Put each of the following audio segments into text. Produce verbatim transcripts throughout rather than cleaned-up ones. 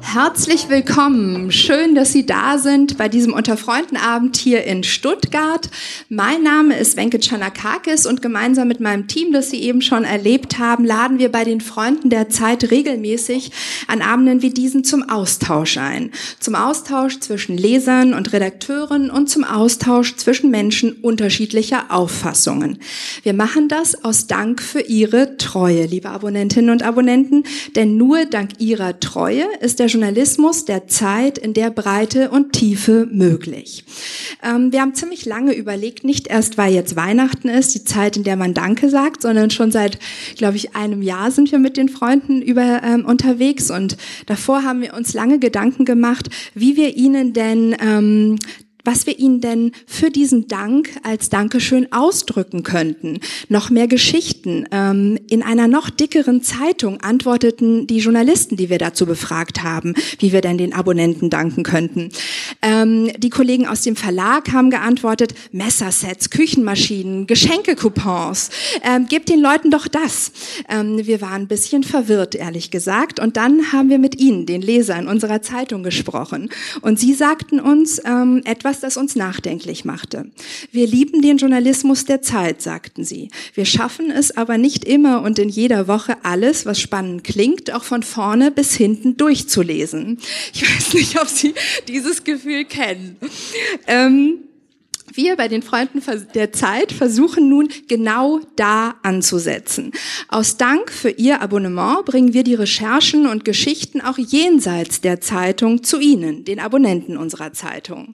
Herzlich willkommen. Schön, dass Sie da sind bei diesem Unter-Freunden-Abend hier in Stuttgart. Mein Name ist Wenke Tschanakakis und gemeinsam mit meinem Team, das Sie eben schon erlebt haben, laden wir bei den Freunden der Zeit regelmäßig an Abenden wie diesen zum Austausch ein. Zum Austausch zwischen Lesern und Redakteuren und zum Austausch zwischen Menschen unterschiedlicher Auffassungen. Wir machen das aus Dank für Ihre Treue, liebe Abonnentinnen und Abonnenten, denn nur dank Ihrer Treue ist der Journalismus der Zeit in der Breite und Tiefe möglich. Ähm, wir haben ziemlich lange überlegt, nicht erst, weil jetzt Weihnachten ist, die Zeit, in der man Danke sagt, sondern schon seit, glaube ich, einem Jahr sind wir mit den Freunden über, ähm, unterwegs und davor haben wir uns lange Gedanken gemacht, wie wir Ihnen denn ähm, was wir Ihnen denn für diesen Dank als Dankeschön ausdrücken könnten. Noch mehr Geschichten. Ähm, in einer noch dickeren Zeitung antworteten die Journalisten, die wir dazu befragt haben, wie wir denn den Abonnenten danken könnten. Ähm, die Kollegen aus dem Verlag haben geantwortet, Messersets, Küchenmaschinen, Geschenkekupons. Ähm, gebt den Leuten doch das. Ähm, wir waren ein bisschen verwirrt, ehrlich gesagt. Und dann haben wir mit Ihnen, den Lesern unserer Zeitung, gesprochen. Und Sie sagten uns ähm, etwas, das uns nachdenklich machte. Wir lieben den Journalismus der Zeit, sagten sie. Wir schaffen es aber nicht immer und in jeder Woche alles, was spannend klingt, auch von vorne bis hinten durchzulesen. Ich weiß nicht, ob Sie dieses Gefühl kennen. Ähm, Wir bei den Freunden der Zeit versuchen nun genau da anzusetzen. Aus Dank für Ihr Abonnement bringen wir die Recherchen und Geschichten auch jenseits der Zeitung zu Ihnen, den Abonnenten unserer Zeitung.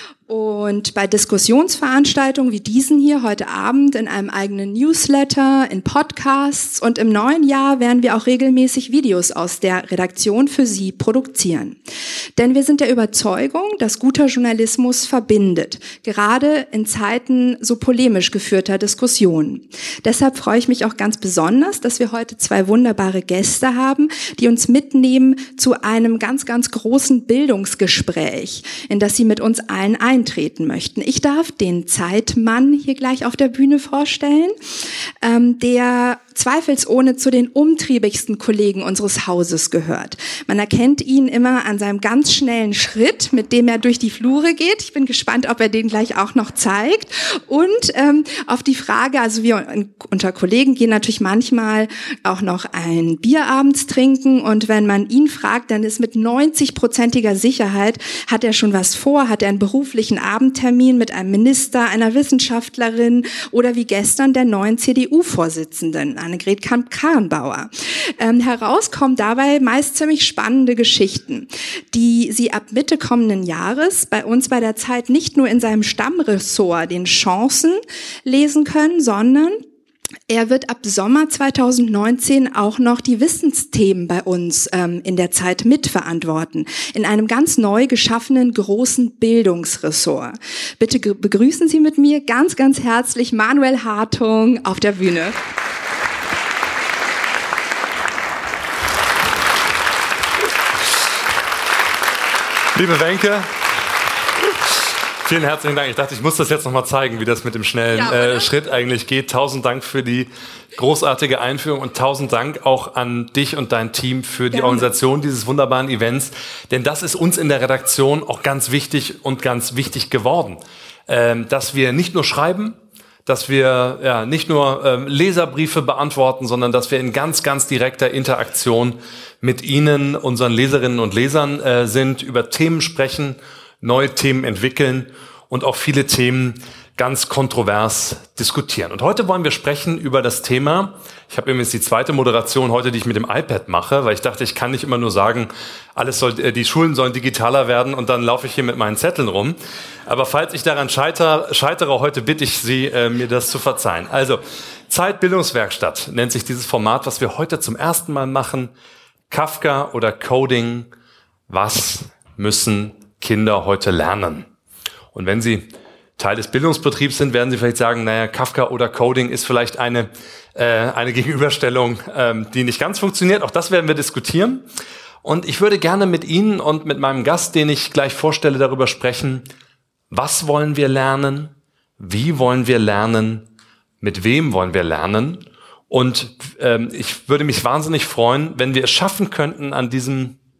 Und bei Diskussionsveranstaltungen wie diesen hier heute Abend in einem eigenen Newsletter, in Podcasts und im neuen Jahr werden wir auch regelmäßig Videos aus der Redaktion für Sie produzieren. Denn wir sind der Überzeugung, dass guter Journalismus verbindet, gerade in Zeiten so polemisch geführter Diskussionen. Deshalb freue ich mich auch ganz besonders, dass wir heute zwei wunderbare Gäste haben, die uns mitnehmen zu einem ganz, ganz großen Bildungsgespräch, in das Sie mit uns allen eintreten möchten. Ich darf den Zeitmann hier gleich auf der Bühne vorstellen, ähm, der zweifelsohne zu den umtriebigsten Kollegen unseres Hauses gehört. Man erkennt ihn immer an seinem ganz schnellen Schritt, mit dem er durch die Flure geht. Ich bin gespannt, ob er den gleich auch noch zeigt. Und ähm, auf die Frage, also wir unter Kollegen gehen natürlich manchmal auch noch ein Bier abends trinken und wenn man ihn fragt, dann ist mit neunzig-prozentiger Sicherheit, hat er schon was vor, hat er einen beruflichen Abendtermin mit einem Minister, einer Wissenschaftlerin oder wie gestern der neuen C D U-Vorsitzenden, Annegret Kramp-Karrenbauer. Ähm, heraus kommen dabei meist ziemlich spannende Geschichten, die Sie ab Mitte kommenden Jahres bei uns bei der Zeit nicht nur in seinem Stammressort, den Chancen, lesen können, sondern er wird ab Sommer zweitausendneunzehn auch noch die Wissensthemen bei uns ähm, in der Zeit mitverantworten, in einem ganz neu geschaffenen großen Bildungsressort. Bitte ge- begrüßen Sie mit mir ganz, ganz herzlich Manuel Hartung auf der Bühne. Liebe Wenke, vielen herzlichen Dank. Ich dachte, ich muss das jetzt nochmal zeigen, wie das mit dem schnellen ja, äh, Schritt eigentlich geht. Tausend Dank für die großartige Einführung und tausend Dank auch an dich und dein Team für die Gerne. Organisation dieses wunderbaren Events. Denn das ist uns in der Redaktion auch ganz wichtig und ganz wichtig geworden, ähm, dass wir nicht nur schreiben, dass wir ja nicht nur ähm, Leserbriefe beantworten, sondern dass wir in ganz, ganz direkter Interaktion mit Ihnen, unseren Leserinnen und Lesern äh, sind, über Themen sprechen, neue Themen entwickeln und auch viele Themen ganz kontrovers diskutieren. Und heute wollen wir sprechen über das Thema, ich habe übrigens die zweite Moderation heute, die ich mit dem iPad mache, weil ich dachte, ich kann nicht immer nur sagen, alles soll, die Schulen sollen digitaler werden und dann laufe ich hier mit meinen Zetteln rum. Aber falls ich daran scheiter, scheitere, heute bitte ich Sie, äh, mir das zu verzeihen. Also, Zeitbildungswerkstatt nennt sich dieses Format, was wir heute zum ersten Mal machen. Kafka oder Coding, was müssen Kinder heute lernen? Und wenn Sie Teil des Bildungsbetriebs sind, werden Sie vielleicht sagen, naja, Kafka oder Coding ist vielleicht eine, äh, eine Gegenüberstellung, ähm, die nicht ganz funktioniert. Auch das werden wir diskutieren. Und ich würde gerne mit Ihnen und mit meinem Gast, den ich gleich vorstelle, darüber sprechen, was wollen wir lernen, wie wollen wir lernen, mit wem wollen wir lernen. Und ähm, ich würde mich wahnsinnig freuen, wenn wir es schaffen könnten, an diesem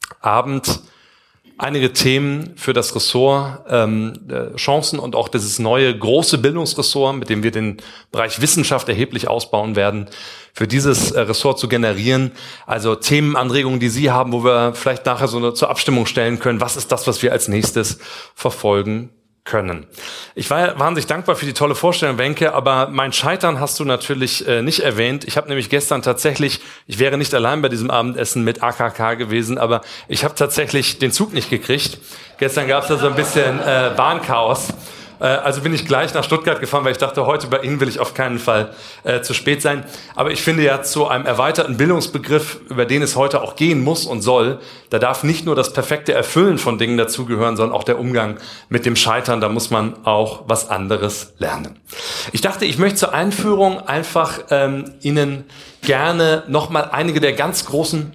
Abend einige Themen für das Ressort ähm, Chancen und auch dieses neue große Bildungsressort, mit dem wir den Bereich Wissenschaft erheblich ausbauen werden, für dieses äh, Ressort zu generieren. Also Themenanregungen, die Sie haben, wo wir vielleicht nachher so eine, zur Abstimmung stellen können. Was ist das, was wir als nächstes verfolgen können? Ich war wahnsinnig dankbar für die tolle Vorstellung, Wenke, aber mein Scheitern hast du natürlich äh, nicht erwähnt. Ich habe nämlich gestern tatsächlich, ich wäre nicht allein bei diesem Abendessen mit A K K gewesen, aber ich habe tatsächlich den Zug nicht gekriegt. Gestern gab es da so ein bisschen äh, Bahnchaos. Äh, also bin ich gleich nach Stuttgart gefahren, weil ich dachte, heute bei Ihnen will ich auf keinen Fall äh, zu spät sein. Aber ich finde ja, zu einem erweiterten Bildungsbegriff, über den es heute auch gehen muss und soll, da darf nicht nur das perfekte Erfüllen von Dingen dazugehören, sondern auch der Umgang mit dem Scheitern. Da muss man auch was anderes lernen. Ich dachte, ich möchte zur Einführung einfach ähm, Ihnen gerne nochmal einige der ganz großen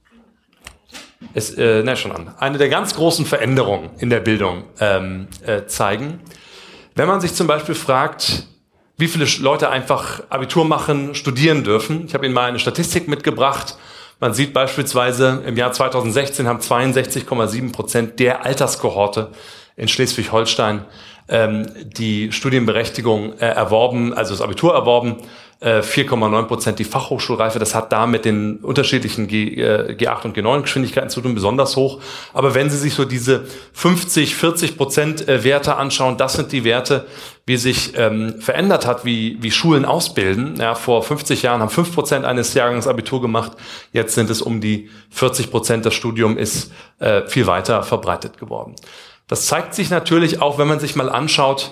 Es, äh, ne, schon an. Eine der ganz großen Veränderungen in der Bildung ähm, äh, zeigen. Wenn man sich zum Beispiel fragt, wie viele Leute einfach Abitur machen, studieren dürfen. Ich habe Ihnen mal eine Statistik mitgebracht. Man sieht beispielsweise, im Jahr zweitausendsechzehn haben zweiundsechzig Komma sieben Prozent der Alterskohorte in Schleswig-Holstein ähm, die Studienberechtigung äh, erworben, also das Abitur erworben. vier Komma neun Prozent die Fachhochschulreife. Das hat da mit den unterschiedlichen G, äh, G acht und G neun Geschwindigkeiten zu tun, besonders hoch. Aber wenn Sie sich so diese fünfzig, vierzig Prozent äh, Werte anschauen, das sind die Werte, wie sich ähm, verändert hat, wie, wie Schulen ausbilden. Ja, vor fünfzig Jahren haben fünf Prozent eines Jahrgangs Abitur gemacht. Jetzt sind es um die vierzig Prozent. Das Studium ist äh, viel weiter verbreitet geworden. Das zeigt sich natürlich auch, wenn man sich mal anschaut,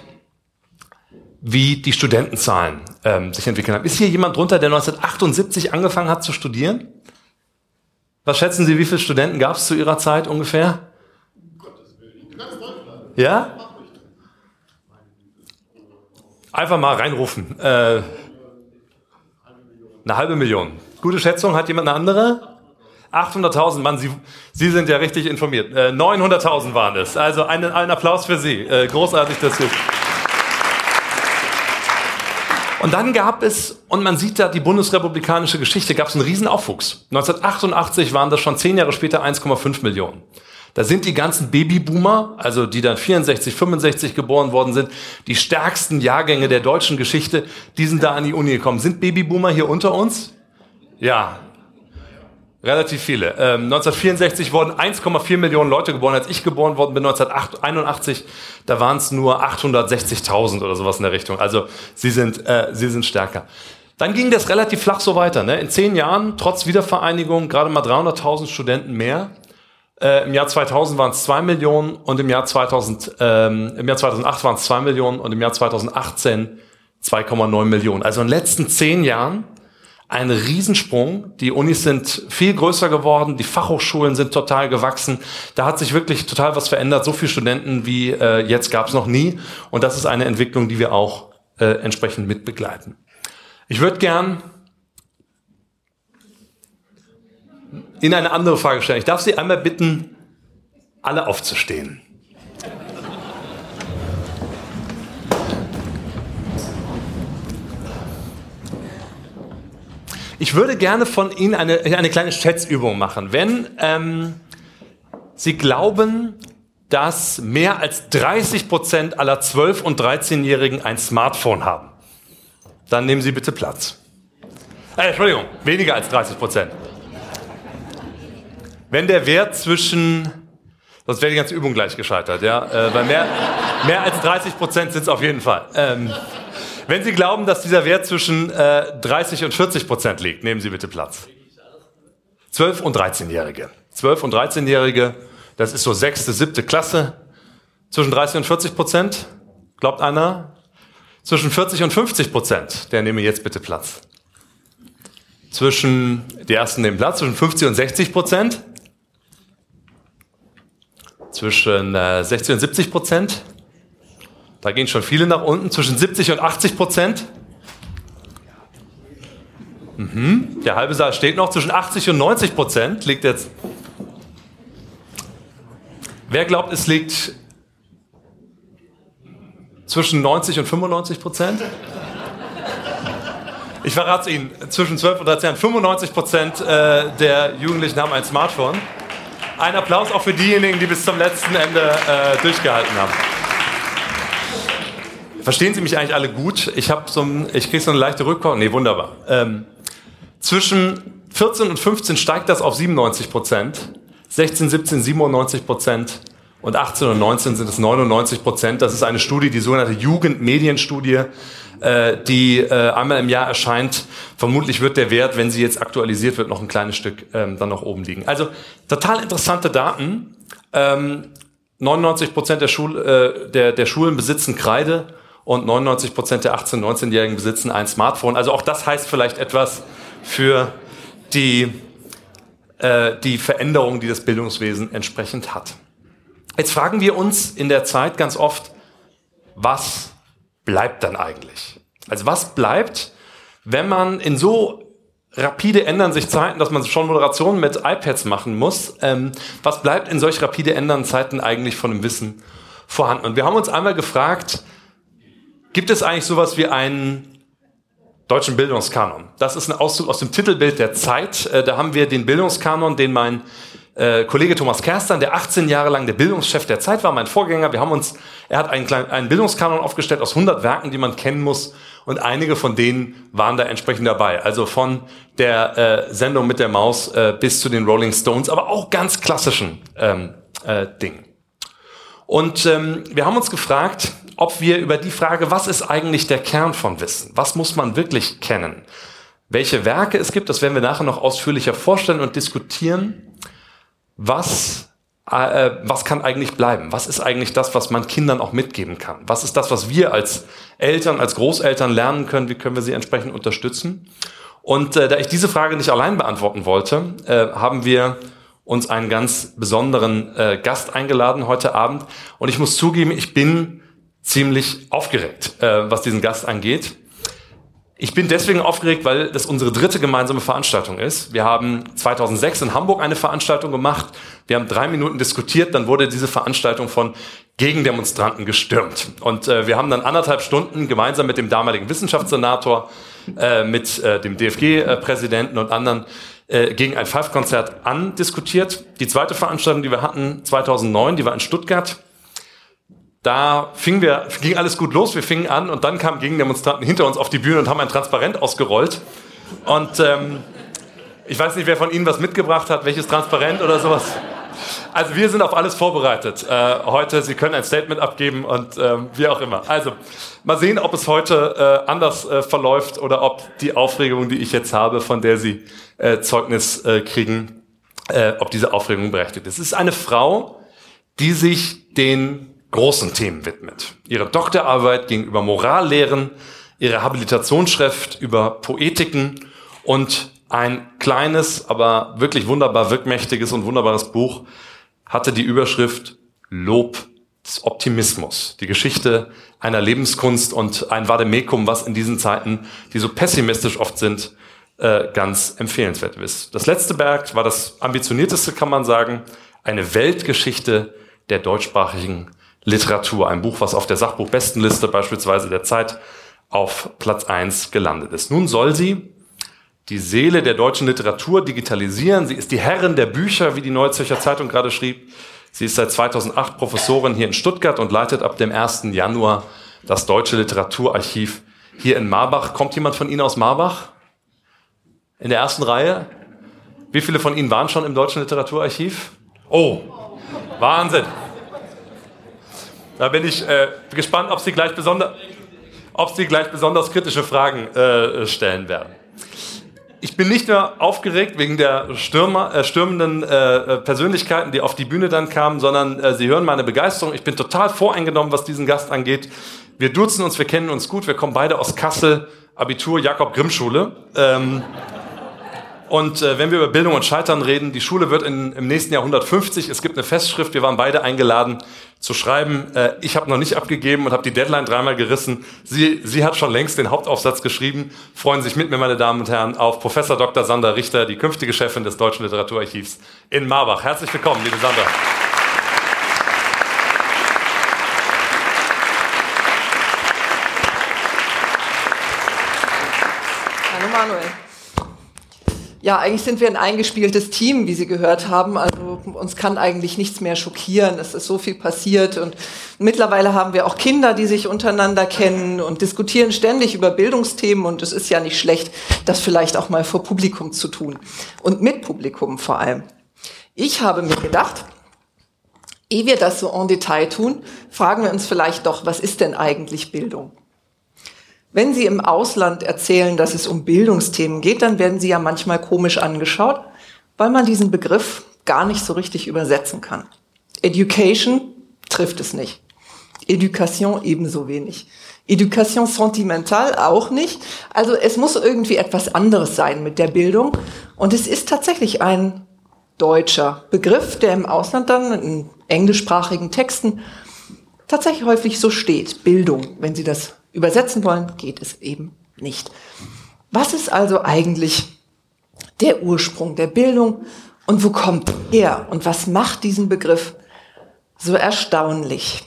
wie die Studentenzahlen ähm, sich entwickeln haben. Ist hier jemand drunter, der neunzehnhundertachtundsiebzig angefangen hat zu studieren? Was schätzen Sie, wie viele Studenten gab es zu Ihrer Zeit ungefähr? Ja? Einfach mal reinrufen. Äh, eine halbe Million. Gute Schätzung. Hat jemand eine andere? achthunderttausend. Mann, Sie, Sie sind ja richtig informiert. Äh, neunhunderttausend waren es. Also einen, einen Applaus für Sie. Äh, großartig, dass Sie... Und dann gab es, und man sieht da die bundesrepublikanische Geschichte, gab es einen riesen Aufwuchs. neunzehnhundertachtundachtzig waren das schon zehn Jahre später eins Komma fünf Millionen. Da sind die ganzen Babyboomer, also die dann vierundsechzig, fünfundsechzig geboren worden sind, die stärksten Jahrgänge der deutschen Geschichte, die sind da an die Uni gekommen. Sind Babyboomer hier unter uns? Ja. Relativ viele. Ähm, neunzehnhundertvierundsechzig wurden eins Komma vier Millionen Leute geboren. Als ich geboren worden bin, neunzehnhunderteinundachtzig, da waren es nur achthundertsechzigtausend oder sowas in der Richtung. Also sie sind, äh, sie sind stärker. Dann ging das relativ flach so weiter. Ne? In zehn Jahren, trotz Wiedervereinigung, gerade mal dreihunderttausend Studenten mehr. Äh, Im Jahr zweitausend waren es zwei Millionen und im Jahr, zweitausend, ähm, im Jahr zweitausendacht waren es zwei Millionen und im Jahr zweitausendachtzehn zwei Komma neun Millionen. Also in den letzten zehn Jahren ein Riesensprung. Die Unis sind viel größer geworden, die Fachhochschulen sind total gewachsen. Da hat sich wirklich total was verändert. So viele Studenten wie äh, jetzt gab es noch nie. Und das ist eine Entwicklung, die wir auch äh, entsprechend mitbegleiten. Ich würde gern Ihnen eine andere Frage stellen. Ich darf Sie einmal bitten, alle aufzustehen. Ich würde gerne von Ihnen eine, eine kleine Schätzübung machen. Wenn ähm, Sie glauben, dass mehr als dreißig Prozent aller zwölf- und dreizehnjährigen ein Smartphone haben, dann nehmen Sie bitte Platz. Äh, Entschuldigung, weniger als dreißig Prozent. Wenn der Wert zwischen, sonst wäre die ganze Übung gleich gescheitert, ja, äh, weil mehr, mehr als dreißig Prozent sind es auf jeden Fall. Ähm, Wenn Sie glauben, dass dieser Wert zwischen äh, dreißig und vierzig Prozent liegt, nehmen Sie bitte Platz. zwölf- und dreizehnjährige. zwölf- und dreizehnjährige, das ist so sechste, siebte Klasse. Zwischen dreißig und vierzig Prozent, glaubt einer? Zwischen vierzig und fünfzig Prozent, der nehme jetzt bitte Platz. Zwischen, die ersten nehmen Platz, zwischen fünfzig und sechzig Prozent. Zwischen äh, sechzig und siebzig Prozent. Da gehen schon viele nach unten, zwischen siebzig und achtzig Prozent. Mhm. Der halbe Saal steht noch, zwischen achtzig und neunzig Prozent liegt jetzt. Wer glaubt, es liegt zwischen neunzig und fünfundneunzig Prozent? Ich verrate es Ihnen, zwischen zwölf und dreizehn Jahren, fünfundneunzig Prozent äh, der Jugendlichen haben ein Smartphone. Ein Applaus auch für diejenigen, die bis zum letzten Ende äh, durchgehalten haben. Verstehen Sie mich eigentlich alle gut? Ich habe so ein, ich kriege so eine leichte Rückkopplung. Nee, wunderbar. Ähm, zwischen vierzehn und fünfzehn steigt das auf siebenundneunzig Prozent, sechzehn, siebzehn siebenundneunzig Prozent und achtzehn und neunzehn sind es neunundneunzig Prozent. Das ist eine Studie, die sogenannte Jugendmedienstudie, äh, die äh, einmal im Jahr erscheint. Vermutlich wird der Wert, wenn sie jetzt aktualisiert wird, noch ein kleines Stück ähm, dann noch oben liegen. Also total interessante Daten. Ähm, neunundneunzig Prozent der, Schul, äh, der, der Schulen besitzen Kreide und neunundneunzig Prozent der achtzehn-, neunzehnjährigen besitzen ein Smartphone. Also auch das heißt vielleicht etwas für die, äh, die Veränderung, die das Bildungswesen entsprechend hat. Jetzt fragen wir uns in der Zeit ganz oft, was bleibt dann eigentlich? Also was bleibt, wenn man in so rapide ändern sich Zeiten, dass man schon Moderationen mit iPads machen muss, ähm, was bleibt in solch rapide ändern Zeiten eigentlich von dem Wissen vorhanden? Und wir haben uns einmal gefragt, gibt es eigentlich sowas wie einen deutschen Bildungskanon? Das ist ein Auszug aus dem Titelbild der Zeit. Äh, da haben wir den Bildungskanon, den mein äh, Kollege Thomas Kerstan, der achtzehn Jahre lang der Bildungschef der Zeit war, mein Vorgänger. Wir haben uns, er hat einen, kleinen, einen Bildungskanon aufgestellt aus hundert Werken, die man kennen muss. Und einige von denen waren da entsprechend dabei. Also von der äh, Sendung mit der Maus äh, bis zu den Rolling Stones, aber auch ganz klassischen ähm, äh, Dingen. Und ähm, wir haben uns gefragt, ob wir über die Frage, was ist eigentlich der Kern von Wissen? Was muss man wirklich kennen? Welche Werke es gibt, das werden wir nachher noch ausführlicher vorstellen und diskutieren. Was, äh, was kann eigentlich bleiben? Was ist eigentlich das, was man Kindern auch mitgeben kann? Was ist das, was wir als Eltern, als Großeltern lernen können? Wie können wir sie entsprechend unterstützen? Und äh, da ich diese Frage nicht allein beantworten wollte, äh, haben wir uns einen ganz besonderen äh, Gast eingeladen heute Abend. Und ich muss zugeben, ich bin ziemlich aufgeregt, äh, was diesen Gast angeht. Ich bin deswegen aufgeregt, weil das unsere dritte gemeinsame Veranstaltung ist. Wir haben zweitausendsechs in Hamburg eine Veranstaltung gemacht. Wir haben drei Minuten diskutiert, dann wurde diese Veranstaltung von Gegendemonstranten gestürmt. Und äh, wir haben dann anderthalb Stunden gemeinsam mit dem damaligen Wissenschaftssenator, äh, mit äh, dem D F G-Präsidenten und anderen äh, gegen ein Pfeif-Konzert andiskutiert. Die zweite Veranstaltung, die wir hatten, zweitausendneun, die war in Stuttgart. Da fingen wir, ging alles gut los, wir fingen an und dann kamen Gegendemonstranten hinter uns auf die Bühne und haben ein Transparent ausgerollt. Und ähm, ich weiß nicht, wer von Ihnen was mitgebracht hat, welches Transparent oder sowas. Also wir sind auf alles vorbereitet äh, heute. Sie können ein Statement abgeben und ähm, wie auch immer. Also mal sehen, ob es heute äh, anders äh, verläuft oder ob die Aufregung, die ich jetzt habe, von der Sie äh, Zeugnis äh, kriegen, äh, ob diese Aufregung berechtigt ist. Es ist eine Frau, die sich den großen Themen widmet. Ihre Doktorarbeit ging über Morallehren, ihre Habilitationsschrift über Poetiken und ein kleines, aber wirklich wunderbar wirkmächtiges und wunderbares Buch hatte die Überschrift Lob des Optimismus. Die Geschichte einer Lebenskunst und ein Vademecum, was in diesen Zeiten, die so pessimistisch oft sind, ganz empfehlenswert ist. Das letzte Werk war das ambitionierteste, kann man sagen, eine Weltgeschichte der deutschsprachigen Literatur, ein Buch, was auf der Sachbuchbestenliste beispielsweise der Zeit auf Platz eins gelandet ist. Nun soll sie die Seele der deutschen Literatur digitalisieren. Sie ist die Herrin der Bücher, wie die Neue Zürcher Zeitung gerade schrieb. Sie ist seit zweitausendacht Professorin hier in Stuttgart und leitet ab dem ersten Januar das Deutsche Literaturarchiv hier in Marbach. Kommt jemand von Ihnen aus Marbach? In der ersten Reihe? Wie viele von Ihnen waren schon im Deutschen Literaturarchiv? Oh, Wahnsinn! Da bin ich äh, gespannt, ob Sie gleich besonders, ob Sie gleich besonders kritische Fragen äh, stellen werden. Ich bin nicht nur aufgeregt wegen der Stürmer, äh, stürmenden äh, Persönlichkeiten, die auf die Bühne dann kamen, sondern äh, Sie hören meine Begeisterung. Ich bin total voreingenommen, was diesen Gast angeht. Wir duzen uns, wir kennen uns gut, wir kommen beide aus Kassel, Abitur Jakob-Grimm-Schule. Ähm, Und äh, wenn wir über Bildung und Scheitern reden, die Schule wird in, im nächsten Jahr hundertfünfzig. Es gibt eine Festschrift, wir waren beide eingeladen zu schreiben. Äh, ich habe noch nicht abgegeben und habe die Deadline dreimal gerissen. Sie, sie hat schon längst den Hauptaufsatz geschrieben. Freuen Sie sich mit mir, meine Damen und Herren, auf Professor Doktor Sandra Richter, die künftige Chefin des Deutschen Literaturarchivs in Marbach. Herzlich willkommen, liebe Sandra. Hallo Manuel. Ja, eigentlich sind wir ein eingespieltes Team, wie Sie gehört haben. Also Also uns kann eigentlich nichts mehr schockieren. Es ist so viel passiert und mittlerweile haben wir auch Kinder, die sich untereinander kennen und diskutieren ständig über Bildungsthemen und es ist ja nicht schlecht, das vielleicht auch mal vor Publikum zu tun und mit Publikum vor allem. Ich habe mir gedacht, ehe wir das so en Detail tun, fragen wir uns vielleicht doch, was ist denn eigentlich Bildung? Wenn Sie im Ausland erzählen, dass es um Bildungsthemen geht, dann werden Sie ja manchmal komisch angeschaut, weil man diesen Begriff gar nicht so richtig übersetzen kann. Education trifft es nicht. Education ebenso wenig. Education sentimentale auch nicht. Also es muss irgendwie etwas anderes sein mit der Bildung. Und es ist tatsächlich ein deutscher Begriff, der im Ausland dann in englischsprachigen Texten tatsächlich häufig so steht. Bildung. Wenn Sie das übersetzen wollen, geht es eben nicht. Was ist also eigentlich der Ursprung der Bildung und wo kommt er her? Und was macht diesen Begriff so erstaunlich?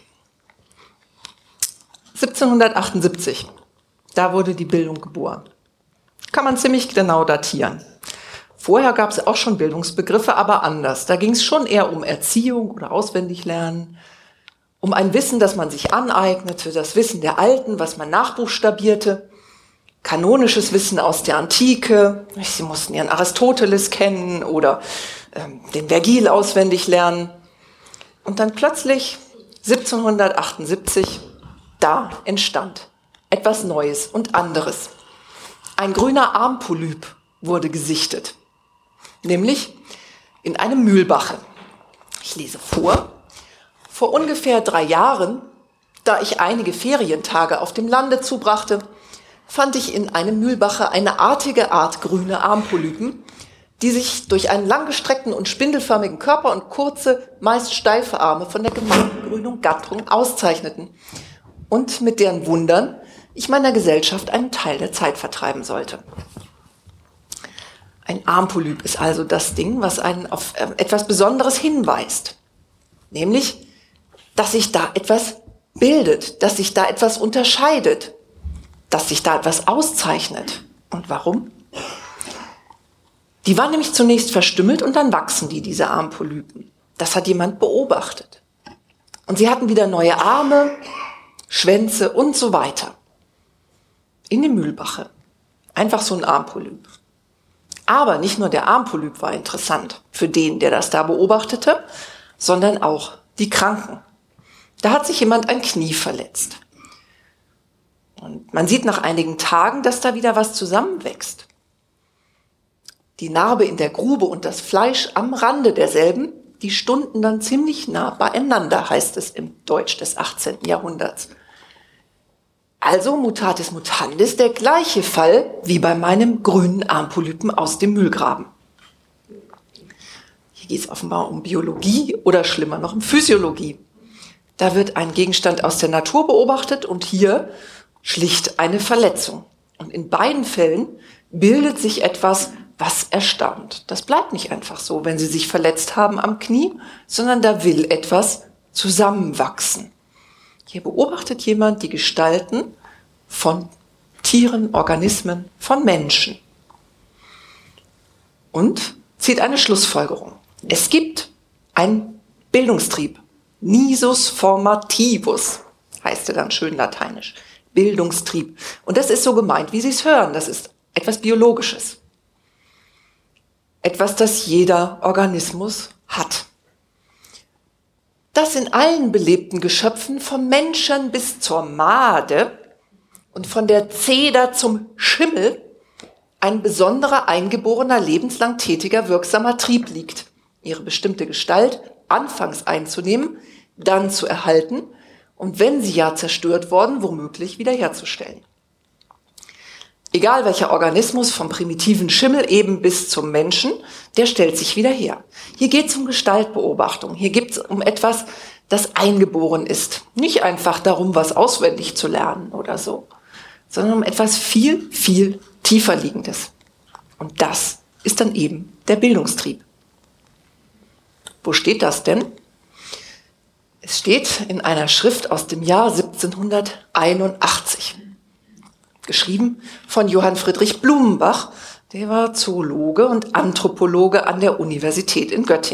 siebzehnhundertachtundsiebzig, da wurde die Bildung geboren. Kann man ziemlich genau datieren. Vorher gab es auch schon Bildungsbegriffe, aber anders. Da ging es schon eher um Erziehung oder Auswendiglernen, um ein Wissen, das man sich aneignete, das Wissen der Alten, was man nachbuchstabierte, kanonisches Wissen aus der Antike. Sie mussten ihren Aristoteles kennen oder ähm, den Vergil auswendig lernen. Und dann plötzlich siebzehnhundertachtundsiebzig, da entstand etwas Neues und anderes. Ein grüner Armpolyp wurde gesichtet, nämlich in einem Mühlbache. Ich lese vor. Vor ungefähr drei Jahren, da ich einige Ferientage auf dem Lande zubrachte, fand ich in einem Mühlbache eine artige Art grüne Armpolypen, die sich durch einen langgestreckten und spindelförmigen Körper und kurze, meist steife Arme von der gemeinen grünen Gattung auszeichneten und mit deren Wundern ich meiner Gesellschaft einen Teil der Zeit vertreiben sollte. Ein Armpolyp ist also das Ding, was einen auf etwas Besonderes hinweist, nämlich dass sich da etwas bildet, dass sich da etwas unterscheidet, dass sich da etwas auszeichnet. Und warum? Die waren nämlich zunächst verstümmelt und dann wachsen die, diese Armpolypen. Das hat jemand beobachtet. Und sie hatten wieder neue Arme, Schwänze und so weiter. In dem Mühlbache. Einfach so ein Armpolyp. Aber nicht nur der Armpolyp war interessant für den, der das da beobachtete, sondern auch die Kranken. Da hat sich jemand ein Knie verletzt. Und man sieht nach einigen Tagen, dass da wieder was zusammenwächst. Die Narbe in der Grube und das Fleisch am Rande derselben, die stunden dann ziemlich nah beieinander, heißt es im Deutsch des achtzehnten Jahrhunderts. Also mutatis mutandis der gleiche Fall wie bei meinem grünen Armpolypen aus dem Mühlgraben. Hier geht es offenbar um Biologie oder schlimmer noch um Physiologie. Da wird ein Gegenstand aus der Natur beobachtet und hier schlicht eine Verletzung. Und in beiden Fällen bildet sich etwas, was erstaunt. Das bleibt nicht einfach so, wenn Sie sich verletzt haben am Knie, sondern da will etwas zusammenwachsen. Hier beobachtet jemand die Gestalten von Tieren, Organismen, von Menschen und zieht eine Schlussfolgerung. Es gibt einen Bildungstrieb. Nisus formativus, heißt er dann schön lateinisch. Bildungstrieb. Und das ist so gemeint, wie Sie es hören. Das ist etwas Biologisches. Etwas, das jeder Organismus hat. Das in allen belebten Geschöpfen, vom Menschen bis zur Made und von der Zeder zum Schimmel, ein besonderer, eingeborener, lebenslang tätiger, wirksamer Trieb liegt. Ihre bestimmte Gestalt anfangs einzunehmen, dann zu erhalten und wenn sie ja zerstört worden, womöglich wiederherzustellen. Egal welcher Organismus, vom primitiven Schimmel eben bis zum Menschen, der stellt sich wieder her. Hier geht es um Gestaltbeobachtung, hier geht es um etwas, das eingeboren ist. Nicht einfach darum, was auswendig zu lernen oder so, sondern um etwas viel, viel tiefer liegendes. Und das ist dann eben der Bildungstrieb. Wo steht das denn? Es steht in einer Schrift aus dem Jahr siebzehnhunderteinundachtzig. Geschrieben von Johann Friedrich Blumenbach, der war Zoologe und Anthropologe an der Universität in Göttingen.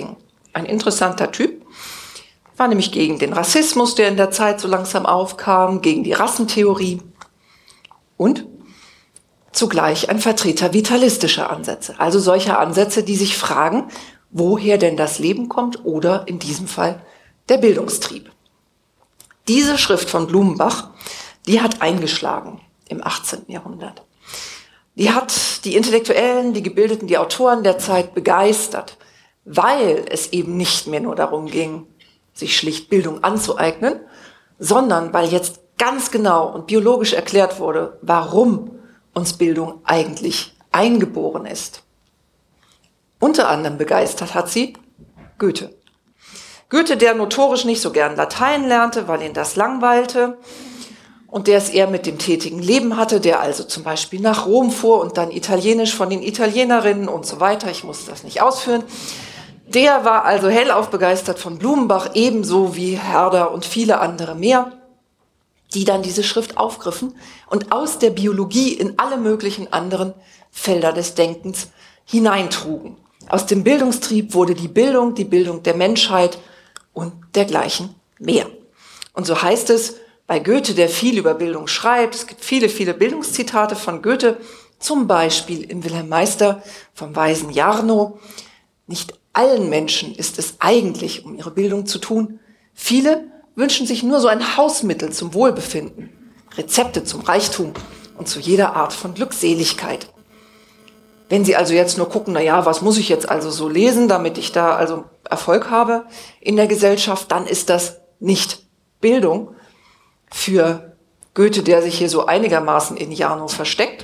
Ein interessanter Typ. War nämlich gegen den Rassismus, der in der Zeit so langsam aufkam, gegen die Rassentheorie und zugleich ein Vertreter vitalistischer Ansätze. Also solcher Ansätze, die sich fragen, woher denn das Leben kommt oder in diesem Fall der Bildungstrieb. Diese Schrift von Blumenbach, die hat eingeschlagen im achtzehnten Jahrhundert. Die hat die Intellektuellen, die Gebildeten, die Autoren der Zeit begeistert, weil es eben nicht mehr nur darum ging, sich schlicht Bildung anzueignen, sondern weil jetzt ganz genau und biologisch erklärt wurde, warum uns Bildung eigentlich eingeboren ist. Unter anderem begeistert hat sie Goethe. Goethe, der notorisch nicht so gern Latein lernte, weil ihn das langweilte und der es eher mit dem tätigen Leben hatte, der also zum Beispiel nach Rom fuhr und dann Italienisch von den Italienerinnen und so weiter, ich muss das nicht ausführen, der war also hellauf begeistert von Blumenbach, ebenso wie Herder und viele andere mehr, die dann diese Schrift aufgriffen und aus der Biologie in alle möglichen anderen Felder des Denkens hineintrugen. Aus dem Bildungstrieb wurde die Bildung, die Bildung der Menschheit und dergleichen mehr. Und so heißt es bei Goethe, der viel über Bildung schreibt, es gibt viele, viele Bildungszitate von Goethe, zum Beispiel in Wilhelm Meister vom weisen Jarno, nicht allen Menschen ist es eigentlich, um ihre Bildung zu tun. Viele wünschen sich nur so ein Hausmittel zum Wohlbefinden, Rezepte zum Reichtum und zu jeder Art von Glückseligkeit. Wenn Sie also jetzt nur gucken, na ja, was muss ich jetzt also so lesen, damit ich da also Erfolg habe in der Gesellschaft, dann ist das nicht Bildung. Für Goethe, der sich hier so einigermaßen in Jarno versteckt,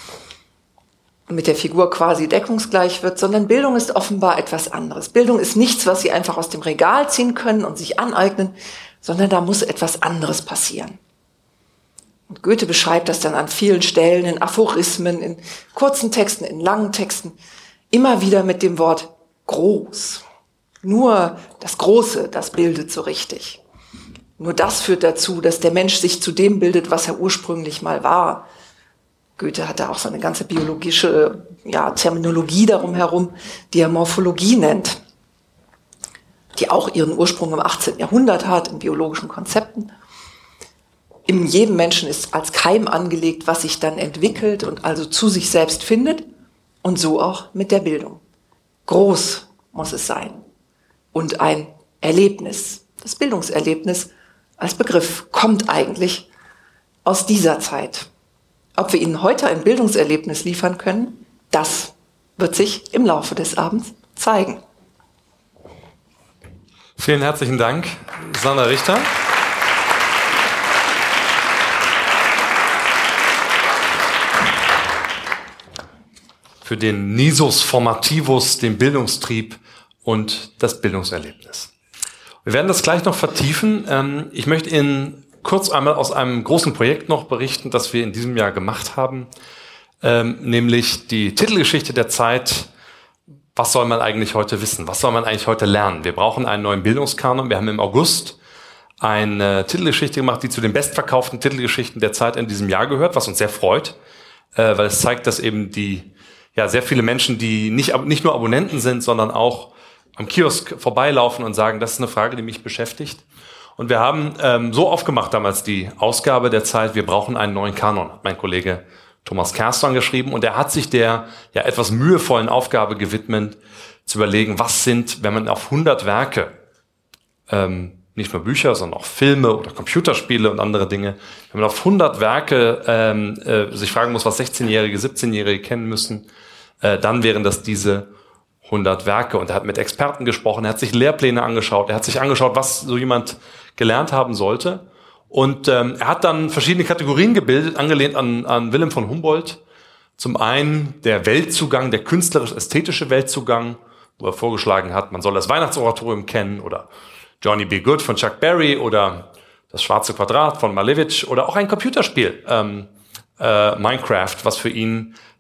mit der Figur quasi deckungsgleich wird, sondern Bildung ist offenbar etwas anderes. Bildung ist nichts, was Sie einfach aus dem Regal ziehen können und sich aneignen, sondern da muss etwas anderes passieren. Und Goethe beschreibt das dann an vielen Stellen, in Aphorismen, in kurzen Texten, in langen Texten, immer wieder mit dem Wort groß. Nur das Große, das bildet so richtig. Nur das führt dazu, dass der Mensch sich zu dem bildet, was er ursprünglich mal war. Goethe hatte auch so eine ganze biologische ja, Terminologie darum herum, die er Morphologie nennt, die auch ihren Ursprung im achtzehnten Jahrhundert hat, in biologischen Konzepten. In jedem Menschen ist als Keim angelegt, was sich dann entwickelt und also zu sich selbst findet, und so auch mit der Bildung. Groß muss es sein und ein Erlebnis. Das Bildungserlebnis als Begriff kommt eigentlich aus dieser Zeit. Ob wir Ihnen heute ein Bildungserlebnis liefern können, das wird sich im Laufe des Abends zeigen. Vielen herzlichen Dank, Sandra Richter. Für den Nisus Formativus, den Bildungstrieb und das Bildungserlebnis. Wir werden das gleich noch vertiefen. Ich möchte Ihnen kurz einmal aus einem großen Projekt noch berichten, das wir in diesem Jahr gemacht haben, nämlich die Titelgeschichte der Zeit. Was soll man eigentlich heute wissen? Was soll man eigentlich heute lernen? Wir brauchen einen neuen Bildungskanon. Wir haben im August eine Titelgeschichte gemacht, die zu den bestverkauften Titelgeschichten der Zeit in diesem Jahr gehört, was uns sehr freut, weil es zeigt, dass eben die ja sehr viele Menschen, die nicht, nicht nur Abonnenten sind, sondern auch am Kiosk vorbeilaufen und sagen, das ist eine Frage, die mich beschäftigt. Und wir haben ähm, so aufgemacht damals die Ausgabe der Zeit, wir brauchen einen neuen Kanon, hat mein Kollege Thomas Kerston geschrieben. Und er hat sich der ja etwas mühevollen Aufgabe gewidmet, zu überlegen, was sind, wenn man auf hundert Werke, ähm, nicht nur Bücher, sondern auch Filme oder Computerspiele und andere Dinge, wenn man auf hundert Werke ähm, äh, sich fragen muss, was sechzehnjährige, siebzehnjährige kennen müssen, äh, dann wären das diese hundert Werke. Und er hat mit Experten gesprochen, er hat sich Lehrpläne angeschaut, er hat sich angeschaut, was so jemand gelernt haben sollte. Und ähm, er hat dann verschiedene Kategorien gebildet, angelehnt an, an Wilhelm von Humboldt. Zum einen der Weltzugang, der künstlerisch-ästhetische Weltzugang, wo er vorgeschlagen hat, man soll das Weihnachtsoratorium kennen oder Johnny B. Good von Chuck Berry oder das Schwarze Quadrat von Malevich oder auch ein Computerspiel, ähm, äh, Minecraft, was für ihn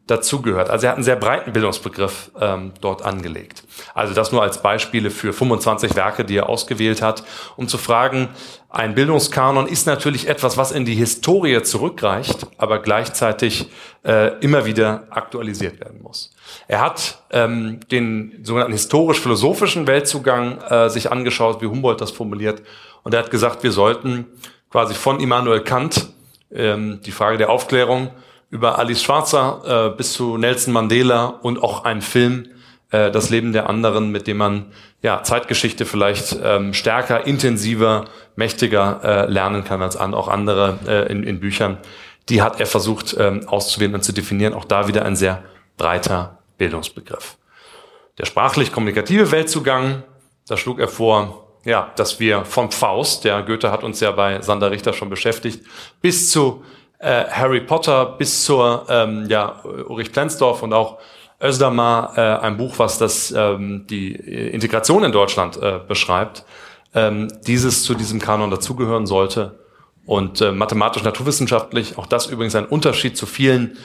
dazugehört. Also er hat einen sehr breiten Bildungsbegriff ähm, dort angelegt. Also das nur als Beispiele für fünfundzwanzig Werke, die er ausgewählt hat, um zu fragen, ein Bildungskanon ist natürlich etwas, was in die Historie zurückreicht, aber gleichzeitig äh, immer wieder aktualisiert werden muss. Er hat ähm, den sogenannten historisch-philosophischen Weltzugang äh, sich angeschaut, wie Humboldt das formuliert, und er hat gesagt, wir sollten quasi von Immanuel Kant ähm, die Frage der Aufklärung über Alice Schwarzer äh, bis zu Nelson Mandela und auch einen Film, äh, das Leben der anderen, mit dem man ja Zeitgeschichte vielleicht ähm, stärker, intensiver, mächtiger äh, lernen kann als an, auch andere äh, in, in Büchern. Die hat er versucht ähm, auszuwählen und zu definieren. Auch da wieder ein sehr breiter Bildungsbegriff. Der sprachlich-kommunikative Weltzugang, da schlug er vor, ja, dass wir vom Faust, der Goethe hat uns ja bei Sander Richter schon beschäftigt, bis zu Äh, Harry Potter bis zur ähm, ja, Ulrich Plenzdorf und auch Özdamar, äh, ein Buch, was das ähm, die Integration in Deutschland äh, beschreibt, ähm, dieses zu diesem Kanon dazugehören sollte. Und äh, mathematisch-naturwissenschaftlich, auch das übrigens ein Unterschied zu vielen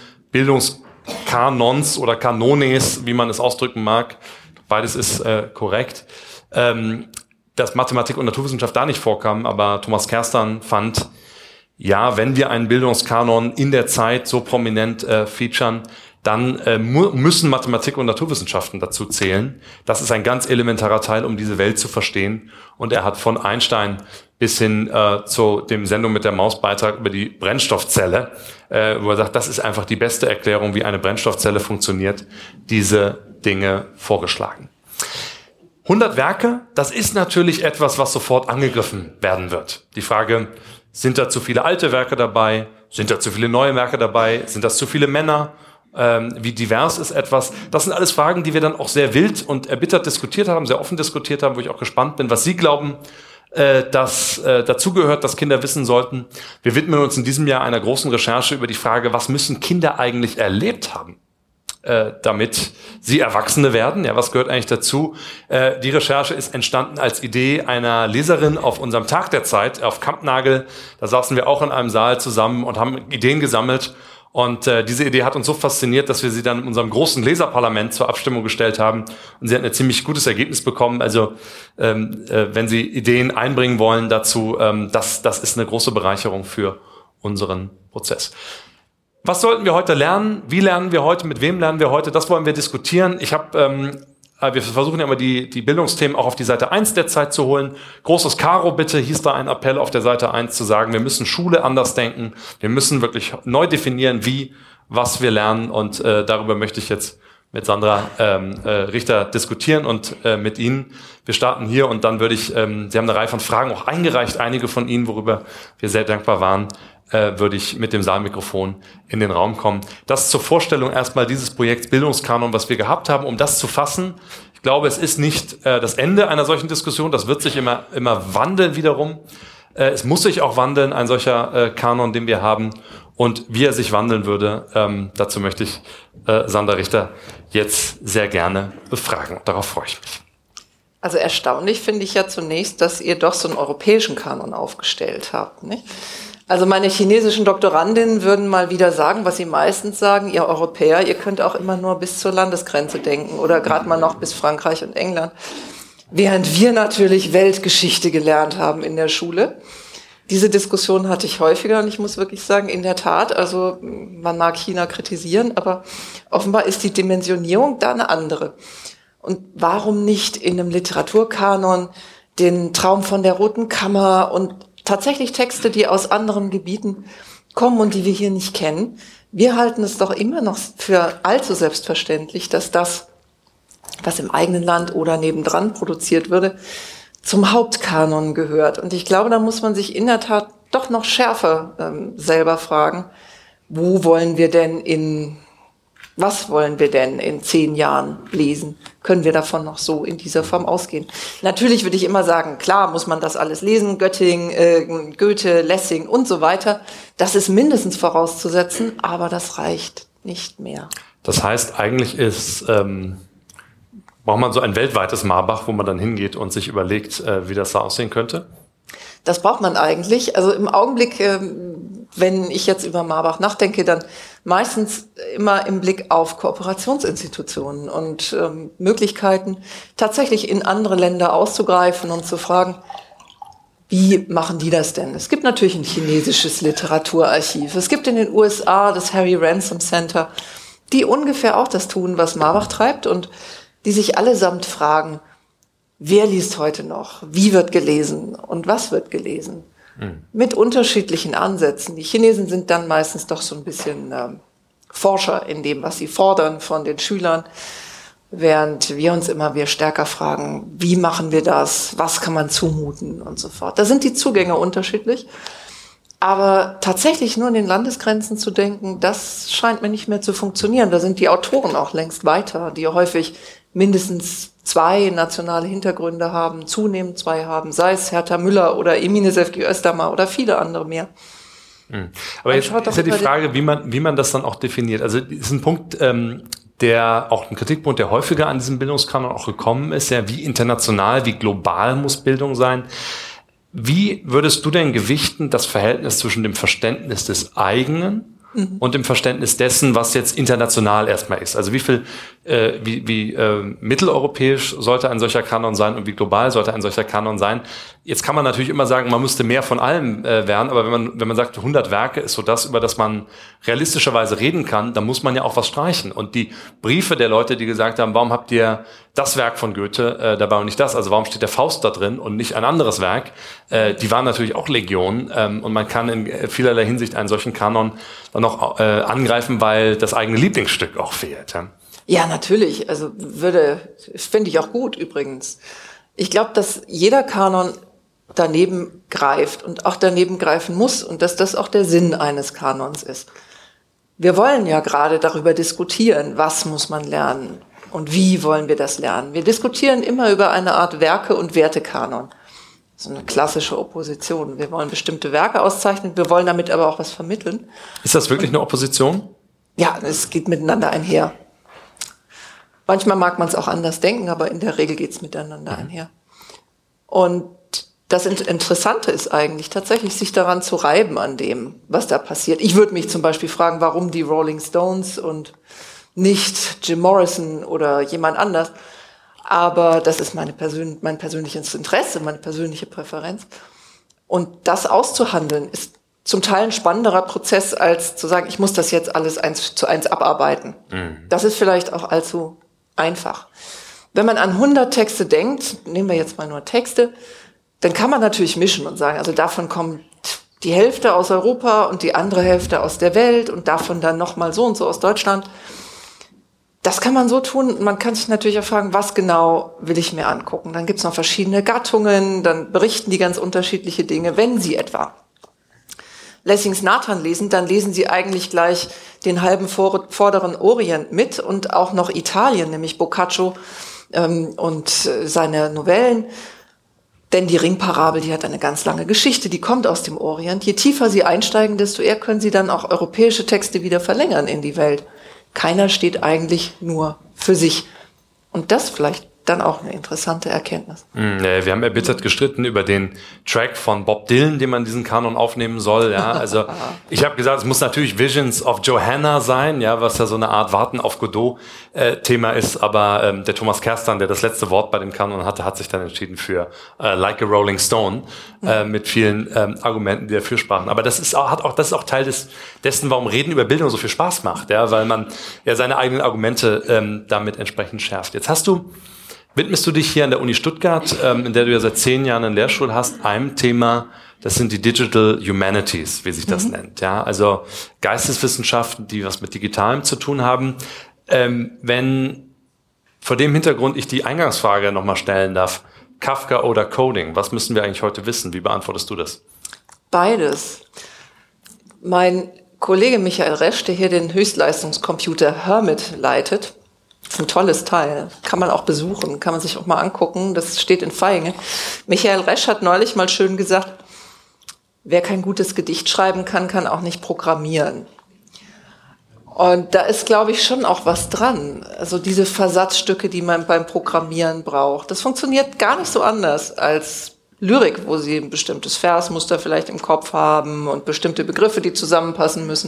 Bildungskanons oder Kanones, wie man es ausdrücken mag. Beides ist äh, korrekt. Ähm, dass Mathematik und Naturwissenschaft da nicht vorkamen, aber Thomas Kerstan fand, ja, wenn wir einen Bildungskanon in der Zeit so prominent äh, featuren, dann äh, mu- müssen Mathematik und Naturwissenschaften dazu zählen. Das ist ein ganz elementarer Teil, um diese Welt zu verstehen. Und er hat von Einstein bis hin äh, zu dem Sendung mit der Maus Beitrag über die Brennstoffzelle, äh, wo er sagt, das ist einfach die beste Erklärung, wie eine Brennstoffzelle funktioniert, diese Dinge vorgeschlagen. hundert Werke, das ist natürlich etwas, was sofort angegriffen werden wird. Die Frage, sind da zu viele alte Werke dabei? Sind da zu viele neue Werke dabei? Sind das zu viele Männer? Ähm, wie divers ist etwas? Das sind alles Fragen, die wir dann auch sehr wild und erbittert diskutiert haben, sehr offen diskutiert haben, wo ich auch gespannt bin, was Sie glauben, äh, dass äh, dazugehört, dass Kinder wissen sollten. Wir widmen uns in diesem Jahr einer großen Recherche über die Frage, was müssen Kinder eigentlich erlebt haben, äh, damit sie Erwachsene werden. Ja, was gehört eigentlich dazu? Äh, die Recherche ist entstanden als Idee einer Leserin auf unserem Tag der Zeit auf Kampnagel. Da saßen wir auch in einem Saal zusammen und haben Ideen gesammelt. Und äh, diese Idee hat uns so fasziniert, dass wir sie dann in unserem großen Leserparlament zur Abstimmung gestellt haben. Und sie hat ein ziemlich gutes Ergebnis bekommen. Also ähm, äh, wenn Sie Ideen einbringen wollen dazu, ähm, das, das ist eine große Bereicherung für unseren Prozess. Was sollten wir heute lernen? Wie lernen wir heute? Mit wem lernen wir heute? Das wollen wir diskutieren. Ich habe, ähm, wir versuchen ja immer die, die Bildungsthemen auch auf die Seite eins der Zeit zu holen. Großes Karo bitte, hieß da ein Appell auf der Seite eins zu sagen, wir müssen Schule anders denken. Wir müssen wirklich neu definieren, wie, was wir lernen. Und äh, darüber möchte ich jetzt mit Sandra ähm, äh, Richter diskutieren und äh, mit Ihnen. Wir starten hier und dann würde ich, ähm, Sie haben eine Reihe von Fragen auch eingereicht, einige von Ihnen, worüber wir sehr dankbar waren, äh, würde ich mit dem Saalmikrofon in den Raum kommen. Das zur Vorstellung erstmal dieses Projekts Bildungskanon, was wir gehabt haben, um das zu fassen. Ich glaube, es ist nicht äh, das Ende einer solchen Diskussion, das wird sich immer, immer wandeln wiederum. Äh, es muss sich auch wandeln, ein solcher äh, Kanon, den wir haben. Und wie er sich wandeln würde, ähm, dazu möchte ich äh, Sandra Richter jetzt sehr gerne befragen. Darauf freue ich mich. Also erstaunlich finde ich ja zunächst, dass ihr doch so einen europäischen Kanon aufgestellt habt, nicht? Also meine chinesischen Doktorandinnen würden mal wieder sagen, was sie meistens sagen, ihr Europäer, ihr könnt auch immer nur bis zur Landesgrenze denken oder gerade mal noch bis Frankreich und England. Während wir natürlich Weltgeschichte gelernt haben in der Schule. Diese Diskussion hatte ich häufiger und ich muss wirklich sagen, in der Tat, also man mag China kritisieren, aber offenbar ist die Dimensionierung da eine andere. Und warum nicht in einem Literaturkanon den Traum von der Roten Kammer und tatsächlich Texte, die aus anderen Gebieten kommen und die wir hier nicht kennen? Wir halten es doch immer noch für allzu selbstverständlich, dass das, was im eigenen Land oder nebendran produziert würde, zum Hauptkanon gehört. Und ich glaube, da muss man sich in der Tat doch noch schärfer ähm, selber fragen, wo wollen wir denn in, was wollen wir denn in zehn Jahren lesen? Können wir davon noch so in dieser Form ausgehen? Natürlich würde ich immer sagen, klar muss man das alles lesen, Göttingen, äh, Goethe, Lessing und so weiter. Das ist mindestens vorauszusetzen, aber das reicht nicht mehr. Das heißt, eigentlich ist... Ähm braucht man so ein weltweites Marbach, wo man dann hingeht und sich überlegt, äh, wie das da aussehen könnte? Das braucht man eigentlich. Also im Augenblick, ähm, wenn ich jetzt über Marbach nachdenke, dann meistens immer im Blick auf Kooperationsinstitutionen und ähm, Möglichkeiten, tatsächlich in andere Länder auszugreifen und zu fragen, wie machen die das denn? Es gibt natürlich ein chinesisches Literaturarchiv. Es gibt in den U S A das Harry Ransom Center, die ungefähr auch das tun, was Marbach treibt und die sich allesamt fragen, wer liest heute noch? Wie wird gelesen? Und was wird gelesen? Mhm. Mit unterschiedlichen Ansätzen. Die Chinesen sind dann meistens doch so ein bisschen äh, Forscher in dem, was sie fordern von den Schülern, während wir uns immer wieder stärker fragen, wie machen wir das? Was kann man zumuten? Und so fort. Da sind die Zugänge unterschiedlich. Aber tatsächlich nur in den Landesgrenzen zu denken, das scheint mir nicht mehr zu funktionieren. Da sind die Autoren auch längst weiter, die häufig mindestens zwei nationale Hintergründe haben, zunehmend zwei haben, sei es Hertha Müller oder Emine Sefki Özdamar oder viele andere mehr. Mhm. Aber jetzt ist ja die Frage, wie man, wie man das dann auch definiert. Also das ist ein Punkt, ähm, der auch ein Kritikpunkt, der häufiger an diesem Bildungskanon auch gekommen ist, ja, wie international, wie global muss Bildung sein? Wie würdest du denn gewichten das Verhältnis zwischen dem Verständnis des eigenen mhm. und dem Verständnis dessen, was jetzt international erstmal ist? Also wie viel, äh, wie, wie äh, mitteleuropäisch sollte ein solcher Kanon sein und wie global sollte ein solcher Kanon sein? Jetzt kann man natürlich immer sagen, man müsste mehr von allem äh, werden, aber wenn man, wenn man sagt, hundert Werke ist so das, über das man realistischerweise reden kann, dann muss man ja auch was streichen. Und die Briefe der Leute, die gesagt haben, warum habt ihr das Werk von Goethe äh, dabei und nicht das, also warum steht der Faust da drin und nicht ein anderes Werk, äh, die waren natürlich auch Legion, ähm, und man kann in vielerlei Hinsicht einen solchen Kanon dann auch äh, angreifen, weil das eigene Lieblingsstück auch fehlt. Ja, ja natürlich, also würde, finde ich auch gut übrigens. Ich glaube, dass jeder Kanon daneben greift und auch daneben greifen muss und dass das auch der Sinn eines Kanons ist. Wir wollen ja gerade darüber diskutieren, was muss man lernen und wie wollen wir das lernen. Wir diskutieren immer über eine Art Werke- und Wertekanon. So eine klassische Opposition. Wir wollen bestimmte Werke auszeichnen, wir wollen damit aber auch was vermitteln. Ist das wirklich eine Opposition? Ja, es geht miteinander einher. Manchmal mag man es auch anders denken, aber in der Regel geht es miteinander einher. Und das Interessante ist eigentlich tatsächlich, sich daran zu reiben an dem, was da passiert. Ich würde mich zum Beispiel fragen, warum die Rolling Stones und nicht Jim Morrison oder jemand anders. Aber das ist meine Persön- mein persönliches Interesse, meine persönliche Präferenz. Und das auszuhandeln ist zum Teil ein spannenderer Prozess, als zu sagen, ich muss das jetzt alles eins zu eins abarbeiten. Mhm. Das ist vielleicht auch allzu einfach. Wenn man an hundert Texte denkt, nehmen wir jetzt mal nur Texte, dann kann man natürlich mischen und sagen, also davon kommt die Hälfte aus Europa und die andere Hälfte aus der Welt und davon dann nochmal so und so aus Deutschland. Das kann man so tun. Man kann sich natürlich auch fragen, was genau will ich mir angucken. Dann gibt's noch verschiedene Gattungen, dann berichten die ganz unterschiedliche Dinge. Wenn Sie etwa Lessings Nathan lesen, dann lesen Sie eigentlich gleich den halben vor- vorderen Orient mit und auch noch Italien, nämlich Boccaccio ähm, und äh, seine Novellen. Denn die Ringparabel, die hat eine ganz lange Geschichte, die kommt aus dem Orient. Je tiefer Sie einsteigen, desto eher können Sie dann auch europäische Texte wieder verlängern in die Welt. Keiner steht eigentlich nur für sich. Und das vielleicht dann auch eine interessante Erkenntnis. Wir haben erbittert gestritten über den Track von Bob Dylan, den man diesen Kanon aufnehmen soll. Ja, also ich habe gesagt, es muss natürlich Visions of Johanna sein, ja, was ja so eine Art Warten auf Godot-Thema äh, ist. Aber ähm, der Thomas Kerstan, der das letzte Wort bei dem Kanon hatte, hat sich dann entschieden für äh, Like a Rolling Stone äh, mit vielen ähm, Argumenten, die dafür sprachen. Aber das ist auch, hat auch das ist auch Teil des dessen, warum Reden über Bildung so viel Spaß macht, ja, weil man ja seine eigenen Argumente ähm, damit entsprechend schärft. Jetzt hast du Widmest du dich hier an der Uni Stuttgart, ähm, in der du ja seit zehn Jahren einen Lehrstuhl hast, einem Thema, das sind die Digital Humanities, wie sich das mhm. nennt. Ja, also Geisteswissenschaften, die was mit Digitalem zu tun haben. Ähm, wenn vor dem Hintergrund ich die Eingangsfrage nochmal stellen darf, Kafka oder Coding, was müssen wir eigentlich heute wissen? Wie beantwortest du das? Beides. Mein Kollege Michael Resch, der hier den Höchstleistungscomputer Hermit leitet, das ist ein tolles Teil, kann man auch besuchen, kann man sich auch mal angucken, das steht in Vaihingen. Michael Resch hat neulich mal schön gesagt, wer kein gutes Gedicht schreiben kann, kann auch nicht programmieren. Und da ist, glaube ich, schon auch was dran. Also diese Versatzstücke, die man beim Programmieren braucht, das funktioniert gar nicht so anders als Lyrik, wo sie ein bestimmtes Versmuster vielleicht im Kopf haben und bestimmte Begriffe, die zusammenpassen müssen.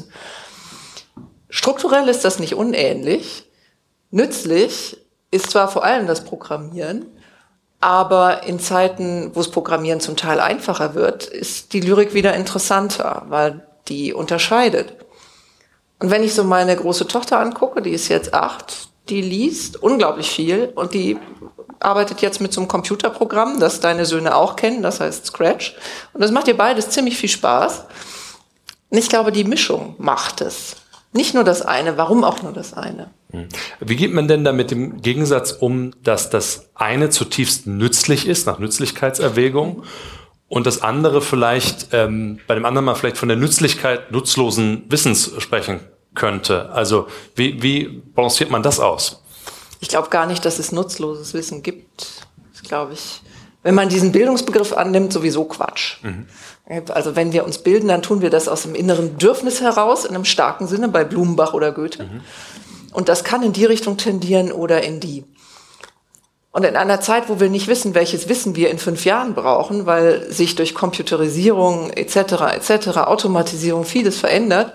Strukturell ist das nicht unähnlich. Nützlich ist zwar vor allem das Programmieren, aber in Zeiten, wo das Programmieren zum Teil einfacher wird, ist die Lyrik wieder interessanter, weil die unterscheidet. Und wenn ich so meine große Tochter angucke, die ist jetzt acht, die liest unglaublich viel und die arbeitet jetzt mit so einem Computerprogramm, das deine Söhne auch kennen, das heißt Scratch. Und das macht ihr beides ziemlich viel Spaß. Und ich glaube, die Mischung macht es. Nicht nur das eine, warum auch nur das eine? Wie geht man denn da mit dem Gegensatz um, dass das eine zutiefst nützlich ist, nach Nützlichkeitserwägung, und das andere vielleicht, ähm, bei dem anderen mal vielleicht von der Nützlichkeit nutzlosen Wissens sprechen könnte? Also wie, wie balanciert man das aus? Ich glaube gar nicht, dass es nutzloses Wissen gibt. Das glaube ich, wenn man diesen Bildungsbegriff annimmt, sowieso Quatsch. Mhm. Also wenn wir uns bilden, dann tun wir das aus dem inneren Bedürfnis heraus, in einem starken Sinne, bei Blumenbach oder Goethe. Mhm. Und das kann in die Richtung tendieren oder in die. Und in einer Zeit, wo wir nicht wissen, welches Wissen wir in fünf Jahren brauchen, weil sich durch Computerisierung et cetera et cetera, Automatisierung vieles verändert,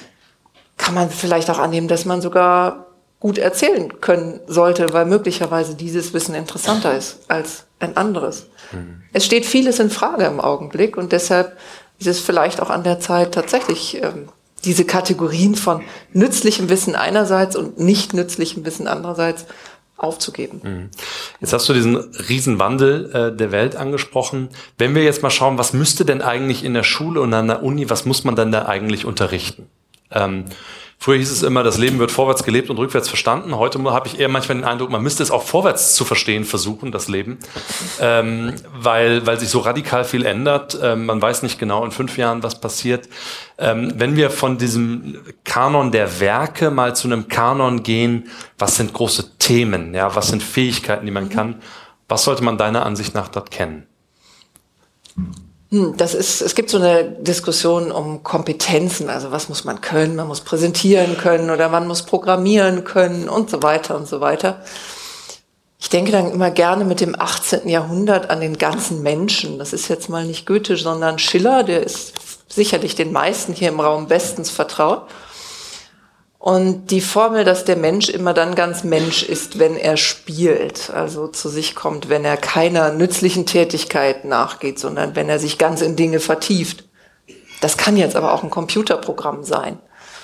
kann man vielleicht auch annehmen, dass man sogar gut erzählen können sollte, weil möglicherweise dieses Wissen interessanter ist als ein anderes. Mhm. Es steht vieles in Frage im Augenblick und deshalb ist es vielleicht auch an der Zeit, tatsächlich ähm, diese Kategorien von nützlichem Wissen einerseits und nicht nützlichem Wissen andererseits aufzugeben. Jetzt hast du diesen Riesenwandel äh, der Welt angesprochen. Wenn wir jetzt mal schauen, was müsste denn eigentlich in der Schule und an der Uni, was muss man denn da eigentlich unterrichten? Ähm, früher hieß es immer, das Leben wird vorwärts gelebt und rückwärts verstanden. Heute habe ich eher manchmal den Eindruck, man müsste es auch vorwärts zu verstehen versuchen, das Leben, ähm, weil, weil sich so radikal viel ändert. Ähm, man weiß nicht genau in fünf Jahren, was passiert. Ähm, wenn wir von diesem Kanon der Werke mal zu einem Kanon gehen, was sind große Themen, ja, was sind Fähigkeiten, die man kann, was sollte man deiner Ansicht nach dort kennen? Das ist, es gibt so eine Diskussion um Kompetenzen, also was muss man können, man muss präsentieren können oder man muss programmieren können und so weiter und so weiter. Ich denke dann immer gerne mit dem achtzehnten Jahrhundert an den ganzen Menschen. Das ist jetzt mal nicht Goethe, sondern Schiller, der ist sicherlich den meisten hier im Raum bestens vertraut. Und die Formel, dass der Mensch immer dann ganz Mensch ist, wenn er spielt, also zu sich kommt, wenn er keiner nützlichen Tätigkeit nachgeht, sondern wenn er sich ganz in Dinge vertieft. Das kann jetzt aber auch ein Computerprogramm sein.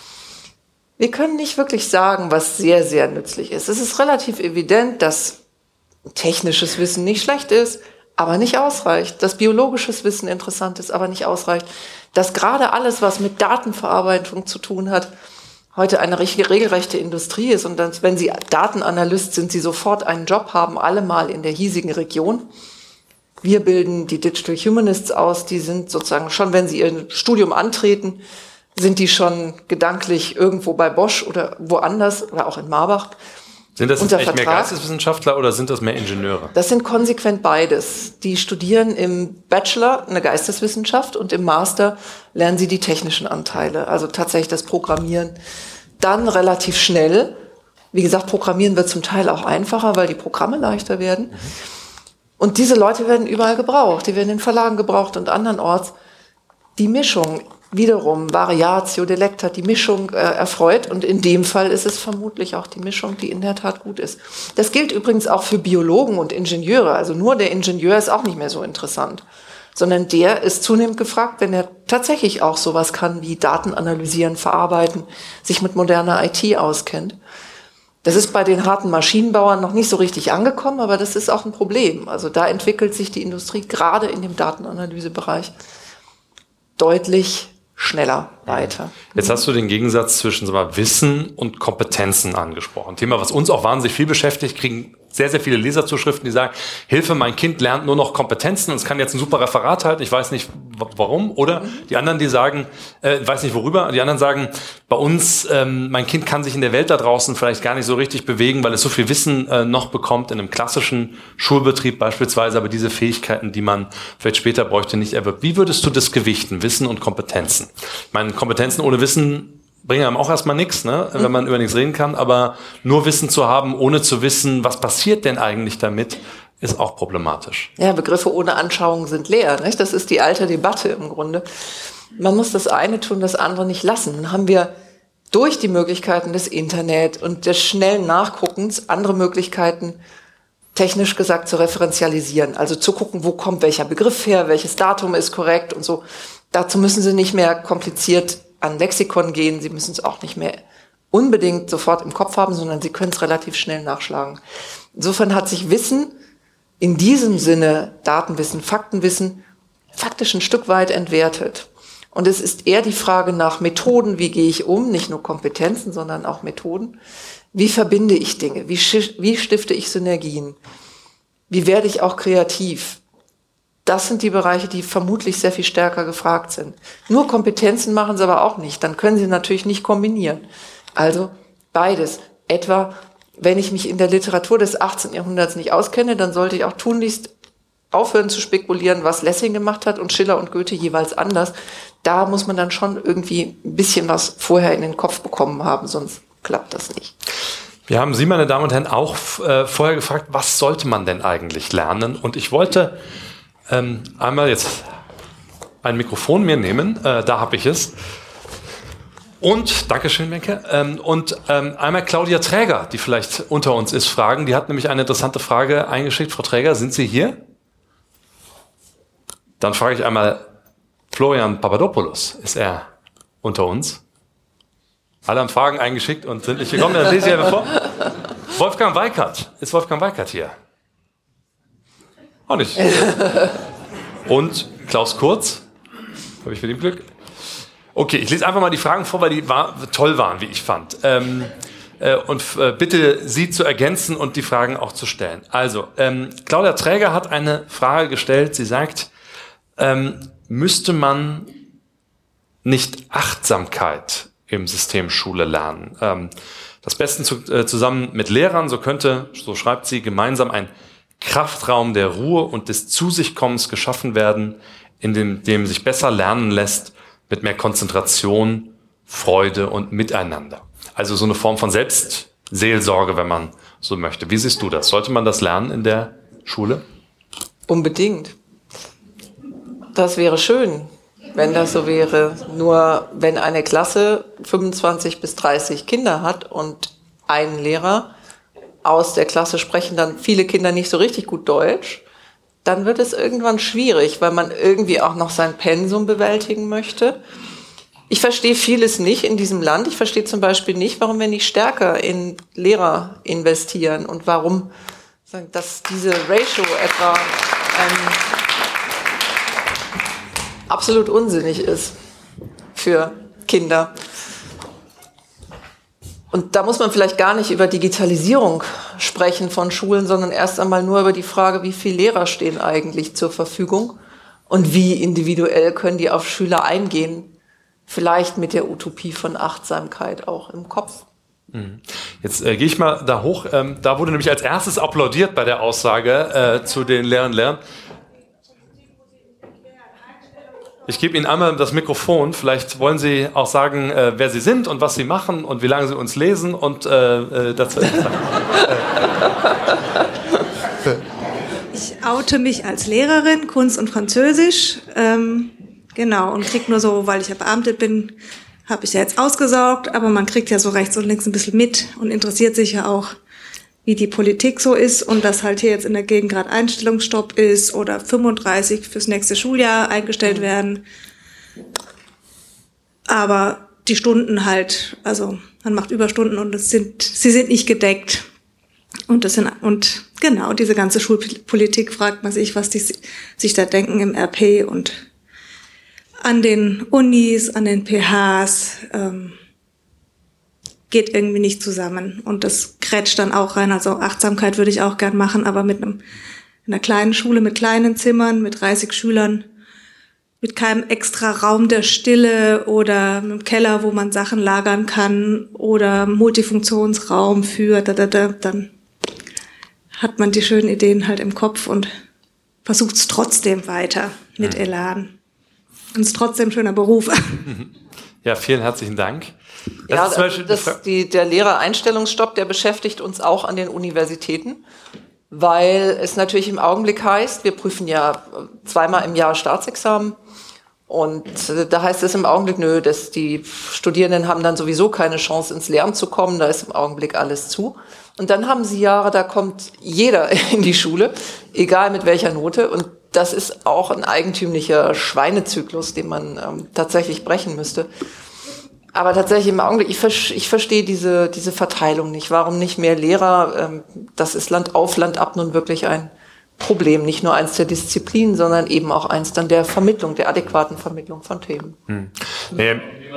Wir können nicht wirklich sagen, was sehr, sehr nützlich ist. Es ist relativ evident, dass technisches Wissen nicht schlecht ist, aber nicht ausreicht. Dass biologisches Wissen interessant ist, aber nicht ausreicht. Dass gerade alles, was mit Datenverarbeitung zu tun hat, heute eine regelrechte Industrie ist und dann, wenn Sie Datenanalyst sind, Sie sofort einen Job haben, alle mal in der hiesigen Region. Wir bilden die Digital Humanists aus, die sind sozusagen schon, wenn sie ihr Studium antreten, sind die schon gedanklich irgendwo bei Bosch oder woanders oder auch in Marbach. Sind das jetzt echt mehr Geisteswissenschaftler oder sind das mehr Ingenieure? Das sind konsequent beides. Die studieren im Bachelor eine Geisteswissenschaft und im Master lernen sie die technischen Anteile, also tatsächlich das Programmieren. Dann relativ schnell, wie gesagt, Programmieren wird zum Teil auch einfacher, weil die Programme leichter werden. Mhm. Und diese Leute werden überall gebraucht, die werden in Verlagen gebraucht und andernorts. Die Mischung wiederum, Variatio Delecta, die Mischung äh, erfreut und in dem Fall ist es vermutlich auch die Mischung, die in der Tat gut ist. Das gilt übrigens auch für Biologen und Ingenieure, also nur der Ingenieur ist auch nicht mehr so interessant, sondern der ist zunehmend gefragt, wenn er tatsächlich auch sowas kann wie Daten analysieren, verarbeiten, sich mit moderner I T auskennt. Das ist bei den harten Maschinenbauern noch nicht so richtig angekommen, aber das ist auch ein Problem. Also da entwickelt sich die Industrie gerade in dem Datenanalysebereich deutlich schneller weiter. Jetzt hast du den Gegensatz zwischen sag mal, Wissen und Kompetenzen angesprochen. Thema, was uns auch wahnsinnig viel beschäftigt, kriegen sehr, sehr viele Leserzuschriften, die sagen, Hilfe, mein Kind lernt nur noch Kompetenzen und es kann jetzt ein super Referat halten, ich weiß nicht w- warum. Oder die anderen, die sagen, äh, weiß nicht worüber, die anderen sagen, bei uns, ähm, mein Kind kann sich in der Welt da draußen vielleicht gar nicht so richtig bewegen, weil es so viel Wissen äh, noch bekommt in einem klassischen Schulbetrieb beispielsweise, aber diese Fähigkeiten, die man vielleicht später bräuchte, nicht erwirbt. Wie würdest du das gewichten, Wissen und Kompetenzen? Ich meine, Kompetenzen ohne Wissen bringen einem auch erstmal nichts, ne? Wenn man über nichts reden kann, aber nur Wissen zu haben, ohne zu wissen, was passiert denn eigentlich damit, ist auch problematisch. Ja, Begriffe ohne Anschauung sind leer. Nicht? Das ist die alte Debatte im Grunde. Man muss das eine tun, das andere nicht lassen. Dann haben wir durch die Möglichkeiten des Internet und des schnellen Nachguckens andere Möglichkeiten, technisch gesagt, zu referenzialisieren. Also zu gucken, wo kommt welcher Begriff her, welches Datum ist korrekt und so. Dazu müssen Sie nicht mehr kompliziert an Lexikon gehen. Sie müssen es auch nicht mehr unbedingt sofort im Kopf haben, sondern Sie können es relativ schnell nachschlagen. Insofern hat sich Wissen in diesem Sinne, Datenwissen, Faktenwissen, faktisch ein Stück weit entwertet. Und es ist eher die Frage nach Methoden, wie gehe ich um, nicht nur Kompetenzen, sondern auch Methoden. Wie verbinde ich Dinge? Wie, wie stifte ich Synergien? Wie werde ich auch kreativ? Das sind die Bereiche, die vermutlich sehr viel stärker gefragt sind. Nur Kompetenzen machen sie aber auch nicht. Dann können sie natürlich nicht kombinieren. Also beides. Etwa, wenn ich mich in der Literatur des achtzehnten Jahrhunderts nicht auskenne, dann sollte ich auch tunlichst aufhören zu spekulieren, was Lessing gemacht hat und Schiller und Goethe jeweils anders. Da muss man dann schon irgendwie ein bisschen was vorher in den Kopf bekommen haben, sonst klappt das nicht. Wir haben Sie, meine Damen und Herren, auch äh, vorher gefragt, was sollte man denn eigentlich lernen? Und ich wollte ähm, einmal jetzt ein Mikrofon mir nehmen, äh, da habe ich es. Und, Dankeschön, Wenke, ähm, und ähm, einmal Claudia Träger, die vielleicht unter uns ist, fragen. Die hat nämlich eine interessante Frage eingeschickt. Frau Träger, sind Sie hier? Dann frage ich einmal Florian Papadopoulos. Ist er unter uns? Alle haben Fragen eingeschickt und sind nicht gekommen. Dann lese ich einfach vor. Wolfgang Weikert. Ist Wolfgang Weikert hier? Auch nicht. Und Klaus Kurz. Habe ich mit ihm Glück? Okay, ich lese einfach mal die Fragen vor, weil die war, toll waren, wie ich fand. Ähm, äh, und äh, bitte Sie zu ergänzen und die Fragen auch zu stellen. Also, ähm, Claudia Träger hat eine Frage gestellt. Sie sagt, ähm, müsste man nicht Achtsamkeit im System Schule lernen? Ähm, das Besten zu, äh, zusammen mit Lehrern, so könnte, so schreibt sie, gemeinsam ein Kraftraum der Ruhe und des Zu-sich-Kommens geschaffen werden, in dem, dem sich besser lernen lässt, mit mehr Konzentration, Freude und Miteinander. Also so eine Form von Selbstseelsorge, wenn man so möchte. Wie siehst du das? Sollte man das lernen in der Schule? Unbedingt. Das wäre schön, wenn das so wäre. Nur wenn eine Klasse fünfundzwanzig bis dreißig Kinder hat und ein Lehrer, aus der Klasse sprechen dann viele Kinder nicht so richtig gut Deutsch, dann wird es irgendwann schwierig, weil man irgendwie auch noch sein Pensum bewältigen möchte. Ich verstehe vieles nicht in diesem Land. Ich verstehe zum Beispiel nicht, warum wir nicht stärker in Lehrer investieren und warum dass diese Ratio etwa ähm, absolut unsinnig ist für Kinder. Und da muss man vielleicht gar nicht über Digitalisierung sprechen von Schulen, sondern erst einmal nur über die Frage, wie viele Lehrer stehen eigentlich zur Verfügung und wie individuell können die auf Schüler eingehen, vielleicht mit der Utopie von Achtsamkeit auch im Kopf. Jetzt äh, gehe ich mal da hoch. Ähm, da wurde nämlich als erstes applaudiert bei der Aussage äh, zu den Lehrern lernen. Ich gebe Ihnen einmal das Mikrofon. Vielleicht wollen Sie auch sagen, äh, wer Sie sind und was Sie machen und wie lange Sie uns lesen und äh, dazu. Ich oute mich als Lehrerin, Kunst und Französisch. Ähm, genau, und kriege nur so, weil ich ja beamtet bin, habe ich ja jetzt ausgesaugt, aber man kriegt ja so rechts und links ein bisschen mit und interessiert sich ja auch, wie die Politik so ist und dass halt hier jetzt in der Gegend gerade Einstellungsstopp ist oder fünfunddreißig fürs nächste Schuljahr eingestellt werden. Aber die Stunden halt, also man macht Überstunden und es sind, sie sind nicht gedeckt. Und das sind, und genau, diese ganze Schulpolitik fragt man sich, was die sich da denken im R P und an den Unis, an den P Hs, ähm, geht irgendwie nicht zusammen. Und das grätscht dann auch rein. Also Achtsamkeit würde ich auch gern machen, aber mit einem, in einer kleinen Schule mit kleinen Zimmern, mit dreißig Schülern, mit keinem extra Raum der Stille oder einem Keller, wo man Sachen lagern kann oder Multifunktionsraum für, da, da, da, dann hat man die schönen Ideen halt im Kopf und versucht es trotzdem weiter mit Elan. Und es ist trotzdem ein schöner Beruf. Ja, vielen herzlichen Dank. Das ja, ist zum Beispiel das, die, der Lehrereinstellungsstopp, der beschäftigt uns auch an den Universitäten. weil es natürlich im Augenblick heißt, wir prüfen ja zweimal im Jahr Staatsexamen. Und da heißt es im Augenblick, nö, dass die Studierenden haben dann sowieso keine Chance, ins Lehramt zu kommen, da ist im Augenblick alles zu. Und dann haben sie Jahre, da kommt jeder in die Schule, egal mit welcher Note. Und das ist auch ein eigentümlicher Schweinezyklus, den man ähm, tatsächlich brechen müsste. Aber tatsächlich im Augenblick, ich, ver- ich verstehe diese, diese Verteilung nicht. Warum nicht mehr Lehrer? Ähm, das ist Land auf, Land ab nun wirklich ein Problem, nicht nur eins der Disziplinen, sondern eben auch eins dann der Vermittlung, der adäquaten Vermittlung von Themen. Hm. Nee.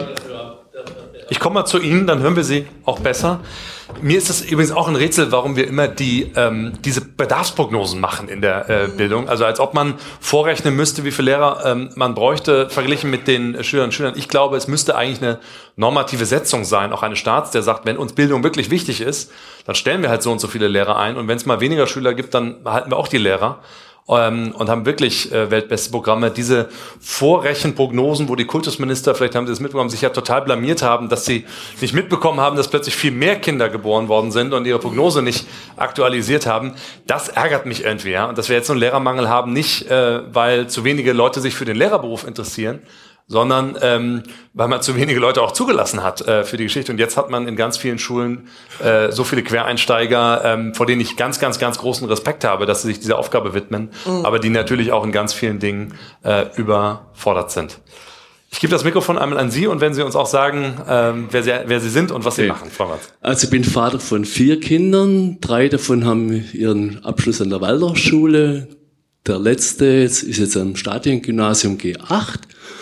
Ich komme mal zu Ihnen, dann hören wir Sie auch besser. Mir ist es übrigens auch ein Rätsel, warum wir immer die ähm, diese Bedarfsprognosen machen in der äh, Bildung. Also als ob man vorrechnen müsste, wie viele Lehrer ähm, man bräuchte, verglichen mit den Schülerinnen und Schülern. Ich glaube, es müsste eigentlich eine normative Setzung sein, auch eines Staats, der sagt, wenn uns Bildung wirklich wichtig ist, dann stellen wir halt so und so viele Lehrer ein. Und wenn es mal weniger Schüler gibt, dann halten wir auch die Lehrer. Ähm, und haben wirklich äh, weltbeste Programme. Diese Vorrechenprognosen, wo die Kultusminister, vielleicht haben Sie das mitbekommen, sich ja total blamiert haben, dass sie nicht mitbekommen haben, dass plötzlich viel mehr Kinder geboren worden sind und ihre Prognose nicht aktualisiert haben. Das ärgert mich irgendwie, ja. Und dass wir jetzt so einen Lehrermangel haben, nicht äh, weil zu wenige Leute sich für den Lehrerberuf interessieren, sondern ähm, weil man zu wenige Leute auch zugelassen hat äh, für die Geschichte. Und jetzt hat man in ganz vielen Schulen äh, so viele Quereinsteiger, ähm, vor denen ich ganz, ganz, ganz großen Respekt habe, dass sie sich dieser Aufgabe widmen, mhm. aber die natürlich auch in ganz vielen Dingen äh, überfordert sind. Ich gebe das Mikrofon einmal an Sie und wenn Sie uns auch sagen, ähm, wer, Sie, wer Sie sind und was okay. Sie machen, Frau Watz. Also ich bin Vater von vier Kindern. Drei davon haben ihren Abschluss an der Waldorfschule. Der letzte ist jetzt am Stadiengymnasium G acht.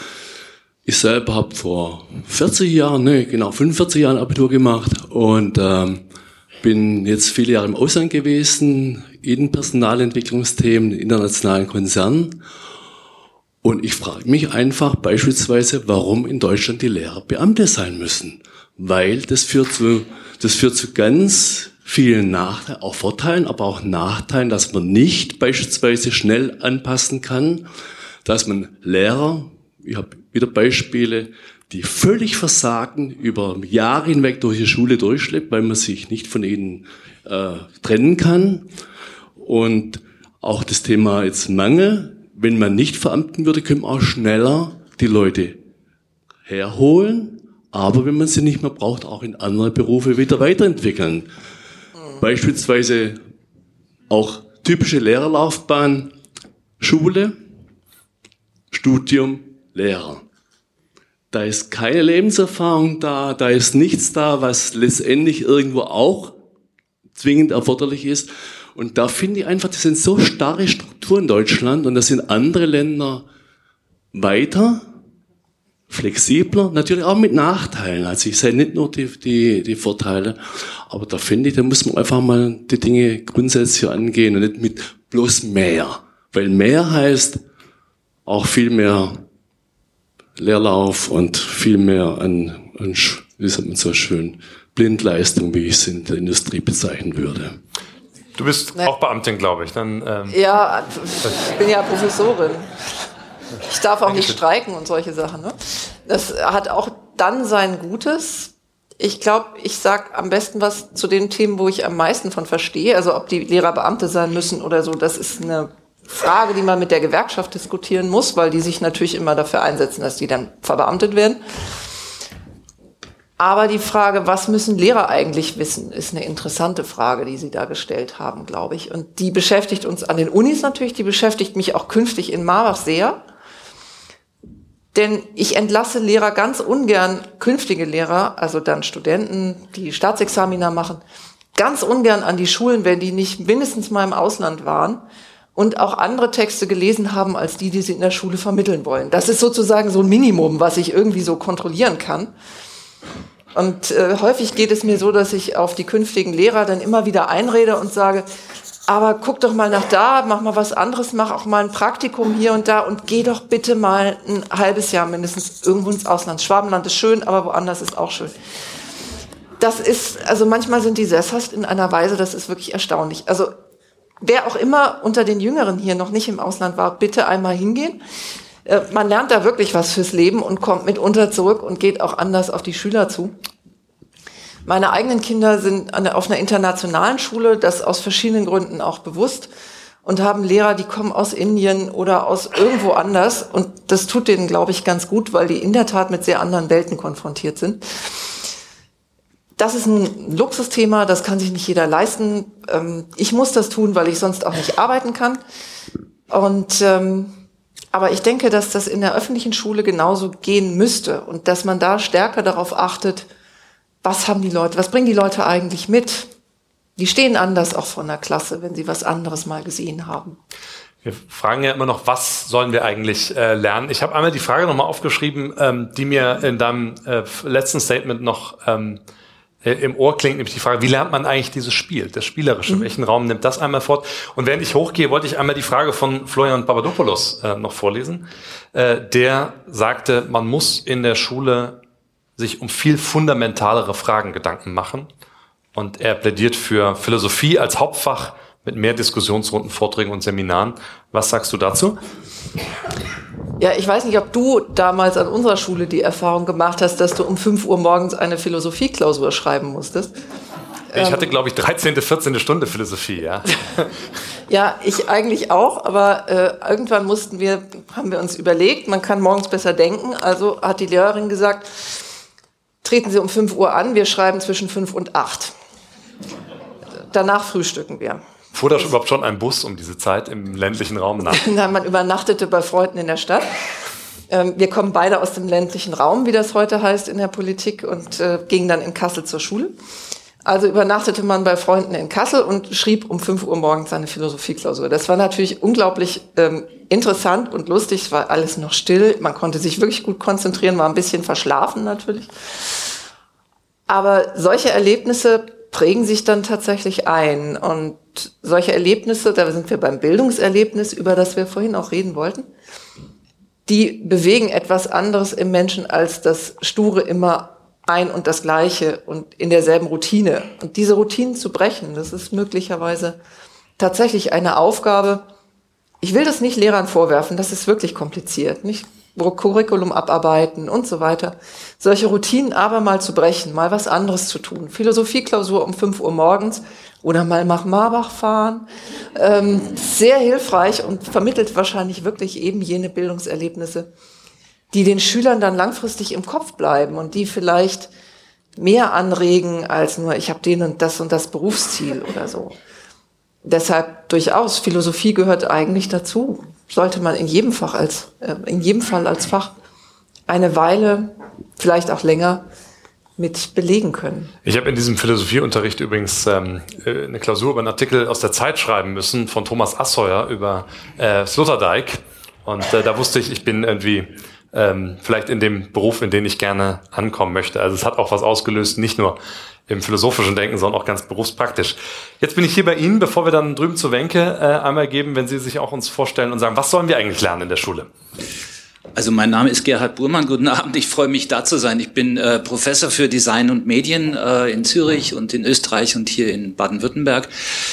Ich selber habe vor vierzig Jahren, ne, genau fünfundvierzig Jahren Abitur gemacht und ähm, bin jetzt viele Jahre im Ausland gewesen, in Personalentwicklungsthemen, in internationalen Konzernen. Und ich frage mich einfach beispielsweise, warum in Deutschland die Lehrer Beamte sein müssen. Weil das führt zu, das führt zu ganz vielen Nachteilen, auch Vorteilen, aber auch Nachteilen, dass man nicht beispielsweise schnell anpassen kann, dass man Lehrer, ich habe wieder Beispiele, die völlig versagen, über Jahre hinweg durch die Schule durchschleppt, weil man sich nicht von ihnen äh, trennen kann. Und auch das Thema jetzt Mangel, wenn man nicht veramten würde, könnte man auch schneller die Leute herholen, aber wenn man sie nicht mehr braucht, auch in andere Berufe wieder weiterentwickeln. Mhm. Beispielsweise auch typische Lehrerlaufbahn, Schule, Studium, Lehrer. Da ist keine Lebenserfahrung da, da ist nichts da, was letztendlich irgendwo auch zwingend erforderlich ist. Und da finde ich einfach, das sind so starre Strukturen in Deutschland und das sind andere Länder weiter, flexibler, natürlich auch mit Nachteilen. Also ich sehe nicht nur die, die, die Vorteile, aber da finde ich, da muss man einfach mal die Dinge grundsätzlich angehen und nicht mit bloß mehr. Weil mehr heißt auch viel mehr Leerlauf und viel mehr an, an, wie sagt man so schön, Blindleistung, wie ich es in der Industrie bezeichnen würde. Du bist nee. auch Beamtin, glaube ich. Dann, ähm, ja, ich bin ja Professorin. Ich darf auch nicht streiken und solche Sachen. Ne? Das hat auch dann sein Gutes. Ich glaube, ich sage am besten was zu den Themen, wo ich am meisten von verstehe. Also ob die Lehrer Beamte sein müssen oder so, das ist eine Frage, die man mit der Gewerkschaft diskutieren muss, weil die sich natürlich immer dafür einsetzen, dass die dann verbeamtet werden. Aber die Frage, was müssen Lehrer eigentlich wissen, ist eine interessante Frage, die Sie da gestellt haben, glaube ich. Und die beschäftigt uns an den Unis natürlich, die beschäftigt mich auch künftig in Marbach sehr. Denn ich entlasse Lehrer ganz ungern, künftige Lehrer, also dann Studenten, die Staatsexamina machen, ganz ungern an die Schulen, wenn die nicht mindestens mal im Ausland waren und auch andere Texte gelesen haben, als die, die sie in der Schule vermitteln wollen. Das ist sozusagen so ein Minimum, was ich irgendwie so kontrollieren kann. Und äh, häufig geht es mir so, dass ich auf die künftigen Lehrer dann immer wieder einrede und sage, aber guck doch mal nach da, mach mal was anderes, mach auch mal ein Praktikum hier und da und geh doch bitte mal ein halbes Jahr mindestens irgendwo ins Ausland. Schwabenland ist schön, aber woanders ist auch schön. Das ist, also manchmal sind die sesshaft in einer Weise, das ist wirklich erstaunlich. Also wer auch immer unter den Jüngeren hier noch nicht im Ausland war, bitte einmal hingehen. Man lernt da wirklich was fürs Leben und kommt mitunter zurück und geht auch anders auf die Schüler zu. Meine eigenen Kinder sind an der, auf einer internationalen Schule, das aus verschiedenen Gründen auch bewusst, und haben Lehrer, die kommen aus Indien oder aus irgendwo anders. Und das tut denen, glaube ich, ganz gut, weil die in der Tat mit sehr anderen Welten konfrontiert sind. Das ist ein Luxusthema, das kann sich nicht jeder leisten. Ich muss das tun, weil ich sonst auch nicht arbeiten kann. Und, aber ich denke, dass das in der öffentlichen Schule genauso gehen müsste und dass man da stärker darauf achtet, was haben die Leute, was bringen die Leute eigentlich mit? Die stehen anders auch von der Klasse, wenn sie was anderes mal gesehen haben. Wir fragen ja immer noch, was sollen wir eigentlich äh, lernen? Ich habe einmal die Frage nochmal aufgeschrieben, ähm, die mir in deinem äh, letzten Statement noch ähm, äh, im Ohr klingt, nämlich die Frage, wie lernt man eigentlich dieses Spiel, das Spielerische? Mhm. Welchen Raum nimmt das einmal fort? Und während ich hochgehe, wollte ich einmal die Frage von Florian Papadopoulos äh, noch vorlesen. Äh, der sagte, man muss in der Schule sich um viel fundamentalere Fragen Gedanken machen. Und er plädiert für Philosophie als Hauptfach mit mehr Diskussionsrunden, Vorträgen und Seminaren. Was sagst du dazu? Ja, ich weiß nicht, ob du damals an unserer Schule die Erfahrung gemacht hast, dass du um fünf Uhr morgens eine Philosophieklausur schreiben musstest. Ich hatte, glaube ich, dreizehnte, vierzehnte Stunde Philosophie, ja. Ja, ich eigentlich auch, aber äh, irgendwann mussten wir, haben wir uns überlegt, man kann morgens besser denken. Also hat die Lehrerin gesagt, treten Sie um fünf Uhr an, wir schreiben zwischen fünf und acht. Danach frühstücken wir. Fuhr da überhaupt schon ein Bus um diese Zeit im ländlichen Raum nach? Nein, man übernachtete bei Freunden in der Stadt. Ähm, wir kommen beide aus dem ländlichen Raum, wie das heute heißt in der Politik, und äh, gingen dann in Kassel zur Schule. Also übernachtete man bei Freunden in Kassel und schrieb um fünf Uhr morgens seine Philosophieklausur. Das war natürlich unglaublich ähm, interessant und lustig. Es war alles noch still. Man konnte sich wirklich gut konzentrieren, war ein bisschen verschlafen natürlich. Aber solche Erlebnisse prägen sich dann tatsächlich ein. Und solche Erlebnisse, da sind wir beim Bildungserlebnis, über das wir vorhin auch reden wollten, die bewegen etwas anderes im Menschen als das sture immer ein und das Gleiche und in derselben Routine. Und diese Routinen zu brechen, das ist möglicherweise tatsächlich eine Aufgabe. Ich will das nicht Lehrern vorwerfen, das ist wirklich kompliziert, nicht? Curriculum abarbeiten und so weiter. Solche Routinen aber mal zu brechen, mal was anderes zu tun. Philosophieklausur um fünf Uhr morgens oder mal nach Marbach fahren. Ähm, sehr hilfreich und vermittelt wahrscheinlich wirklich eben jene Bildungserlebnisse, die den Schülern dann langfristig im Kopf bleiben und die vielleicht mehr anregen als nur, ich habe den und das und das Berufsziel oder so. Deshalb durchaus, Philosophie gehört eigentlich dazu. Sollte man in jedem Fach als, äh, in jedem Fall als Fach eine Weile, vielleicht auch länger, mit belegen können. Ich habe in diesem Philosophieunterricht übrigens ähm, eine Klausur über einen Artikel aus der Zeit schreiben müssen von Thomas Assauer über äh, Sloterdijk. Und äh, da wusste ich, ich bin irgendwie ähm, vielleicht in dem Beruf, in den ich gerne ankommen möchte. Also es hat auch was ausgelöst, nicht nur im philosophischen Denken, sondern auch ganz berufspraktisch. Jetzt bin ich hier bei Ihnen, bevor wir dann drüben zu Wenke äh, einmal geben, wenn Sie sich auch uns vorstellen und sagen, was sollen wir eigentlich lernen in der Schule? Also mein Name ist Gerhard Burmann, guten Abend, ich freue mich da zu sein. Ich bin äh, Professor für Design und Medien äh, in Zürich und in Österreich und hier in Baden-Württemberg.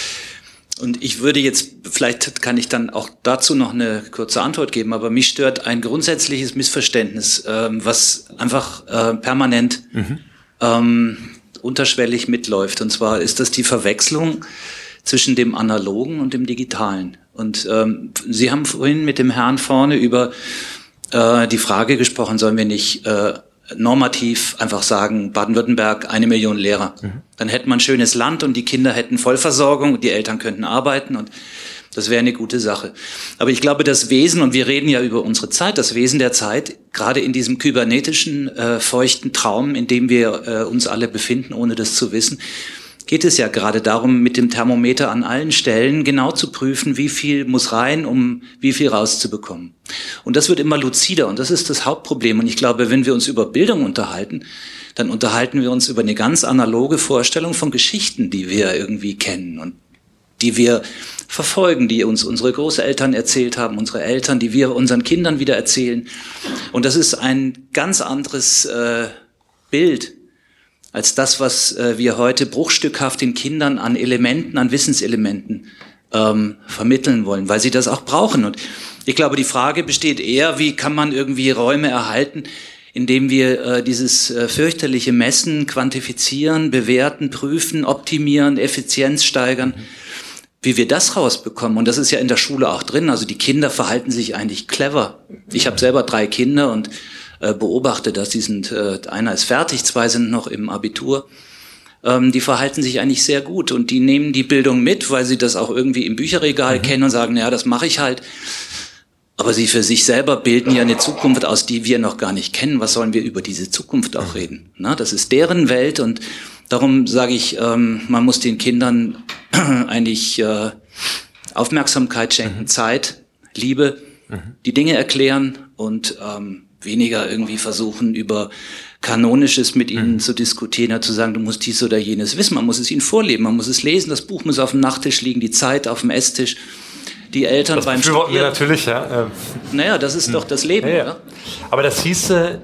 Und ich würde jetzt, vielleicht kann ich dann auch dazu noch eine kurze Antwort geben, aber mich stört ein grundsätzliches Missverständnis, ähm, was einfach äh, permanent mhm. ähm, unterschwellig mitläuft. Und zwar ist das die Verwechslung zwischen dem Analogen und dem Digitalen. Und ähm, Sie haben vorhin mit dem Herrn vorne über äh, die Frage gesprochen, sollen wir nicht äh, normativ einfach sagen, Baden-Württemberg, eine Million Lehrer. Mhm. Dann hätten wir ein schönes Land und die Kinder hätten Vollversorgung und die Eltern könnten arbeiten und das wäre eine gute Sache. Aber ich glaube, das Wesen, und wir reden ja über unsere Zeit, das Wesen der Zeit, gerade in diesem kybernetischen, äh, feuchten Traum, in dem wir äh, uns alle befinden, ohne das zu wissen, geht es ja gerade darum, mit dem Thermometer an allen Stellen genau zu prüfen, wie viel muss rein, um wie viel rauszubekommen. Und das wird immer luzider und das ist das Hauptproblem. Und ich glaube, wenn wir uns über Bildung unterhalten, dann unterhalten wir uns über eine ganz analoge Vorstellung von Geschichten, die wir irgendwie kennen und die wir verfolgen, die uns unsere Großeltern erzählt haben, unsere Eltern, die wir unseren Kindern wieder erzählen. Und das ist ein ganz anderes äh, Bild als das, was äh, wir heute bruchstückhaft den Kindern an Elementen, an Wissenselementen ähm, vermitteln wollen, weil sie das auch brauchen. Und ich glaube, die Frage besteht eher, wie kann man irgendwie Räume erhalten, indem wir äh, dieses äh, fürchterliche Messen, quantifizieren, bewerten, prüfen, optimieren, Effizienz steigern, mhm. wie wir das rausbekommen. Und das ist ja in der Schule auch drin. Also die Kinder verhalten sich eigentlich clever. Ich habe selber drei Kinder und äh, beobachte das. Die sind, äh, einer ist fertig, zwei sind noch im Abitur. Ähm, die verhalten sich eigentlich sehr gut und die nehmen die Bildung mit, weil sie das auch irgendwie im Bücherregal mhm. kennen und sagen, ja, das mache ich halt. Aber sie für sich selber bilden ja eine Zukunft aus, die wir noch gar nicht kennen. Was sollen wir über diese Zukunft auch reden? Na, das ist deren Welt und darum sage ich, ähm, man muss den Kindern eigentlich äh, Aufmerksamkeit schenken, mhm. Zeit, Liebe, mhm. die Dinge erklären und ähm, weniger irgendwie versuchen, über Kanonisches mit ihnen mhm. zu diskutieren, ja, zu sagen, du musst dies oder jenes wissen. Man muss es ihnen vorleben, man muss es lesen, das Buch muss auf dem Nachttisch liegen, die Zeit auf dem Esstisch. Die Eltern das beim Studieren. Wir natürlich, ja. Naja, das ist hm. doch das Leben, ja, ja. oder? Aber das hieße,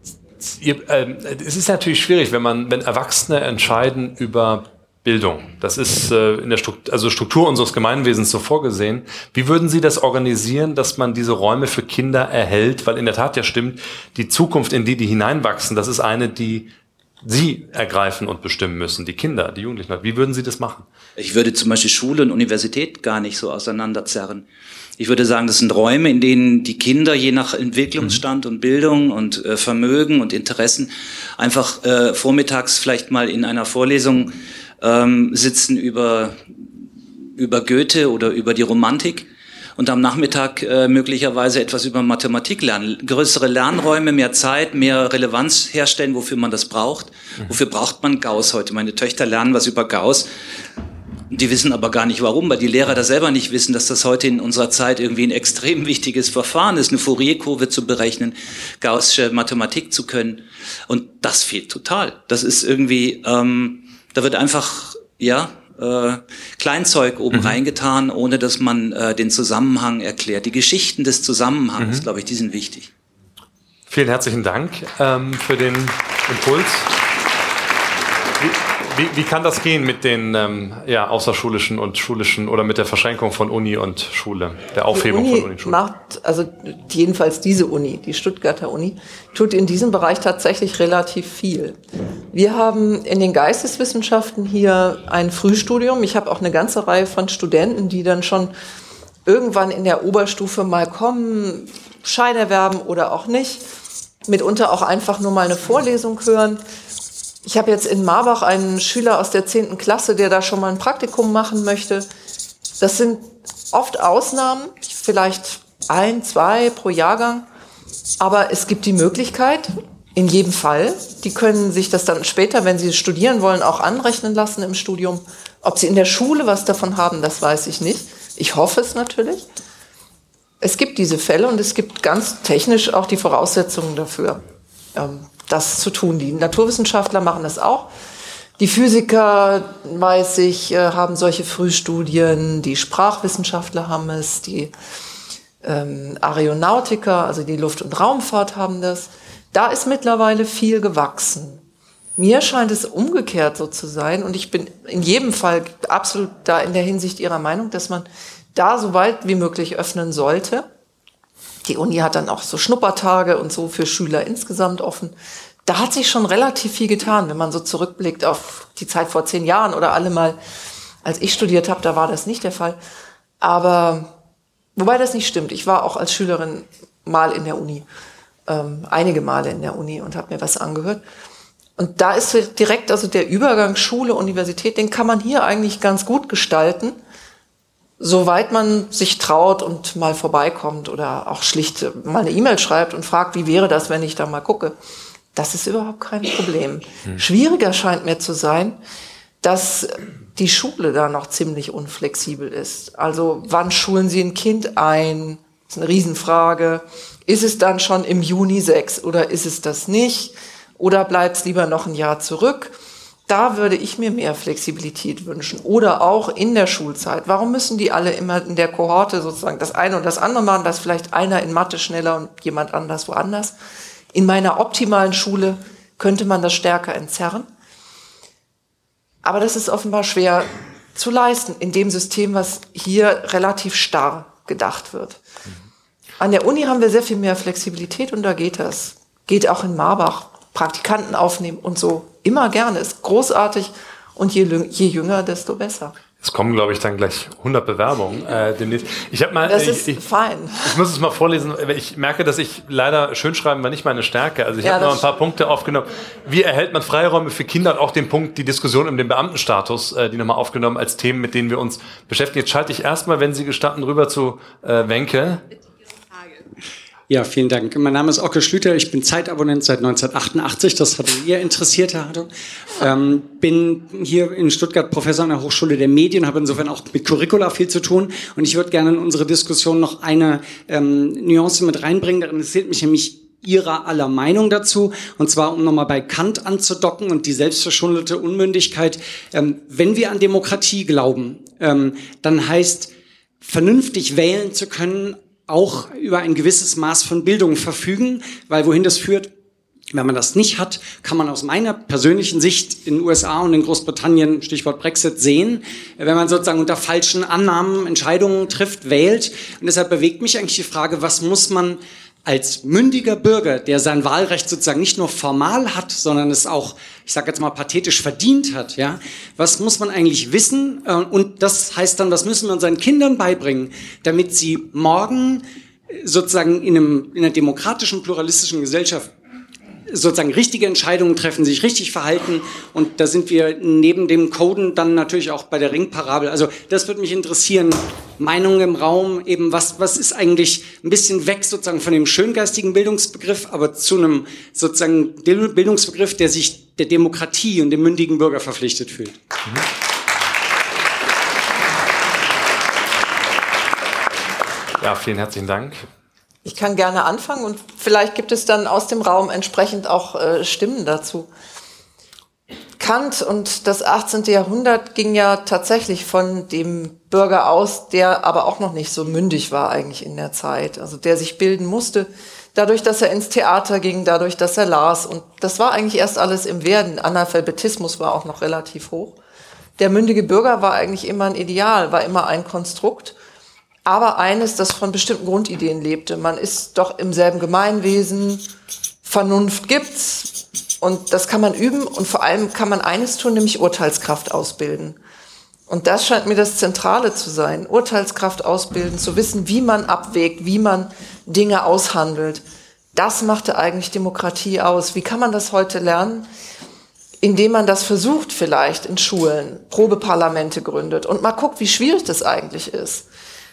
ihr, äh, es ist natürlich schwierig, wenn man, wenn Erwachsene entscheiden über Bildung. Das ist äh, in der Struktur, also Struktur unseres Gemeinwesens so vorgesehen. Wie würden Sie das organisieren, dass man diese Räume für Kinder erhält? Weil in der Tat ja stimmt, die Zukunft, in die die hineinwachsen, das ist eine, die Sie ergreifen und bestimmen müssen, die Kinder, die Jugendlichen. Wie würden Sie das machen? Ich würde zum Beispiel Schule und Universität gar nicht so auseinanderzerren. Ich würde sagen, das sind Räume, in denen die Kinder je nach Entwicklungsstand und Bildung und äh, Vermögen und Interessen einfach äh, vormittags vielleicht mal in einer Vorlesung ähm, sitzen über, über Goethe oder über die Romantik. Und am Nachmittag äh, möglicherweise etwas über Mathematik lernen. Größere Lernräume, mehr Zeit, mehr Relevanz herstellen, wofür man das braucht. Mhm. Wofür braucht man Gauss heute? Meine Töchter lernen was über Gauss. Die wissen aber gar nicht warum, weil die Lehrer da selber nicht wissen, dass das heute in unserer Zeit irgendwie ein extrem wichtiges Verfahren ist, eine Fourier-Kurve zu berechnen, gaußsche Mathematik zu können. Und das fehlt total. Das ist irgendwie, ähm, da wird einfach, ja, Äh, Kleinzeug oben mhm. reingetan, ohne dass man äh, den Zusammenhang erklärt. Die Geschichten des Zusammenhangs, mhm. glaube ich, die sind wichtig. Vielen herzlichen Dank ähm, für den Impuls. Wie, wie, wie kann das gehen mit den ähm, ja, außerschulischen und schulischen oder mit der Verschränkung von Uni und Schule, der Aufhebung die Uni von Uni und Schule? Macht, also jedenfalls diese Uni, die Stuttgarter Uni, tut in diesem Bereich tatsächlich relativ viel. Wir haben in den Geisteswissenschaften hier ein Frühstudium. Ich habe auch eine ganze Reihe von Studenten, die dann schon irgendwann in der Oberstufe mal kommen, Schein erwerben oder auch nicht, mitunter auch einfach nur mal eine Vorlesung hören. Ich habe jetzt in Marbach einen Schüler aus der zehnten Klasse, der da schon mal ein Praktikum machen möchte. Das sind oft Ausnahmen, vielleicht ein, zwei pro Jahrgang. Aber es gibt die Möglichkeit, in jedem Fall, die können sich das dann später, wenn sie studieren wollen, auch anrechnen lassen im Studium. Ob sie in der Schule was davon haben, das weiß ich nicht. Ich hoffe es natürlich. Es gibt diese Fälle und es gibt ganz technisch auch die Voraussetzungen dafür, das zu tun. Die Naturwissenschaftler machen das auch. Die Physiker, weiß ich, haben solche Frühstudien. Die Sprachwissenschaftler haben es. Die ähm, Aeronautiker, also die Luft- und Raumfahrt haben das. Da ist mittlerweile viel gewachsen. Mir scheint es umgekehrt so zu sein. Und ich bin in jedem Fall absolut da in der Hinsicht Ihrer Meinung, dass man da so weit wie möglich öffnen sollte. Die Uni hat dann auch so Schnuppertage und so für Schüler insgesamt offen. Da hat sich schon relativ viel getan, wenn man so zurückblickt auf die Zeit vor zehn Jahren oder alle mal, als ich studiert habe, da war das nicht der Fall. Aber wobei das nicht stimmt. Ich war auch als Schülerin mal in der Uni, ähm, einige Male in der Uni und habe mir was angehört. Und da ist direkt also der Übergang Schule, Universität, den kann man hier eigentlich ganz gut gestalten, soweit man sich traut und mal vorbeikommt oder auch schlicht mal eine E-Mail schreibt und fragt, wie wäre das, wenn ich da mal gucke. Das ist überhaupt kein Problem. Hm. Schwieriger scheint mir zu sein, dass die Schule da noch ziemlich unflexibel ist. Also wann schulen Sie ein Kind ein? Das ist eine Riesenfrage. Ist es dann schon im Juni sechs oder ist es das nicht? Oder bleibt es lieber noch ein Jahr zurück? Da würde ich mir mehr Flexibilität wünschen. Oder auch in der Schulzeit. Warum müssen die alle immer in der Kohorte sozusagen das eine und das andere machen, dass vielleicht einer in Mathe schneller und jemand anders woanders? In meiner optimalen Schule könnte man das stärker entzerren. Aber das ist offenbar schwer zu leisten in dem System, was hier relativ starr gedacht wird. An der Uni haben wir sehr viel mehr Flexibilität und da geht das. geht auch in Marbach, Praktikanten aufnehmen und so. Immer gerne, ist großartig und je, je jünger, desto besser. Es kommen, glaube ich, dann gleich hundert Bewerbungen äh, demnächst. Ich habe mal, das ich, ist ich, fein. Ich muss es mal vorlesen. Ich merke, dass ich leider Schönschreiben war nicht meine Stärke. Also ich ja, habe noch ein paar Punkte aufgenommen. Wie erhält man Freiräume für Kinder? Und auch den Punkt, die Diskussion um den Beamtenstatus, äh, die nochmal aufgenommen als Themen, mit denen wir uns beschäftigen. Jetzt schalte ich erstmal, wenn Sie gestatten, rüber zu äh, Wenke. Ja, vielen Dank. Mein Name ist Ocke Schlüter, ich bin Zeitabonnent seit neunzehnhundertachtundachtzig, das hatte ihr interessiert, Herr Hartung. Ähm, bin hier in Stuttgart Professor an der Hochschule der Medien, habe insofern auch mit Curricula viel zu tun und ich würde gerne in unsere Diskussion noch eine ähm, Nuance mit reinbringen, daran interessiert mich nämlich Ihrer aller Meinung dazu, und zwar um nochmal bei Kant anzudocken und die selbstverschuldete Unmündigkeit. Ähm, wenn wir an Demokratie glauben, ähm, dann heißt, vernünftig wählen zu können, auch über ein gewisses Maß von Bildung verfügen, weil wohin das führt, wenn man das nicht hat, kann man aus meiner persönlichen Sicht in den U S A und in Großbritannien, Stichwort Brexit, sehen, wenn man sozusagen unter falschen Annahmen Entscheidungen trifft, wählt. Und deshalb bewegt mich eigentlich die Frage, was muss man als mündiger Bürger, der sein Wahlrecht sozusagen nicht nur formal hat, sondern es auch, ich sage jetzt mal pathetisch verdient hat, ja, was muss man eigentlich wissen? Und das heißt dann, was müssen wir unseren Kindern beibringen, damit sie morgen sozusagen in, einem, in einer demokratischen, pluralistischen Gesellschaft sozusagen richtige Entscheidungen treffen, sich richtig verhalten, und da sind wir neben dem Coden dann natürlich auch bei der Ringparabel. Also das würde mich interessieren, Meinungen im Raum, eben was was ist eigentlich ein bisschen weg sozusagen von dem schöngeistigen Bildungsbegriff, aber zu einem sozusagen Bildungsbegriff, der sich der Demokratie und dem mündigen Bürger verpflichtet fühlt. Mhm. Ja, vielen herzlichen Dank. Ich kann gerne anfangen und vielleicht gibt es dann aus dem Raum entsprechend auch äh, Stimmen dazu. Kant und das achtzehnte Jahrhundert ging ja tatsächlich von dem Bürger aus, der aber auch noch nicht so mündig war eigentlich in der Zeit, also der sich bilden musste, dadurch, dass er ins Theater ging, dadurch, dass er las, und das war eigentlich erst alles im Werden. Analphabetismus war auch noch relativ hoch. Der mündige Bürger war eigentlich immer ein Ideal, war immer ein Konstrukt. Aber eines, das von bestimmten Grundideen lebte. Man ist doch im selben Gemeinwesen, Vernunft gibt's und das kann man üben, und vor allem kann man eines tun, nämlich Urteilskraft ausbilden. Und das scheint mir das Zentrale zu sein, Urteilskraft ausbilden, zu wissen, wie man abwägt, wie man Dinge aushandelt. Das machte eigentlich Demokratie aus. Wie kann man das heute lernen? Indem man das versucht vielleicht in Schulen, Probeparlamente gründet und mal guckt, wie schwierig das eigentlich ist,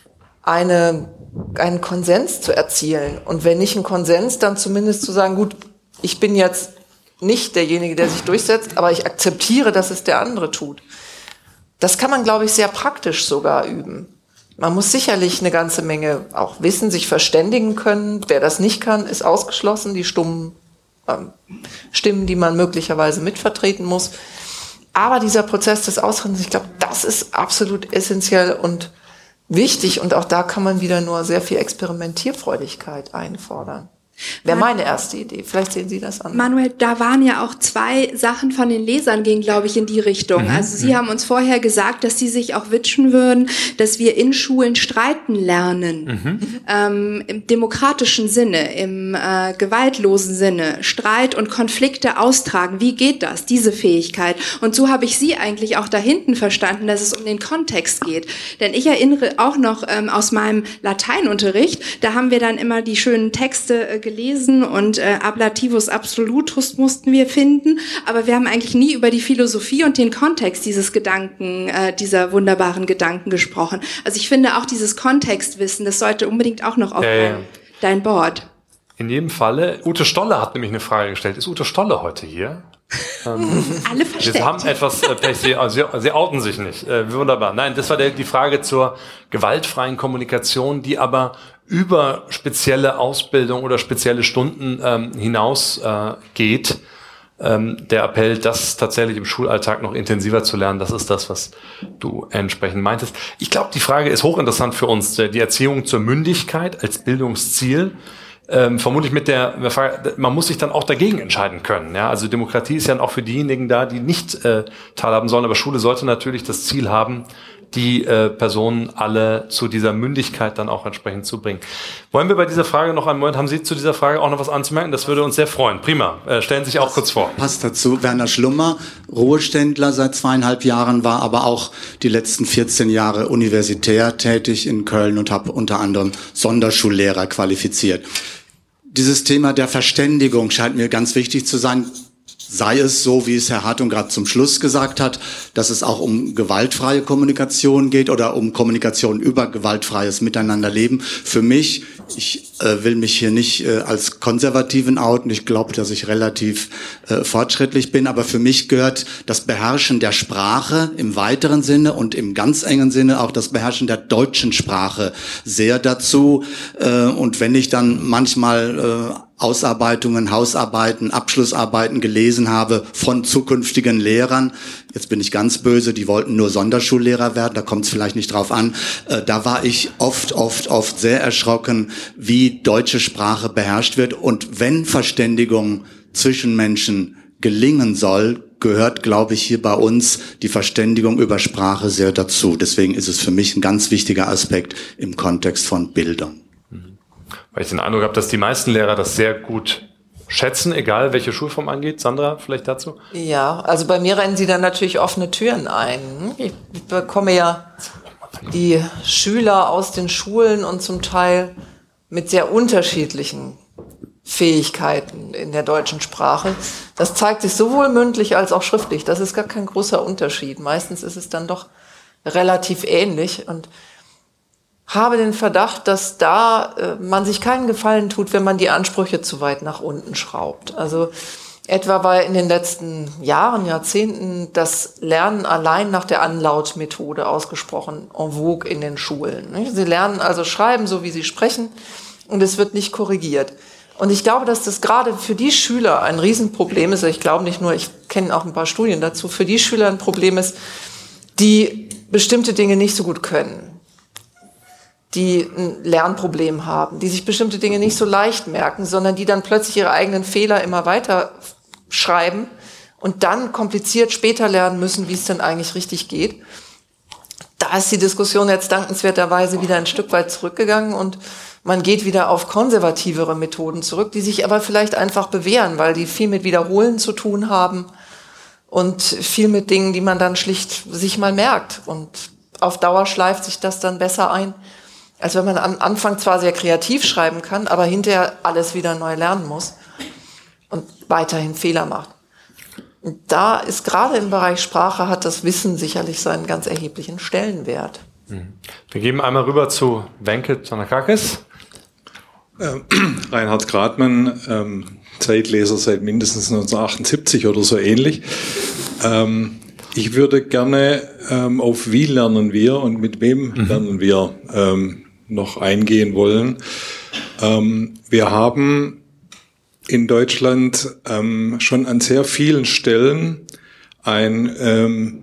eine, einen Konsens zu erzielen. Und wenn nicht ein Konsens, dann zumindest zu sagen, gut, ich bin jetzt nicht derjenige, der sich durchsetzt, aber ich akzeptiere, dass es der andere tut. Das kann man, glaube ich, sehr praktisch sogar üben. Man muss sicherlich eine ganze Menge auch wissen, sich verständigen können. Wer das nicht kann, ist ausgeschlossen. Die stummen ähm, Stimmen, die man möglicherweise mitvertreten muss. Aber dieser Prozess des Aushandelns, ich glaube, das ist absolut essentiell und wichtig, und auch da kann man wieder nur sehr viel Experimentierfreudigkeit einfordern. Wäre meine erste Idee. Vielleicht sehen Sie das an. Manuel, da waren ja auch zwei Sachen von den Lesern, gingen, glaube ich, in die Richtung. Mhm. Also Sie haben uns vorher gesagt, dass Sie sich auch wünschen würden, dass wir in Schulen streiten lernen. Mhm. Ähm, im demokratischen Sinne, im äh, gewaltlosen Sinne, Streit und Konflikte austragen. Wie geht das, diese Fähigkeit? Und so habe ich Sie eigentlich auch da hinten verstanden, dass es um den Kontext geht. Denn ich erinnere auch noch ähm, aus meinem Lateinunterricht, da haben wir dann immer die schönen Texte äh, gelesen und äh, Ablativus Absolutus mussten wir finden, aber wir haben eigentlich nie über die Philosophie und den Kontext dieses Gedanken, äh, dieser wunderbaren Gedanken gesprochen. Also ich finde auch dieses Kontextwissen, das sollte unbedingt auch noch auf äh, dein, dein Board. In jedem Falle, Ute Stolle hat nämlich eine Frage gestellt. Ist Ute Stolle heute hier? ähm, Alle versteckt. Wir haben etwas äh, Pech, sie, sie, sie outen sich nicht. Äh, wunderbar. Nein, das war der, die Frage zur gewaltfreien Kommunikation, die aber über spezielle Ausbildung oder spezielle Stunden ähm, hinaus äh, geht. Ähm, der Appell, das tatsächlich im Schulalltag noch intensiver zu lernen, das ist das, was du entsprechend meintest. Ich glaube, die Frage ist hochinteressant für uns, die Erziehung zur Mündigkeit als Bildungsziel. Ähm, vermutlich mit der, man muss sich dann auch dagegen entscheiden können. Ja? Also Demokratie ist ja auch für diejenigen da, die nicht äh, teilhaben sollen, aber Schule sollte natürlich das Ziel haben, die äh, Personen alle zu dieser Mündigkeit dann auch entsprechend zu bringen. Wollen wir bei dieser Frage noch einen Moment, haben Sie zu dieser Frage auch noch was anzumerken? Das würde uns sehr freuen. Prima. Äh, stellen Sie sich auch kurz vor. Passt dazu. Werner Schlummer, Ruheständler seit zweieinhalb Jahren, war aber auch die letzten vierzehn Jahre universitär tätig in Köln und habe unter anderem Sonderschullehrer qualifiziert. Dieses Thema der Verständigung scheint mir ganz wichtig zu sein. Sei es so, wie es Herr Hartung gerade zum Schluss gesagt hat, dass es auch um gewaltfreie Kommunikation geht oder um Kommunikation über gewaltfreies Miteinanderleben. Für mich, ich äh, will mich hier nicht äh, als Konservativen outen, ich glaube, dass ich relativ äh, fortschrittlich bin, aber für mich gehört das Beherrschen der Sprache im weiteren Sinne und im ganz engen Sinne auch das Beherrschen der deutschen Sprache sehr dazu. Äh, und wenn ich dann manchmal äh, Ausarbeitungen, Hausarbeiten, Abschlussarbeiten gelesen habe von zukünftigen Lehrern. Jetzt bin ich ganz böse, die wollten nur Sonderschullehrer werden, da kommt es vielleicht nicht drauf an. Äh, da war ich oft, oft, oft sehr erschrocken, wie deutsche Sprache beherrscht wird. Und wenn Verständigung zwischen Menschen gelingen soll, gehört, glaube ich, hier bei uns die Verständigung über Sprache sehr dazu. Deswegen ist es für mich ein ganz wichtiger Aspekt im Kontext von Bildung. Weil ich den Eindruck habe, dass die meisten Lehrer das sehr gut schätzen, egal welche Schulform angeht. Sandra, vielleicht dazu? Ja, also bei mir rennen sie dann natürlich offene Türen ein. Ich bekomme ja die Schüler aus den Schulen und zum Teil mit sehr unterschiedlichen Fähigkeiten in der deutschen Sprache. Das zeigt sich sowohl mündlich als auch schriftlich. Das ist gar kein großer Unterschied. Meistens ist es dann doch relativ ähnlich und habe den Verdacht, dass da äh, man sich keinen Gefallen tut, wenn man die Ansprüche zu weit nach unten schraubt. Also etwa war in den letzten Jahren, Jahrzehnten das Lernen allein nach der Anlautmethode ausgesprochen en vogue in den Schulen. Nicht? Sie lernen also schreiben, so wie sie sprechen, und es wird nicht korrigiert. Und ich glaube, dass das gerade für die Schüler ein Riesenproblem ist. Ich glaube nicht nur, ich kenne auch ein paar Studien dazu, für die Schüler ein Problem ist, die bestimmte Dinge nicht so gut können, die ein Lernproblem haben, die sich bestimmte Dinge nicht so leicht merken, sondern die dann plötzlich ihre eigenen Fehler immer weiter schreiben und dann kompliziert später lernen müssen, wie es denn eigentlich richtig geht. Da ist die Diskussion jetzt dankenswerterweise wieder ein Stück weit zurückgegangen und man geht wieder auf konservativere Methoden zurück, die sich aber vielleicht einfach bewähren, weil die viel mit Wiederholen zu tun haben und viel mit Dingen, die man dann schlicht sich mal merkt. Und auf Dauer schleift sich das dann besser ein, als wenn man am Anfang zwar sehr kreativ schreiben kann, aber hinterher alles wieder neu lernen muss und weiterhin Fehler macht. Und da ist gerade im Bereich Sprache, hat das Wissen sicherlich seinen ganz erheblichen Stellenwert. Wir geben einmal rüber zu Wenke Tsanakakis. Äh, Reinhard Gradmann, ähm, Zeitleser seit mindestens neunzehnhundertachtundsiebzig oder so ähnlich. Ähm, ich würde gerne ähm, auf wie lernen wir und mit wem mhm. lernen wir ähm, noch eingehen wollen. Ähm, wir haben in Deutschland ähm, schon an sehr vielen Stellen ein ähm,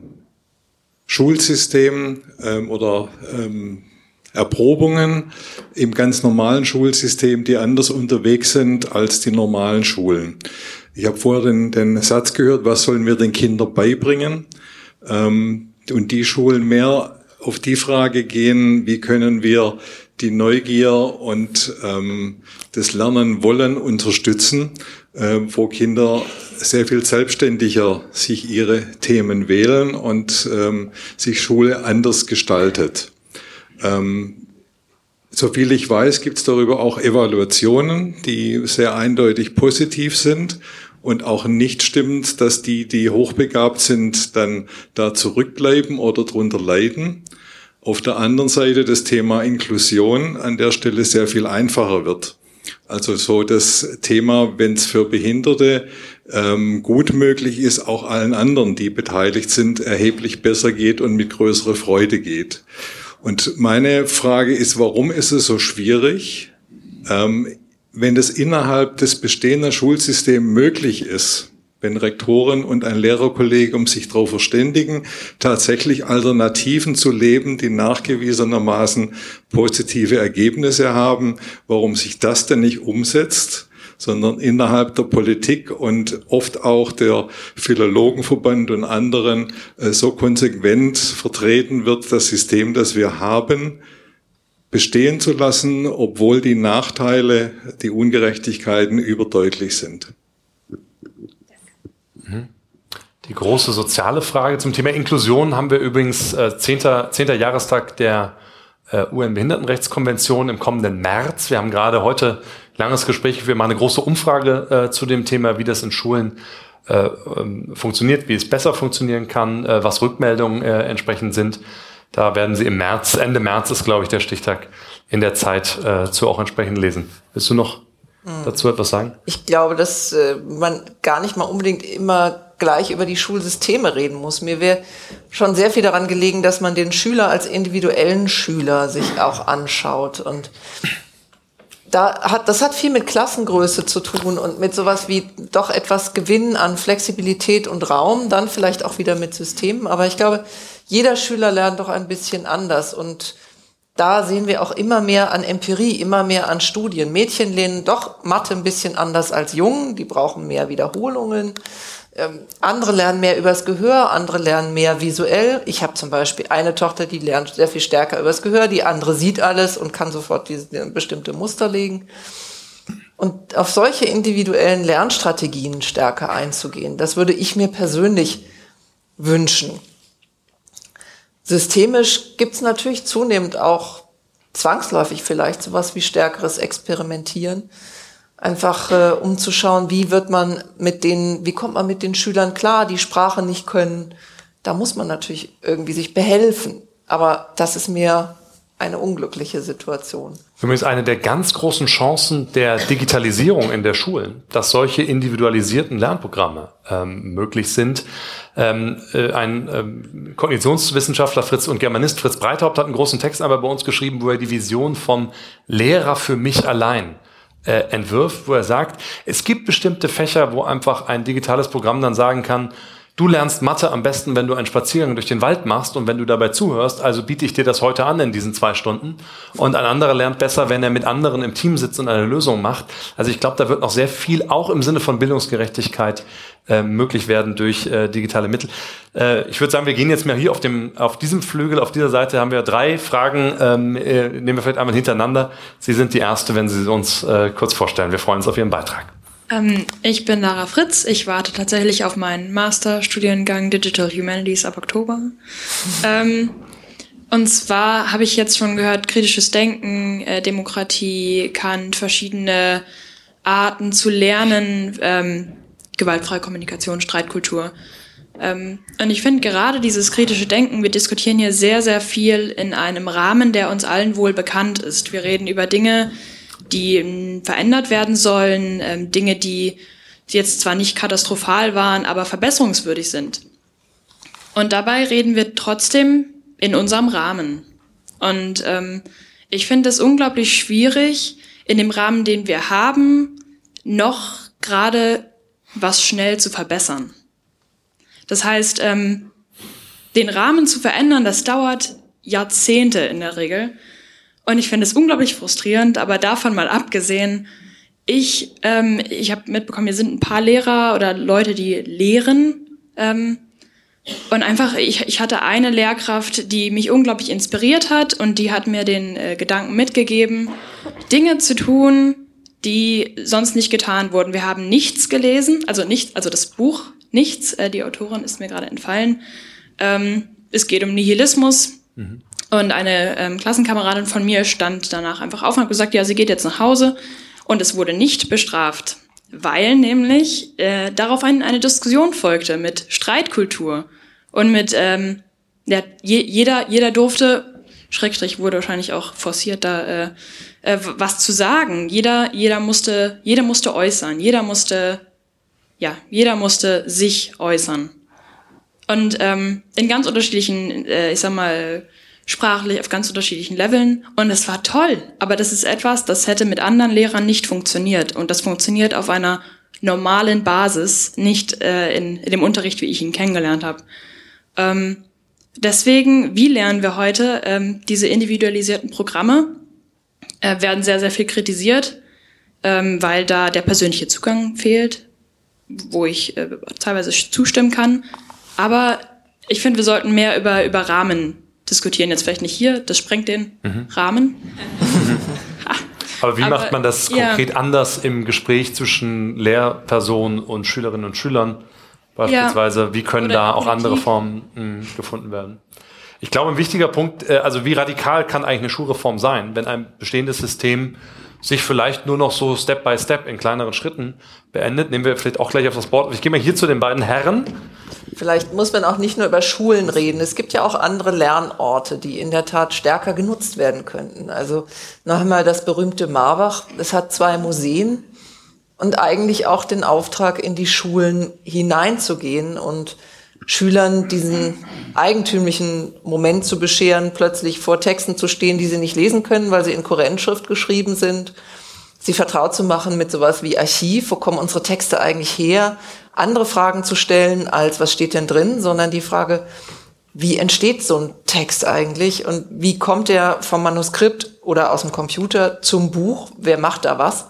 Schulsystem ähm, oder ähm, Erprobungen im ganz normalen Schulsystem, die anders unterwegs sind als die normalen Schulen. Ich habe vorher den, den Satz gehört, was sollen wir den Kindern beibringen? Ähm, und die Schulen mehr auf die Frage gehen, wie können wir die Neugier und ähm, das Lernen wollen unterstützen, äh, wo Kinder sehr viel selbstständiger sich ihre Themen wählen und ähm, sich Schule anders gestaltet. Ähm, soviel ich weiß, gibt es darüber auch Evaluationen, die sehr eindeutig positiv sind. Und auch nicht stimmt, dass die, die hochbegabt sind, dann da zurückbleiben oder drunter leiden. Auf der anderen Seite das Thema Inklusion an der Stelle sehr viel einfacher wird. Also so das Thema, wenn es für Behinderte ähm, gut möglich ist, auch allen anderen, die beteiligt sind, erheblich besser geht und mit größerer Freude geht. Und meine Frage ist, warum ist es so schwierig, ähm, wenn das innerhalb des bestehenden Schulsystems möglich ist, wenn Rektoren und ein Lehrerkollegium sich darauf verständigen, tatsächlich Alternativen zu leben, die nachgewiesenermaßen positive Ergebnisse haben, warum sich das denn nicht umsetzt, sondern innerhalb der Politik und oft auch der Philologenverband und anderen äh, so konsequent vertreten wird, das System, das wir haben, bestehen zu lassen, obwohl die Nachteile, die Ungerechtigkeiten überdeutlich sind. Die große soziale Frage zum Thema Inklusion haben wir übrigens äh, zehnter Jahrestag der äh, U N-Behindertenrechtskonvention im kommenden März. Wir haben gerade heute langes Gespräch, wir machen eine große Umfrage äh, zu dem Thema, wie das in Schulen äh, ähm, funktioniert, wie es besser funktionieren kann, äh, was Rückmeldungen äh, entsprechend sind. Da werden Sie im März, Ende März ist, glaube ich, der Stichtag, in der Zeit äh, zu auch entsprechend lesen. Willst du noch dazu etwas sagen? Ich glaube, dass äh, man gar nicht mal unbedingt immer gleich über die Schulsysteme reden muss. Mir wäre schon sehr viel daran gelegen, dass man den Schüler als individuellen Schüler sich auch anschaut. Und da hat, das hat viel mit Klassengröße zu tun und mit sowas wie doch etwas Gewinnen an Flexibilität und Raum, dann vielleicht auch wieder mit Systemen. Aber ich glaube, jeder Schüler lernt doch ein bisschen anders und da sehen wir auch immer mehr an Empirie, immer mehr an Studien. Mädchen lernen doch Mathe ein bisschen anders als Jungen, die brauchen mehr Wiederholungen. Ähm, andere lernen mehr übers Gehör, andere lernen mehr visuell. Ich habe zum Beispiel eine Tochter, die lernt sehr viel stärker übers Gehör, die andere sieht alles und kann sofort diese bestimmte Muster legen. Und auf solche individuellen Lernstrategien stärker einzugehen, das würde ich mir persönlich wünschen. Systemisch gibt's natürlich zunehmend auch zwangsläufig vielleicht sowas wie stärkeres Experimentieren. Einfach äh, um zu schauen, wie wird man mit den, wie kommt man mit den Schülern klar, die Sprache nicht können. Da muss man natürlich irgendwie sich behelfen. Aber das ist mir eine unglückliche Situation. Übrigens eine der ganz großen Chancen der Digitalisierung in der Schulen, dass solche individualisierten Lernprogramme ähm, möglich sind. Ähm, äh, ein ähm, Kognitionswissenschaftler Fritz und Germanist Fritz Breithaupt hat einen großen Text aber bei uns geschrieben, wo er die Vision vom Lehrer für mich allein äh, entwirft, wo er sagt, es gibt bestimmte Fächer, wo einfach ein digitales Programm dann sagen kann, du lernst Mathe am besten, wenn du einen Spaziergang durch den Wald machst und wenn du dabei zuhörst, also biete ich dir das heute an in diesen zwei Stunden. Und ein anderer lernt besser, wenn er mit anderen im Team sitzt und eine Lösung macht. Also ich glaube, da wird noch sehr viel, auch im Sinne von Bildungsgerechtigkeit, äh, möglich werden durch äh, digitale Mittel. Äh, ich würde sagen, wir gehen jetzt mal hier auf dem, auf diesem Flügel, auf dieser Seite haben wir drei Fragen, ähm, äh, nehmen wir vielleicht einmal hintereinander. Sie sind die Erste, wenn Sie uns äh, kurz vorstellen. Wir freuen uns auf Ihren Beitrag. Ähm, ich bin Lara Fritz. Ich warte tatsächlich auf meinen Masterstudiengang Digital Humanities ab Oktober. ähm, und zwar habe ich jetzt schon gehört, kritisches Denken, äh, Demokratie, Kant, verschiedene Arten zu lernen, ähm, gewaltfreie Kommunikation, Streitkultur. Ähm, und ich finde gerade dieses kritische Denken, wir diskutieren hier sehr, sehr viel in einem Rahmen, der uns allen wohl bekannt ist. Wir reden über Dinge, die ähm, verändert werden sollen, ähm, Dinge, die jetzt zwar nicht katastrophal waren, aber verbesserungswürdig sind. Und dabei reden wir trotzdem in unserem Rahmen. Und ähm, ich finde es unglaublich schwierig, in dem Rahmen, den wir haben, noch gerade was schnell zu verbessern. Das heißt, ähm, den Rahmen zu verändern, das dauert Jahrzehnte in der Regel. Und ich finde es unglaublich frustrierend, aber davon mal abgesehen, ich, ähm, ich habe mitbekommen, hier sind ein paar Lehrer oder Leute, die lehren. Ähm, und einfach, ich, ich hatte eine Lehrkraft, die mich unglaublich inspiriert hat und die hat mir den äh, Gedanken mitgegeben, Dinge zu tun, die sonst nicht getan wurden. Wir haben nichts gelesen, also nicht, also das Buch Nichts, äh, die Autorin ist mir gerade entfallen. Ähm, es geht um Nihilismus. Mhm. Und eine ähm, Klassenkameradin von mir stand danach einfach auf und hat gesagt, ja, sie geht jetzt nach Hause. Und es wurde nicht bestraft, weil nämlich äh, darauf ein, eine Diskussion folgte mit Streitkultur und mit, ähm, ja, je, jeder, jeder durfte, Schrägstrich wurde wahrscheinlich auch forciert, da äh, äh, was zu sagen. Jeder, jeder musste, jeder musste äußern, jeder musste, ja, jeder musste sich äußern. Und ähm, in ganz unterschiedlichen, äh, ich sag mal, sprachlich auf ganz unterschiedlichen Leveln. Und es war toll. Aber das ist etwas, das hätte mit anderen Lehrern nicht funktioniert. Und das funktioniert auf einer normalen Basis, nicht äh, in, in dem Unterricht, wie ich ihn kennengelernt habe. Ähm, deswegen, wie lernen wir heute? Ähm, diese individualisierten Programme äh, werden sehr, sehr viel kritisiert. ähm, weil da der persönliche Zugang fehlt, wo ich äh, teilweise zustimmen kann. Aber ich finde, wir sollten mehr über, über Rahmen diskutieren. Jetzt vielleicht nicht hier, das sprengt den mhm. Rahmen. Aber wie Aber, macht man das konkret ja. anders im Gespräch zwischen Lehrpersonen und Schülerinnen und Schülern beispielsweise? Ja. Wie können Oder da auch andere Formen mh, gefunden werden? Ich glaube, ein wichtiger Punkt, äh, also wie radikal kann eigentlich eine Schulreform sein, wenn ein bestehendes System sich vielleicht nur noch so Step by Step in kleineren Schritten beendet? Nehmen wir vielleicht auch gleich auf das Board. Ich gehe mal hier zu den beiden Herren. Vielleicht muss man auch nicht nur über Schulen reden. Es gibt ja auch andere Lernorte, die in der Tat stärker genutzt werden könnten. Also noch einmal das berühmte Marbach. Es hat zwei Museen und eigentlich auch den Auftrag, in die Schulen hineinzugehen und Schülern diesen eigentümlichen Moment zu bescheren, plötzlich vor Texten zu stehen, die sie nicht lesen können, weil sie in Kurrentschrift geschrieben sind, sie vertraut zu machen mit sowas wie Archiv, wo kommen unsere Texte eigentlich her, andere Fragen zu stellen als, was steht denn drin, sondern die Frage, wie entsteht so ein Text eigentlich und wie kommt der vom Manuskript oder aus dem Computer zum Buch, wer macht da was?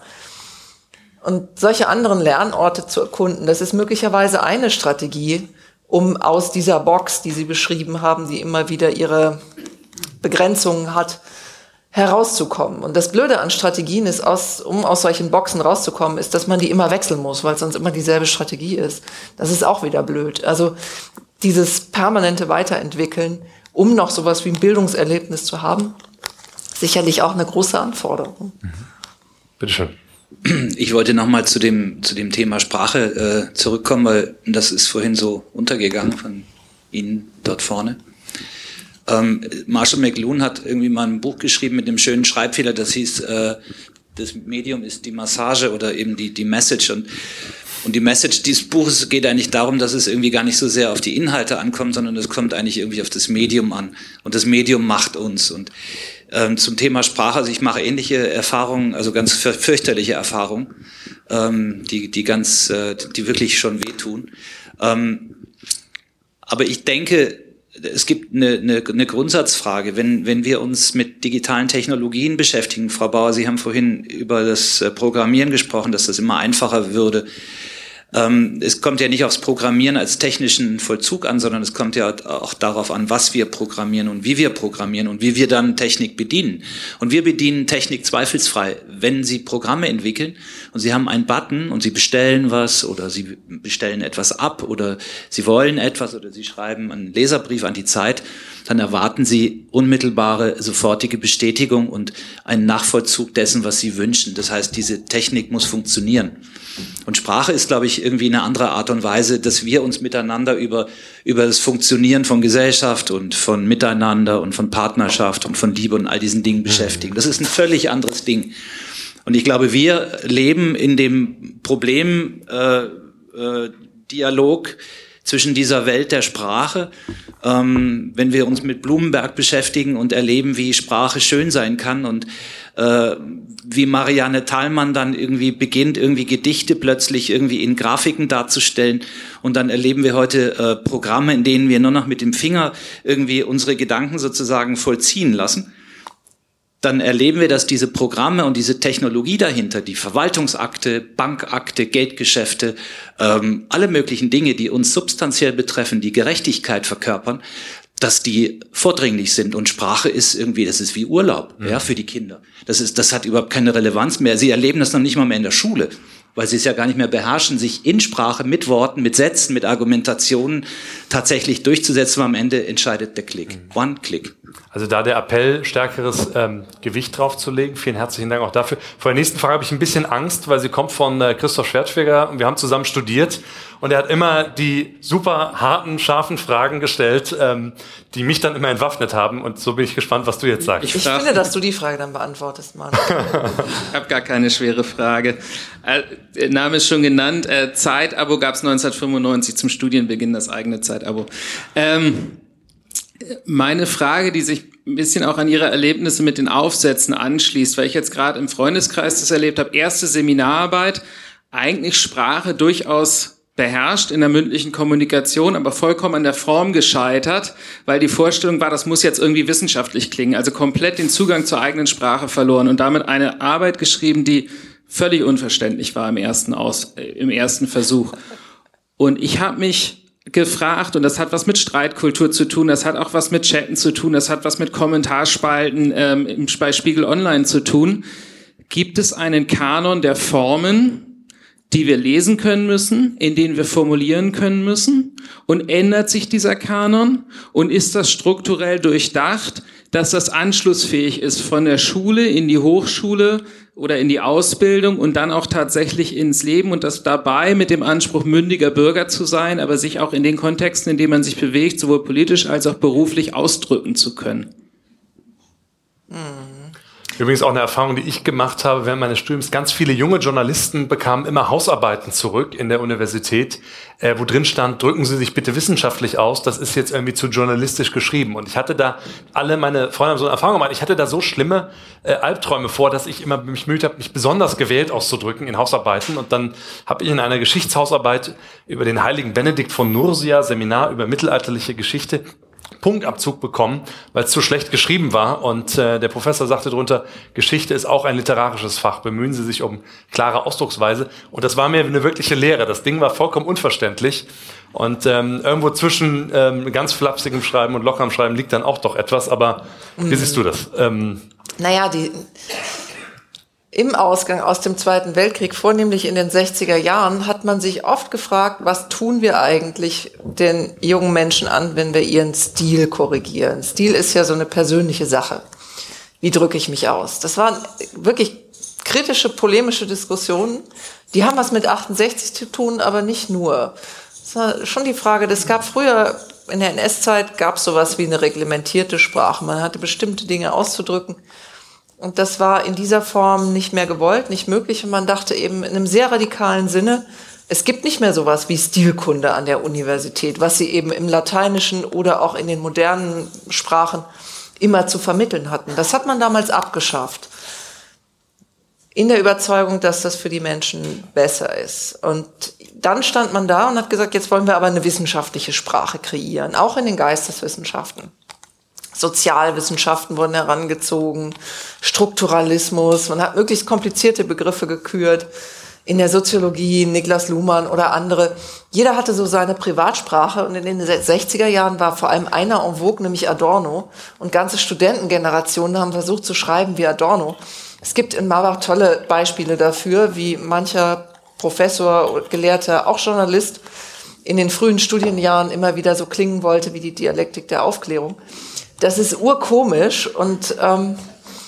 Und solche anderen Lernorte zu erkunden, das ist möglicherweise eine Strategie, um aus dieser Box, die Sie beschrieben haben, die immer wieder ihre Begrenzungen hat, herauszukommen. Und das Blöde an Strategien ist, aus, um aus solchen Boxen rauszukommen, ist, dass man die immer wechseln muss, weil es sonst immer dieselbe Strategie ist. Das ist auch wieder blöd. Also dieses permanente Weiterentwickeln, um noch sowas wie ein Bildungserlebnis zu haben, sicherlich auch eine große Anforderung. Mhm. Bitte schön. Ich wollte nochmal zu dem, zu dem Thema Sprache äh, zurückkommen, weil das ist vorhin so untergegangen von Ihnen dort vorne. Ähm, Marshall McLuhan hat irgendwie mal ein Buch geschrieben mit einem schönen Schreibfehler, das hieß, äh, das Medium ist die Massage oder eben die, die Message. Und, und die Message dieses Buches geht eigentlich darum, dass es irgendwie gar nicht so sehr auf die Inhalte ankommt, sondern es kommt eigentlich irgendwie auf das Medium an. Und das Medium macht uns. Und Ähm, zum Thema Sprache, also ich mache ähnliche Erfahrungen, also ganz fürchterliche Erfahrungen, ähm, die, die ganz, äh, die wirklich schon wehtun. Ähm, aber ich denke, es gibt eine, eine, eine Grundsatzfrage, wenn, wenn wir uns mit digitalen Technologien beschäftigen. Frau Bauer, Sie haben vorhin über das Programmieren gesprochen, dass das immer einfacher würde. Ähm, es kommt ja nicht aufs Programmieren als technischen Vollzug an, sondern es kommt ja auch darauf an, was wir programmieren und wie wir programmieren und wie wir dann Technik bedienen. Und wir bedienen Technik zweifelsfrei, wenn Sie Programme entwickeln und Sie haben einen Button und Sie bestellen was oder Sie bestellen etwas ab oder Sie wollen etwas oder Sie schreiben einen Leserbrief an die Zeit, dann erwarten Sie unmittelbare, sofortige Bestätigung und einen Nachvollzug dessen, was Sie wünschen. Das heißt, diese Technik muss funktionieren. Und Sprache ist, glaube ich, irgendwie eine andere Art und Weise, dass wir uns miteinander über, über das Funktionieren von Gesellschaft und von Miteinander und von Partnerschaft und von Liebe und all diesen Dingen beschäftigen. Das ist ein völlig anderes Ding. Und ich glaube, wir leben in dem Problem, äh, äh, Dialog zwischen dieser Welt der Sprache, ähm, wenn wir uns mit Blumenberg beschäftigen und erleben, wie Sprache schön sein kann und äh, wie Marianne Thalmann dann irgendwie beginnt, irgendwie Gedichte plötzlich irgendwie in Grafiken darzustellen und dann erleben wir heute äh, Programme, in denen wir nur noch mit dem Finger irgendwie unsere Gedanken sozusagen vollziehen lassen. Dann erleben wir, dass diese Programme und diese Technologie dahinter, die Verwaltungsakte, Bankakte, Geldgeschäfte, ähm, alle möglichen Dinge, die uns substanziell betreffen, die Gerechtigkeit verkörpern, dass die vordringlich sind. Und Sprache ist irgendwie, das ist wie Urlaub, mhm. ja, für die Kinder. Das ist, das hat überhaupt keine Relevanz mehr. Sie erleben das noch nicht mal mehr in der Schule, weil sie es ja gar nicht mehr beherrschen, sich in Sprache mit Worten, mit Sätzen, mit Argumentationen tatsächlich durchzusetzen. Am Ende entscheidet der Klick. Mhm. One Click. Also da der Appell, stärkeres ähm, Gewicht draufzulegen. Vielen herzlichen Dank auch dafür. Vor der nächsten Frage habe ich ein bisschen Angst, weil sie kommt von äh, Christoph Schwertfeger und wir haben zusammen studiert und er hat immer die super harten, scharfen Fragen gestellt, ähm, die mich dann immer entwaffnet haben und so bin ich gespannt, was du jetzt sagst. Ich, ich finde, dass du die Frage dann beantwortest, Mann. Ich habe gar keine schwere Frage. Äh, der Name ist schon genannt. Äh, Zeitabo gab es neunzehnhundertfünfundneunzig zum Studienbeginn, das eigene Zeitabo. Ähm, Meine Frage, die sich ein bisschen auch an Ihre Erlebnisse mit den Aufsätzen anschließt, weil ich jetzt gerade im Freundeskreis das erlebt habe, erste Seminararbeit, eigentlich Sprache durchaus beherrscht in der mündlichen Kommunikation, aber vollkommen an der Form gescheitert, weil die Vorstellung war, das muss jetzt irgendwie wissenschaftlich klingen, also komplett den Zugang zur eigenen Sprache verloren und damit eine Arbeit geschrieben, die völlig unverständlich war im ersten, Aus, äh, im ersten Versuch. Und ich habe mich gefragt, und das hat was mit Streitkultur zu tun, das hat auch was mit Chatten zu tun, das hat was mit Kommentarspalten ähm, bei Spiegel Online zu tun. Gibt es einen Kanon der Formen, die wir lesen können müssen, in denen wir formulieren können müssen? Und ändert sich dieser Kanon? Und ist das strukturell durchdacht, dass das anschlussfähig ist von der Schule in die Hochschule oder in die Ausbildung und dann auch tatsächlich ins Leben und das dabei mit dem Anspruch, mündiger Bürger zu sein, aber sich auch in den Kontexten, in denen man sich bewegt, sowohl politisch als auch beruflich ausdrücken zu können? Übrigens auch eine Erfahrung, die ich gemacht habe während meines Studiums. Ganz viele junge Journalisten bekamen immer Hausarbeiten zurück in der Universität, äh, wo drin stand, drücken Sie sich bitte wissenschaftlich aus, das ist jetzt irgendwie zu journalistisch geschrieben. Und ich hatte da, alle meine Freunde haben so eine Erfahrung gemacht, ich hatte da so schlimme äh, Albträume vor, dass ich immer mich bemüht habe, mich besonders gewählt auszudrücken in Hausarbeiten. Und dann habe ich in einer Geschichtshausarbeit über den heiligen Benedikt von Nursia, Seminar über mittelalterliche Geschichte, Punktabzug bekommen, weil es zu schlecht geschrieben war. Und äh, der Professor sagte drunter, Geschichte ist auch ein literarisches Fach. Bemühen Sie sich um klare Ausdrucksweise. Und das war mir eine wirkliche Lehre. Das Ding war vollkommen unverständlich. Und ähm, irgendwo zwischen ähm, ganz flapsigem Schreiben und lockerem Schreiben liegt dann auch doch etwas. Aber wie siehst du das? Ähm, naja, die... Im Ausgang aus dem Zweiten Weltkrieg, vornehmlich in den sechziger Jahren, hat man sich oft gefragt, was tun wir eigentlich den jungen Menschen an, wenn wir ihren Stil korrigieren. Stil ist ja so eine persönliche Sache. Wie drücke ich mich aus? Das waren wirklich kritische, polemische Diskussionen. Die haben was mit achtundsechzig zu tun, aber nicht nur. Das war schon die Frage, es gab früher, in der N S-Zeit, gab es sowas wie eine reglementierte Sprache. Man hatte bestimmte Dinge auszudrücken. Und das war in dieser Form nicht mehr gewollt, nicht möglich. Und man dachte eben in einem sehr radikalen Sinne, es gibt nicht mehr sowas wie Stilkunde an der Universität, was sie eben im Lateinischen oder auch in den modernen Sprachen immer zu vermitteln hatten. Das hat man damals abgeschafft. In der Überzeugung, dass das für die Menschen besser ist. Und dann stand man da und hat gesagt, jetzt wollen wir aber eine wissenschaftliche Sprache kreieren, auch in den Geisteswissenschaften. Sozialwissenschaften wurden herangezogen, Strukturalismus, man hat möglichst komplizierte Begriffe gekürt, in der Soziologie, Niklas Luhmann oder andere. Jeder hatte so seine Privatsprache und in den sechziger Jahren war vor allem einer en vogue, nämlich Adorno. Und ganze Studentengenerationen haben versucht zu schreiben wie Adorno. Es gibt in Marbach tolle Beispiele dafür, wie mancher Professor, Gelehrter, auch Journalist in den frühen Studienjahren immer wieder so klingen wollte wie die Dialektik der Aufklärung. Das ist urkomisch und ähm,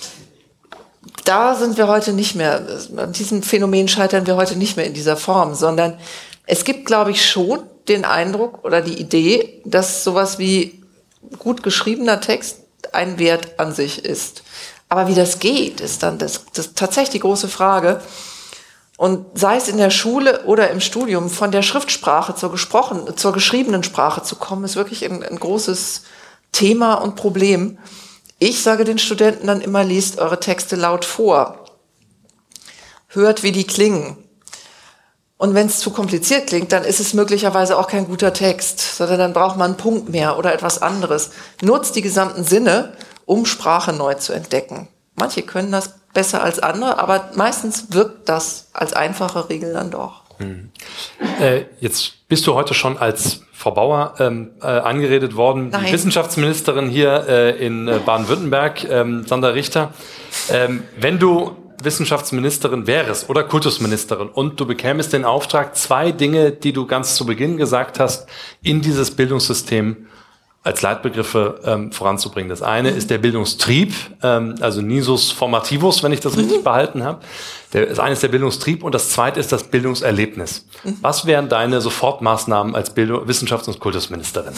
da sind wir heute nicht mehr, an diesem Phänomen scheitern wir heute nicht mehr in dieser Form, sondern es gibt, glaube ich, schon den Eindruck oder die Idee, dass sowas wie gut geschriebener Text ein Wert an sich ist. Aber wie das geht, ist dann das, das tatsächlich die große Frage. Und sei es in der Schule oder im Studium, von der Schriftsprache zur gesprochenen, zur geschriebenen Sprache zu kommen, ist wirklich ein, ein großes Thema und Problem. Ich sage den Studenten dann immer, liest eure Texte laut vor. Hört, wie die klingen. Und wenn es zu kompliziert klingt, dann ist es möglicherweise auch kein guter Text, sondern dann braucht man einen Punkt mehr oder etwas anderes. Nutzt die gesamten Sinne, um Sprache neu zu entdecken. Manche können das besser als andere, aber meistens wirkt das als einfache Regel dann doch. Hm. Äh, jetzt bist du heute schon als Frau Bauer ähm, äh, angeredet worden, Nein. die Wissenschaftsministerin hier äh, in äh, Baden-Württemberg, ähm, Sandra Richter. Ähm, wenn du Wissenschaftsministerin wärst oder Kultusministerin und du bekämest den Auftrag, zwei Dinge, die du ganz zu Beginn gesagt hast, in dieses Bildungssystem als Leitbegriffe ähm, voranzubringen. Das eine mhm. ist der Bildungstrieb, ähm, also Nisus formativus, wenn ich das mhm. richtig behalten habe. Der, das eine ist der Bildungstrieb und das zweite ist das Bildungserlebnis. Mhm. Was wären deine Sofortmaßnahmen als Bildung, Wissenschafts- und Kultusministerin?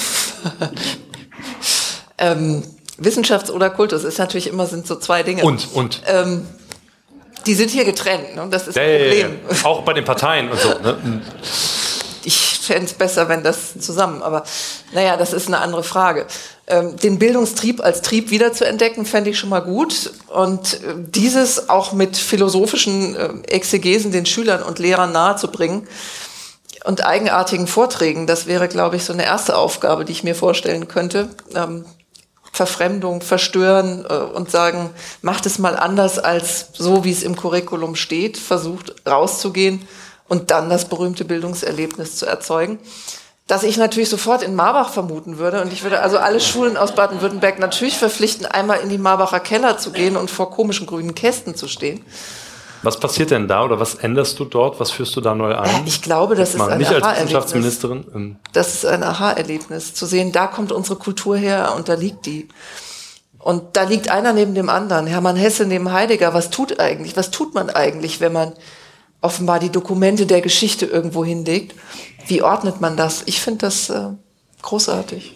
ähm, Wissenschafts- oder Kultus ist natürlich immer, sind so zwei Dinge. Und, und. Ähm, die sind hier getrennt, ne? Das ist ja, ein Problem. Ja, ja. Auch bei den Parteien und so. Ne? Ich fände es besser, wenn das zusammen, aber naja, das ist eine andere Frage. Ähm, den Bildungstrieb als Trieb wiederzuentdecken, fände ich schon mal gut. Und äh, dieses auch mit philosophischen äh, Exegesen den Schülern und Lehrern nahezubringen und eigenartigen Vorträgen, das wäre, glaube ich, so eine erste Aufgabe, die ich mir vorstellen könnte. Ähm, Verfremdung, verstören äh, und sagen, macht es mal anders als so, wie es im Curriculum steht, versucht rauszugehen und dann das berühmte Bildungserlebnis zu erzeugen. Dass ich natürlich sofort in Marbach vermuten würde und ich würde also alle Schulen aus Baden-Württemberg natürlich verpflichten, einmal in die Marbacher Keller zu gehen und vor komischen grünen Kästen zu stehen. Was passiert denn da oder was änderst du dort? Was führst du da neu ein? Ich glaube, das ist ein Nicht als Aha-Erlebnis. Wissenschaftsministerin. Das ist ein Aha-Erlebnis, zu sehen, da kommt unsere Kultur her und da liegt die. Und da liegt einer neben dem anderen. Hermann Hesse neben Heidegger. Was tut eigentlich? Was tut man eigentlich, wenn man offenbar die Dokumente der Geschichte irgendwo hinlegt? Wie ordnet man das? Ich finde das äh, großartig.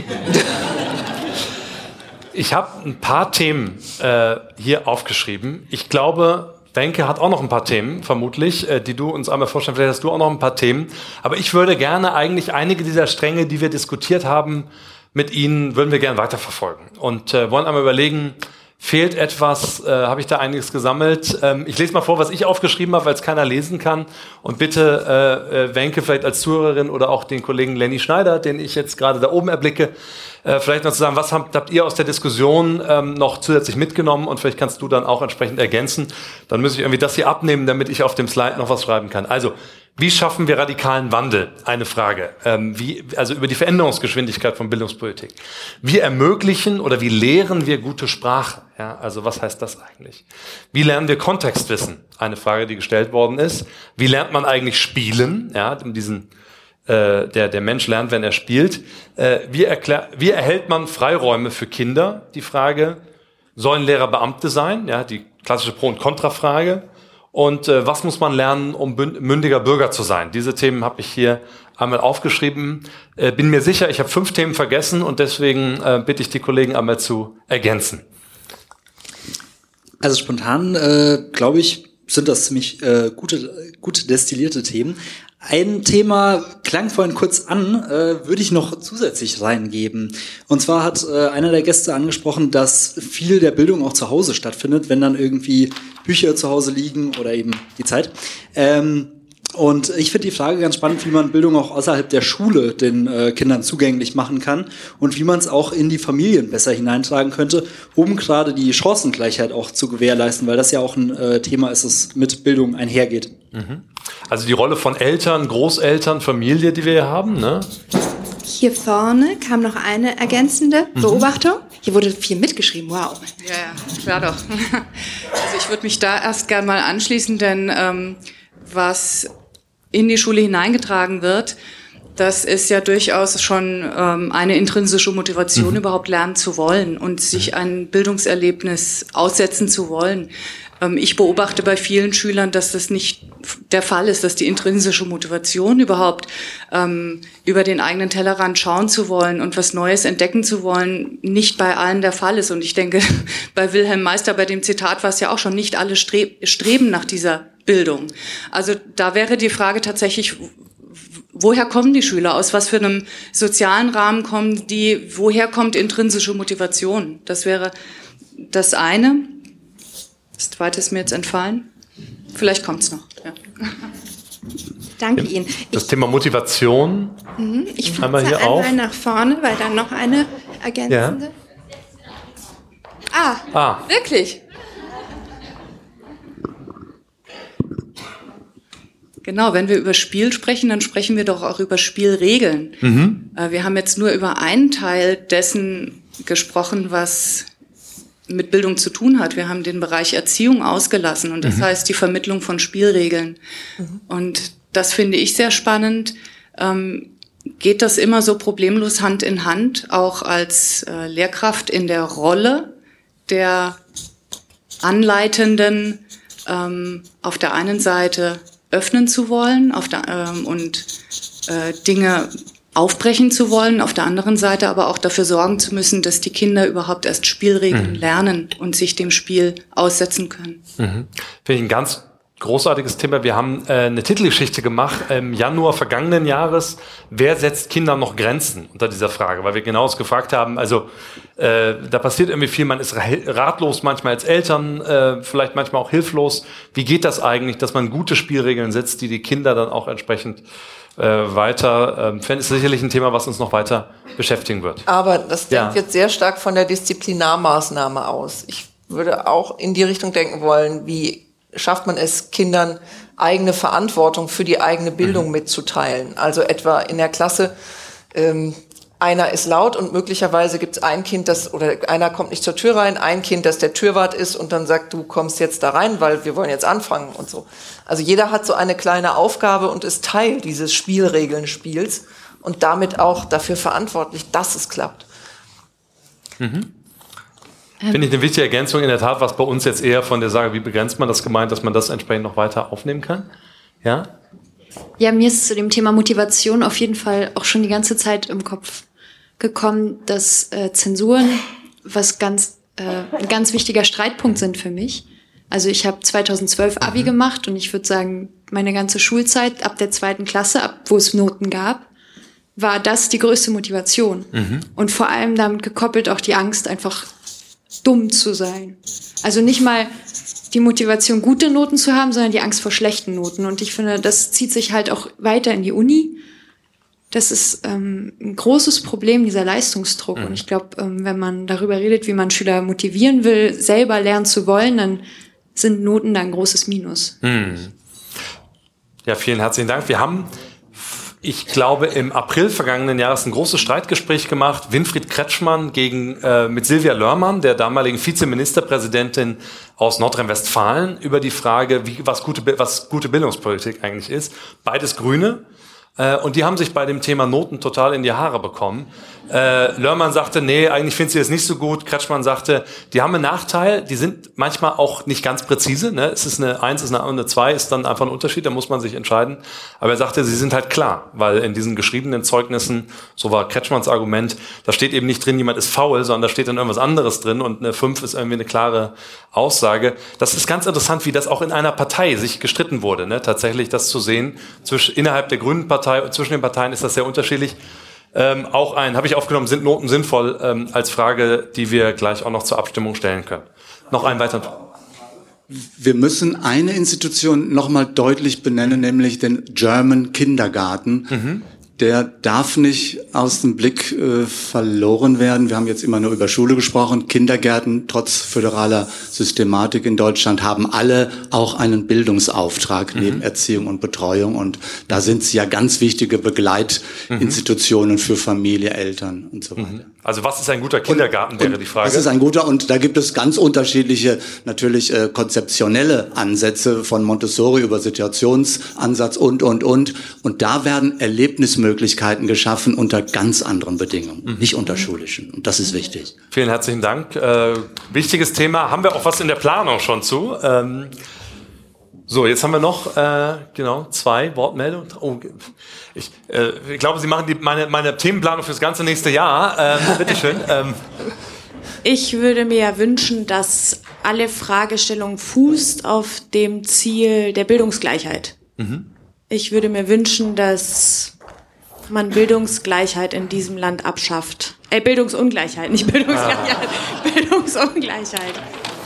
Ich habe ein paar Themen äh, hier aufgeschrieben. Ich glaube, Wenke hat auch noch ein paar Themen, vermutlich, äh, die du uns einmal vorstellen. Vielleicht hast du auch noch ein paar Themen. Aber ich würde gerne eigentlich einige dieser Stränge, die wir diskutiert haben, mit Ihnen, würden wir gerne weiterverfolgen. Und äh, wollen einmal überlegen, fehlt etwas, äh, habe ich da einiges gesammelt. Ähm, ich lese mal vor, was ich aufgeschrieben habe, weil es keiner lesen kann. Und bitte, äh, äh, Wenke, vielleicht als Zuhörerin oder auch den Kollegen Lenny Schneider, den ich jetzt gerade da oben erblicke, äh, vielleicht noch zu sagen, was habt, habt ihr aus der Diskussion ähm, noch zusätzlich mitgenommen? Und vielleicht kannst du dann auch entsprechend ergänzen. Dann muss ich irgendwie das hier abnehmen, damit ich auf dem Slide noch was schreiben kann. Also, wie schaffen wir radikalen Wandel? Eine Frage. Ähm, wie, also über die Veränderungsgeschwindigkeit von Bildungspolitik. Wie ermöglichen oder wie lehren wir gute Sprache? Ja, also was heißt das eigentlich? Wie lernen wir Kontextwissen? Eine Frage, die gestellt worden ist. Wie lernt man eigentlich spielen? Ja, in diesen, äh, der, der Mensch lernt, wenn er spielt. Äh, wie, erklär, wie erhält man Freiräume für Kinder? Die Frage. Sollen Lehrer Beamte sein? Ja, die klassische Pro- und Kontrafrage. Und äh, was muss man lernen, um mündiger Bürger zu sein? Diese Themen habe ich hier einmal aufgeschrieben. Äh, bin mir sicher, ich habe fünf Themen vergessen und deswegen äh, bitte ich die Kollegen einmal zu ergänzen. Also spontan, äh, glaube ich, sind das ziemlich äh, gute, gute destillierte Themen. Ein Thema klang vorhin kurz an, äh, würde ich noch zusätzlich reingeben. Und zwar hat äh, einer der Gäste angesprochen, dass viel der Bildung auch zu Hause stattfindet, wenn dann irgendwie Bücher zu Hause liegen oder eben die Zeit. Ähm, und ich finde die Frage ganz spannend, wie man Bildung auch außerhalb der Schule den äh, Kindern zugänglich machen kann und wie man es auch in die Familien besser hineintragen könnte, um gerade die Chancengleichheit auch zu gewährleisten, weil das ja auch ein äh, Thema ist, das mit Bildung einhergeht. Mhm. Also die Rolle von Eltern, Großeltern, Familie, die wir hier haben, ne? Hier vorne kam noch eine ergänzende Beobachtung. Hier wurde viel mitgeschrieben, wow. Ja, ja, klar doch. Also ich würde mich da erst gern mal anschließen, denn ähm, was in die Schule hineingetragen wird, das ist ja durchaus schon ähm, eine intrinsische Motivation, mhm. überhaupt lernen zu wollen und sich ein Bildungserlebnis aussetzen zu wollen. Ähm, ich beobachte bei vielen Schülern, dass das nicht der Fall ist, dass die intrinsische Motivation überhaupt ähm, über den eigenen Tellerrand schauen zu wollen und was Neues entdecken zu wollen, nicht bei allen der Fall ist. Und ich denke, bei Wilhelm Meister, bei dem Zitat war es ja auch schon, nicht alle streb- streben nach dieser Bildung. Also da wäre die Frage tatsächlich, woher kommen die Schüler? Aus was für einem sozialen Rahmen kommen die? Woher kommt intrinsische Motivation? Das wäre das eine. Das zweite ist mir jetzt entfallen. Vielleicht kommt's noch. Ja. Danke Ihnen. Das ich, Thema Motivation. Mhm, ich einmal hier einmal auf. nach vorne, weil dann noch eine ergänzende. Ja. Ah, ah, wirklich? Genau, wenn wir über Spiel sprechen, dann sprechen wir doch auch über Spielregeln. Mhm. Wir haben jetzt nur über einen Teil dessen gesprochen, was mit Bildung zu tun hat. Wir haben den Bereich Erziehung ausgelassen und das mhm. heißt die Vermittlung von Spielregeln. Mhm. Und das finde ich sehr spannend. Ähm, geht das immer so problemlos Hand in Hand, auch als äh, Lehrkraft in der Rolle der Anleitenden ähm, auf der einen Seite öffnen zu wollen auf der, ähm, und äh, Dinge aufbrechen zu wollen, auf der anderen Seite aber auch dafür sorgen zu müssen, dass die Kinder überhaupt erst Spielregeln mhm. lernen und sich dem Spiel aussetzen können. Mhm. Finde ich ein ganz großartiges Thema. Wir haben äh, eine Titelgeschichte gemacht im Januar vergangenen Jahres. Wer setzt Kindern noch Grenzen unter dieser Frage? Weil wir genau das gefragt haben. Also äh, da passiert irgendwie viel. Man ist ratlos manchmal als Eltern, äh, vielleicht manchmal auch hilflos. Wie geht das eigentlich, dass man gute Spielregeln setzt, die die Kinder dann auch entsprechend äh, weiter, äh, ist sicherlich ein Thema, was uns noch weiter beschäftigen wird. Aber das ja. denkt jetzt sehr stark von der Disziplinarmaßnahme aus. Ich würde auch in die Richtung denken wollen, wie schafft man es, Kindern eigene Verantwortung für die eigene Bildung mhm. mitzuteilen. Also etwa in der Klasse, ähm, einer ist laut und möglicherweise gibt es ein Kind, das, oder einer kommt nicht zur Tür rein, ein Kind, das der Türwart ist und dann sagt, du kommst jetzt da rein, weil wir wollen jetzt anfangen und so. Also jeder hat so eine kleine Aufgabe und ist Teil dieses Spielregeln-Spiels und damit auch dafür verantwortlich, dass es klappt. Mhm. Finde ich eine wichtige Ergänzung, in der Tat, was bei uns jetzt eher von der Sage, wie begrenzt man das gemeint, dass man das entsprechend noch weiter aufnehmen kann. Ja? Ja, mir ist zu dem Thema Motivation auf jeden Fall auch schon die ganze Zeit im Kopf gekommen, dass äh, Zensuren was ganz, äh, ein ganz wichtiger Streitpunkt sind für mich. Also ich habe zweitausendzwölf Abi mhm. gemacht und ich würde sagen, meine ganze Schulzeit ab der zweiten Klasse, ab wo es Noten gab, war das die größte Motivation. Mhm. Und vor allem damit gekoppelt auch die Angst, einfach dumm zu sein. Also nicht mal die Motivation, gute Noten zu haben, sondern die Angst vor schlechten Noten. Und ich finde, das zieht sich halt auch weiter in die Uni. Das ist ähm, ein großes Problem, dieser Leistungsdruck. Mhm. Und ich glaube, ähm, wenn man darüber redet, wie man Schüler motivieren will, selber lernen zu wollen, dann sind Noten da ein großes Minus. Mhm. Ja, vielen herzlichen Dank. Wir haben, ich glaube, im April vergangenen Jahres ein großes Streitgespräch gemacht. Winfried Kretschmann gegen, äh, mit Silvia Lörmann, der damaligen Vizeministerpräsidentin aus Nordrhein-Westfalen, über die Frage, wie, was, gute, was gute Bildungspolitik eigentlich ist. Beides Grüne. Äh, und die haben sich bei dem Thema Noten total in die Haare bekommen. Äh, Lörmann sagte, nee, eigentlich findet sie das nicht so gut. Kretschmann sagte, die haben einen Nachteil, die sind manchmal auch nicht ganz präzise. Ne? Es ist eine eins, es ist eine, eine zwei, ist dann einfach ein Unterschied, da muss man sich entscheiden. Aber er sagte, sie sind halt klar, weil in diesen geschriebenen Zeugnissen, so war Kretschmanns Argument, da steht eben nicht drin, jemand ist faul, sondern da steht dann irgendwas anderes drin und eine fünf ist irgendwie eine klare Aussage. Das ist ganz interessant, wie das auch in einer Partei sich gestritten wurde. Ne? Tatsächlich das zu sehen, zwischen, innerhalb der Grünen Partei und zwischen den Parteien ist das sehr unterschiedlich. Ähm, auch ein, habe ich aufgenommen, sind Noten sinnvoll, ähm, als Frage, die wir gleich auch noch zur Abstimmung stellen können. Noch einen weiteren. Wir müssen eine Institution nochmal deutlich benennen, nämlich den German Kindergarten. Mhm. Der darf nicht aus dem Blick äh, verloren werden. Wir haben jetzt immer nur über Schule gesprochen. Kindergärten, trotz föderaler Systematik in Deutschland, haben alle auch einen Bildungsauftrag mhm. neben Erziehung und Betreuung. Und da sind sie ja ganz wichtige Begleitinstitutionen mhm. für Familie, Eltern und so weiter. Mhm. Also was ist ein guter Kindergarten, und, wäre die Frage. Was ist ein guter? Und da gibt es ganz unterschiedliche, natürlich äh, konzeptionelle Ansätze von Montessori über Situationsansatz und, und, und. Und da werden Erlebnismöglichkeiten geschaffen unter ganz anderen Bedingungen, mhm. nicht unter schulischen. Und das ist wichtig. Vielen herzlichen Dank. Äh, wichtiges Thema. Haben wir auch was in der Planung schon zu? Ähm, so, jetzt haben wir noch äh, genau zwei Wortmeldungen. Oh, ich, äh, ich glaube, Sie machen die, meine, meine Themenplanung fürs ganze nächste Jahr. Ähm, bitteschön. Ähm. Ich würde mir ja wünschen, dass alle Fragestellungen fußt auf dem Ziel der Bildungsgleichheit. Mhm. Ich würde mir wünschen, dass man Bildungsgleichheit in diesem Land abschafft. Äh, Bildungsungleichheit, nicht Bildungsgleichheit. Ah. Bildungsungleichheit.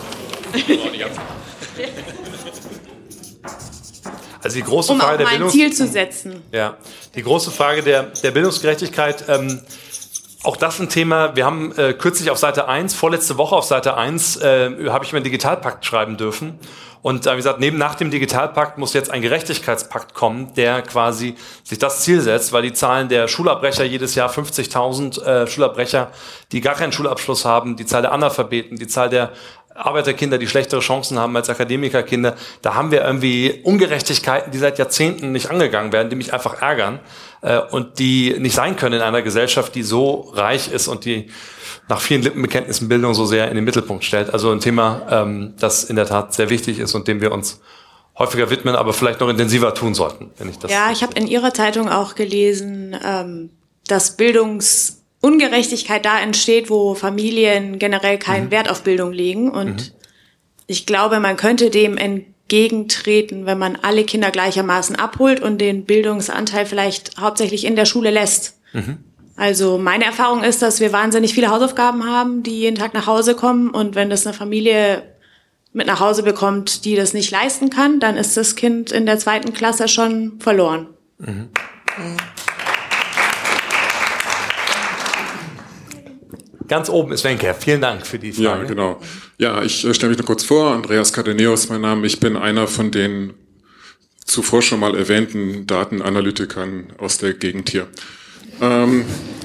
Also die große um Frage auch der mal ein Ziel zu setzen. Ja, die große Frage der, der Bildungsgerechtigkeit, ähm, auch das ein Thema. Wir haben äh, kürzlich auf Seite eins, vorletzte Woche auf Seite eins, äh, habe ich über den Digitalpakt schreiben dürfen. Und äh, wie gesagt, neben nach dem Digitalpakt muss jetzt ein Gerechtigkeitspakt kommen, der quasi sich das Ziel setzt, weil die Zahlen der Schulabbrecher jedes Jahr fünfzigtausend äh, Schulabbrecher, die gar keinen Schulabschluss haben, die Zahl der Analphabeten, die Zahl der Arbeiterkinder, die schlechtere Chancen haben als Akademikerkinder, da haben wir irgendwie Ungerechtigkeiten, die seit Jahrzehnten nicht angegangen werden, die mich einfach ärgern äh, und die nicht sein können in einer Gesellschaft, die so reich ist und die nach vielen Lippenbekenntnissen Bildung so sehr in den Mittelpunkt stellt. Also ein Thema, ähm, das in der Tat sehr wichtig ist und dem wir uns häufiger widmen, aber vielleicht noch intensiver tun sollten, wenn ich das. Ja, ich habe in Ihrer Zeitung auch gelesen, ähm, dass Bildungs Ungerechtigkeit da entsteht, wo Familien generell keinen mhm. Wert auf Bildung legen. Und mhm. ich glaube, man könnte dem entgegentreten, wenn man alle Kinder gleichermaßen abholt und den Bildungsanteil vielleicht hauptsächlich in der Schule lässt. Mhm. Also meine Erfahrung ist, dass wir wahnsinnig viele Hausaufgaben haben, die jeden Tag nach Hause kommen. Und wenn das eine Familie mit nach Hause bekommt, die das nicht leisten kann, dann ist das Kind in der zweiten Klasse schon verloren. Mhm. Ganz oben ist Wenke. Vielen Dank für die Frage. Ja, genau. Ja, ich äh, stelle mich noch kurz vor. Andreas Cardeneus, mein Name. Ich bin einer von den zuvor schon mal erwähnten Datenanalytikern aus der Gegend hier. Ähm,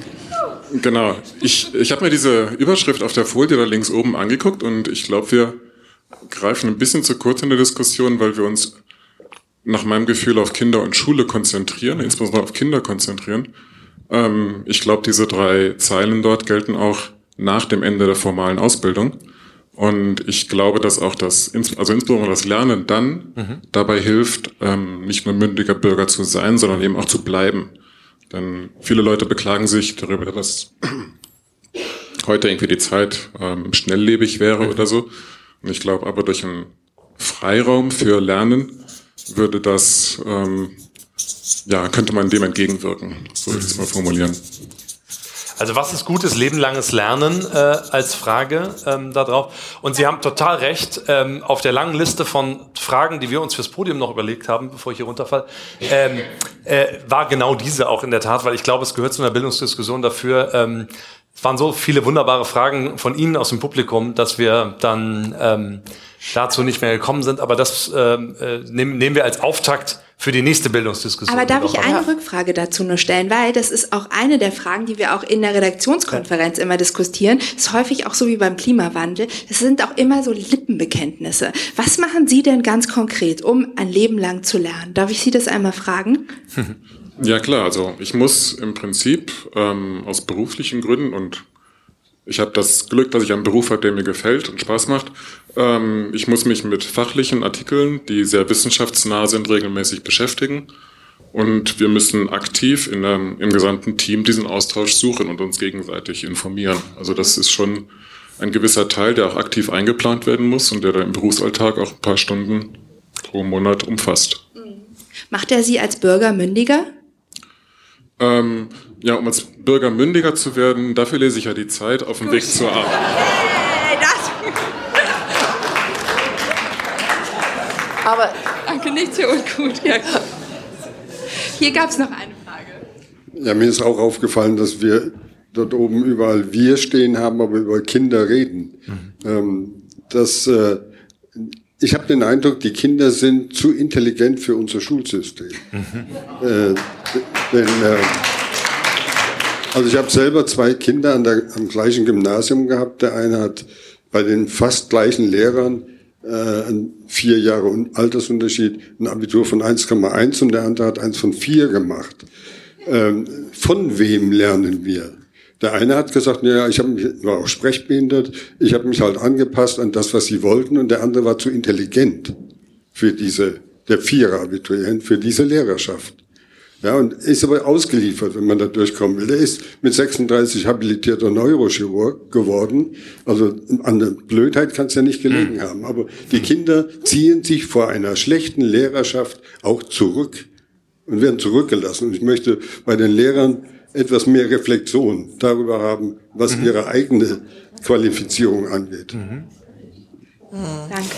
genau. Ich, ich habe mir diese Überschrift auf der Folie da links oben angeguckt und ich glaube, wir greifen ein bisschen zu kurz in der Diskussion, weil wir uns nach meinem Gefühl auf Kinder und Schule konzentrieren, insbesondere auf Kinder konzentrieren. Ähm, ich glaube, diese drei Zeilen dort gelten auch nach dem Ende der formalen Ausbildung. Und ich glaube, dass auch das, also insbesondere das Lernen dann mhm. dabei hilft, ähm, nicht nur mündiger Bürger zu sein, sondern eben auch zu bleiben. Denn viele Leute beklagen sich darüber, dass heute irgendwie die Zeit ähm, schnelllebig wäre mhm. oder so. Und ich glaube aber, durch einen Freiraum für Lernen würde das, ähm, ja, könnte man dem entgegenwirken. So würde ich es mal formulieren. Also was ist gutes lebenlanges Lernen äh, als Frage ähm, da drauf? Und Sie haben total recht, ähm, auf der langen Liste von Fragen, die wir uns fürs Podium noch überlegt haben, bevor ich hier runterfalle, ähm, äh, war genau diese auch in der Tat, weil ich glaube, es gehört zu einer Bildungsdiskussion dafür. Ähm, es waren so viele wunderbare Fragen von Ihnen aus dem Publikum, dass wir dann ähm, dazu nicht mehr gekommen sind. Aber das ähm, äh, nehmen, nehmen wir als Auftakt für die nächste Bildungsdiskussion. Aber darf ich eine Rückfrage dazu nur stellen, weil das ist auch eine der Fragen, die wir auch in der Redaktionskonferenz immer diskutieren. Das ist häufig auch so wie beim Klimawandel. Das sind auch immer so Lippenbekenntnisse. Was machen Sie denn ganz konkret, um ein Leben lang zu lernen? Darf ich Sie das einmal fragen? Ja klar, also ich muss im Prinzip ähm, aus beruflichen Gründen, und ich habe das Glück, dass ich einen Beruf habe, der mir gefällt und Spaß macht. Ähm, ich muss mich mit fachlichen Artikeln, die sehr wissenschaftsnah sind, regelmäßig beschäftigen. Und wir müssen aktiv in der, im gesamten Team diesen Austausch suchen und uns gegenseitig informieren. Also das ist schon ein gewisser Teil, der auch aktiv eingeplant werden muss und der da im Berufsalltag auch ein paar Stunden pro Monat umfasst. Macht er Sie als Bürger mündiger? Ähm, ja, um als Bürger mündiger zu werden, dafür lese ich ja die Zeit auf dem Weg zur Arbeit. Hey, das. Aber danke, nicht so ungut. Ja. Hier gab es noch eine Frage. Ja, mir ist auch aufgefallen, dass wir dort oben überall wir stehen haben, aber über Kinder reden. Mhm. Ähm, das, äh, ich habe den Eindruck, die Kinder sind zu intelligent für unser Schulsystem. Mhm. Äh, denn, äh, also ich habe selber zwei Kinder an der, am gleichen Gymnasium gehabt. Der eine hat bei den fast gleichen Lehrern äh, vier Jahre Altersunterschied, ein Abitur von eins Komma eins und der andere hat eins von vier gemacht. Ähm, von wem lernen wir? Der eine hat gesagt, ja, ich hab mich, war auch sprechbehindert, ich habe mich halt angepasst an das, was sie wollten, und der andere war zu intelligent für diese, der Vierer-Abiturient, für diese Lehrerschaft. Ja, und ist aber ausgeliefert, wenn man da durchkommen will. Der ist mit sechsunddreißig habilitierter Neurochirurg geworden. Also an der Blödheit kann es ja nicht gelegen haben. Aber die Kinder ziehen sich vor einer schlechten Lehrerschaft auch zurück und werden zurückgelassen. Und ich möchte bei den Lehrern etwas mehr Reflexion darüber haben, was mhm. ihre eigene Qualifizierung angeht. Mhm. Danke.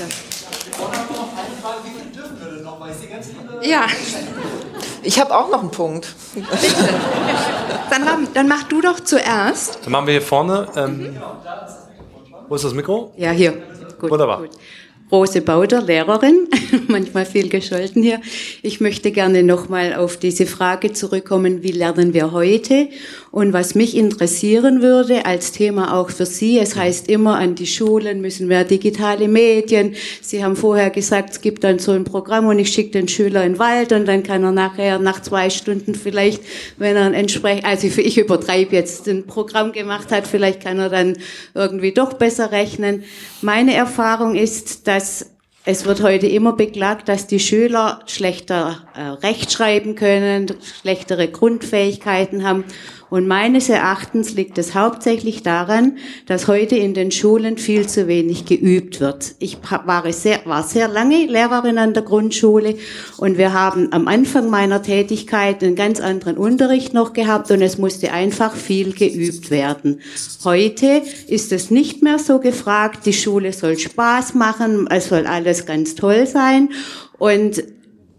Ja. Ich habe auch noch einen Punkt. Dann, dann mach du doch zuerst. Dann machen wir hier vorne. Ähm, wo ist das Mikro? Ja, hier. Gut, wunderbar. Gut. Rose Bauder, Lehrerin, manchmal viel gescholten hier. Ich möchte gerne nochmal auf diese Frage zurückkommen, wie lernen wir heute? Und was mich interessieren würde als Thema auch für Sie, es heißt immer, an die Schulen müssen mehr digitale Medien. Sie haben vorher gesagt, es gibt dann so ein Programm und ich schicke den Schüler in den Wald und dann kann er nachher nach zwei Stunden vielleicht, wenn er entsprechend, also ich übertreibe jetzt, ein Programm gemacht hat, vielleicht kann er dann irgendwie doch besser rechnen. Meine Erfahrung ist, dass Dass es wird heute immer beklagt, dass die Schüler schlechter äh, Rechtschreiben können, schlechtere Grundfähigkeiten haben. Und meines Erachtens liegt es hauptsächlich daran, dass heute in den Schulen viel zu wenig geübt wird. Ich war sehr, war sehr lange Lehrerin an der Grundschule und wir haben am Anfang meiner Tätigkeit einen ganz anderen Unterricht noch gehabt und es musste einfach viel geübt werden. Heute ist es nicht mehr so gefragt, die Schule soll Spaß machen, es soll alles ganz toll sein und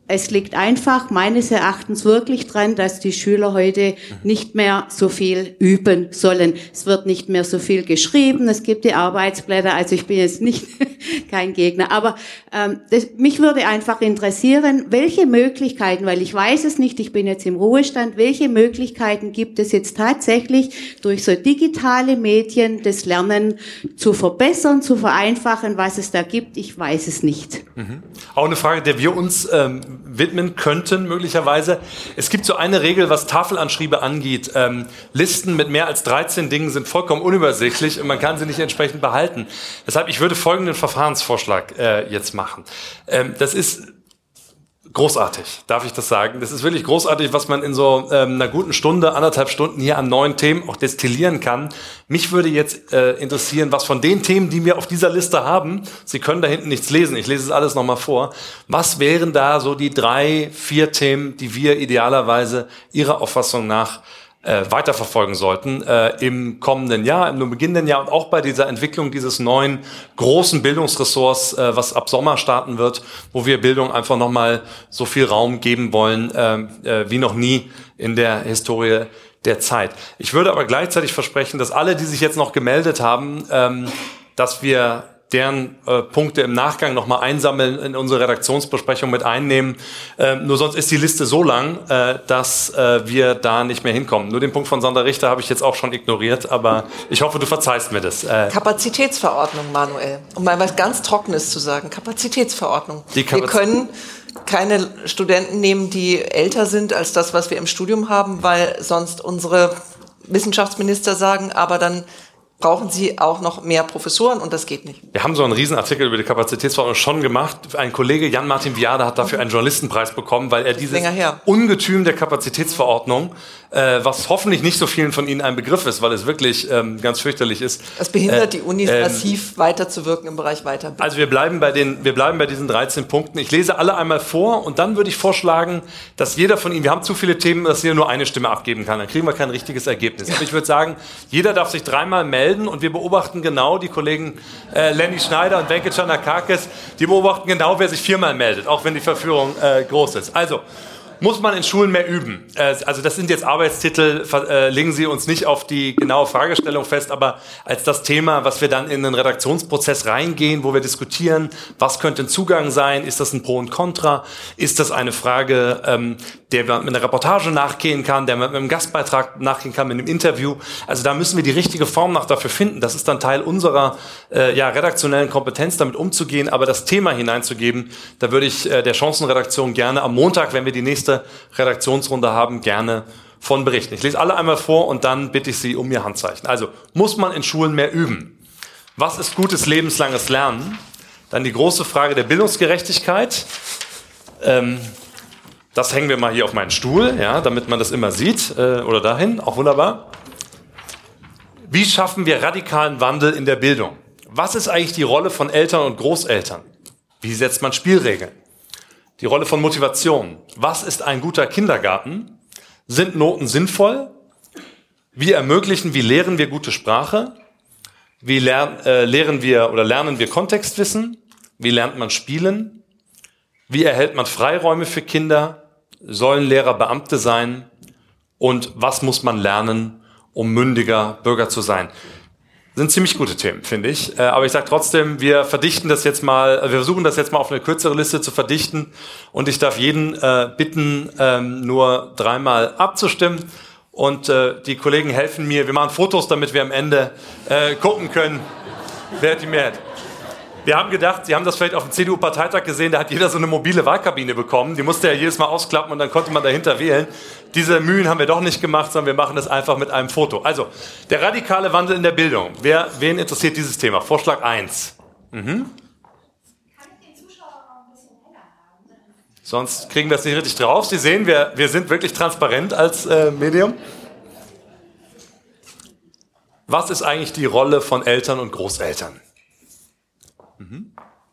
Es liegt einfach meines Erachtens wirklich dran, dass die Schüler heute nicht mehr so viel üben sollen. Es wird nicht mehr so viel geschrieben, es gibt die Arbeitsblätter, also ich bin jetzt nicht kein Gegner. Aber ähm, das, mich würde einfach interessieren, welche Möglichkeiten, weil ich weiß es nicht, ich bin jetzt im Ruhestand, welche Möglichkeiten gibt es jetzt tatsächlich durch so digitale Medien das Lernen zu verbessern, zu vereinfachen, was es da gibt, ich weiß es nicht. Mhm. Auch eine Frage, der wir uns ähm, widmen könnten, möglicherweise. Es gibt so eine Regel, was Tafelanschriebe angeht. Ähm, Listen mit mehr als dreizehn Dingen sind vollkommen unübersichtlich und man kann sie nicht entsprechend behalten. Deshalb, ich würde folgenden Verfahrensvorschlag äh, jetzt machen. Ähm, das ist großartig, darf ich das sagen? Das ist wirklich großartig, was man in so ähm, einer guten Stunde, anderthalb Stunden hier an neuen Themen auch destillieren kann. Mich würde jetzt äh, interessieren, was von den Themen, die wir auf dieser Liste haben, Sie können da hinten nichts lesen, ich lese es alles nochmal vor, was wären da so die drei, vier Themen, die wir idealerweise Ihrer Auffassung nach Äh, weiterverfolgen sollten äh, im kommenden Jahr, im beginnenden Jahr und auch bei dieser Entwicklung dieses neuen großen Bildungsressorts, äh, was ab Sommer starten wird, wo wir Bildung einfach nochmal so viel Raum geben wollen, äh, äh, wie noch nie in der Historie der Zeit. Ich würde aber gleichzeitig versprechen, dass alle, die sich jetzt noch gemeldet haben, ähm, dass wir deren äh, Punkte im Nachgang nochmal einsammeln, in unsere Redaktionsbesprechung mit einnehmen. Äh, nur sonst ist die Liste so lang, äh, dass äh, wir da nicht mehr hinkommen. Nur den Punkt von Sandra Richter habe ich jetzt auch schon ignoriert, aber ich hoffe, du verzeihst mir das. Äh, Kapazitätsverordnung, Manuel. Um mal was ganz Trockenes zu sagen. Kapazitätsverordnung. Die Kapaz- wir können keine Studenten nehmen, die älter sind als das, was wir im Studium haben, weil sonst unsere Wissenschaftsminister sagen, aber dann brauchen Sie auch noch mehr Professoren und das geht nicht. Wir haben so einen Riesenartikel über die Kapazitätsverordnung schon gemacht. Ein Kollege, Jan-Martin Viade, hat dafür einen Journalistenpreis bekommen, weil er dieses Ungetüm der Kapazitätsverordnung, äh, was hoffentlich nicht so vielen von Ihnen ein Begriff ist, weil es wirklich ähm, ganz fürchterlich ist. Das behindert äh, die Unis ähm, massiv weiterzuwirken im Bereich Weiterbildung. Also wir bleiben bei den, wir bleiben bei diesen dreizehn Punkten. Ich lese alle einmal vor und dann würde ich vorschlagen, dass jeder von Ihnen, wir haben zu viele Themen, dass jeder nur eine Stimme abgeben kann. Dann kriegen wir kein richtiges Ergebnis. Aber ich würde sagen, jeder darf sich dreimal melden. Und wir beobachten genau, die Kollegen äh, Lenny Schneider und Wenke Chanakakis, die beobachten genau, wer sich viermal meldet, auch wenn die Verführung äh, groß ist. Also, muss man in Schulen mehr üben? Äh, also das sind jetzt Arbeitstitel, äh, legen Sie uns nicht auf die genaue Fragestellung fest, aber als das Thema, was wir dann in den Redaktionsprozess reingehen, wo wir diskutieren, was könnte ein Zugang sein, ist das ein Pro und Contra, ist das eine Frage, ähm, der man mit einer Reportage nachgehen kann, der man mit einem Gastbeitrag nachgehen kann, mit einem Interview. Also da müssen wir die richtige Form nach dafür finden. Das ist dann Teil unserer äh, ja, redaktionellen Kompetenz, damit umzugehen, aber das Thema hineinzugeben, da würde ich äh, der Chancenredaktion gerne am Montag, wenn wir die nächste Redaktionsrunde haben, gerne von berichten. Ich lese alle einmal vor und dann bitte ich Sie um Ihr Handzeichen. Also, muss man in Schulen mehr üben? Was ist gutes lebenslanges Lernen? Dann die große Frage der Bildungsgerechtigkeit. Ähm, das hängen wir mal hier auf meinen Stuhl, ja, damit man das immer sieht. Äh, oder dahin, auch wunderbar. Wie schaffen wir radikalen Wandel in der Bildung? Was ist eigentlich die Rolle von Eltern und Großeltern? Wie setzt man Spielregeln? Die Rolle von Motivation. Was ist ein guter Kindergarten? Sind Noten sinnvoll? Wie ermöglichen, wie lehren wir gute Sprache? Wie lern, äh, lehren wir oder lernen wir Kontextwissen? Wie lernt man spielen? Wie erhält man Freiräume für Kinder? Sollen Lehrer Beamte sein? Und was muss man lernen, um mündiger Bürger zu sein? Sind ziemlich gute Themen, finde ich. Aber ich sage trotzdem, wir verdichten das jetzt mal, wir versuchen das jetzt mal auf eine kürzere Liste zu verdichten. Und ich darf jeden äh, bitten, ähm, nur dreimal abzustimmen. Und äh, die Kollegen helfen mir. Wir machen Fotos, damit wir am Ende äh, gucken können, wer hat die Mehrheit. Wir haben gedacht, Sie haben das vielleicht auf dem C D U-Parteitag gesehen, da hat jeder so eine mobile Wahlkabine bekommen. Die musste ja jedes Mal ausklappen und dann konnte man dahinter wählen. Diese Mühen haben wir doch nicht gemacht, sondern wir machen das einfach mit einem Foto. Also, der radikale Wandel in der Bildung. Wer, wen interessiert dieses Thema? Vorschlag eins. Mhm. Sonst kriegen wir es nicht richtig drauf. Sie sehen, wir, wir sind wirklich transparent als äh, Medium. Was ist eigentlich die Rolle von Eltern und Großeltern? Mhm.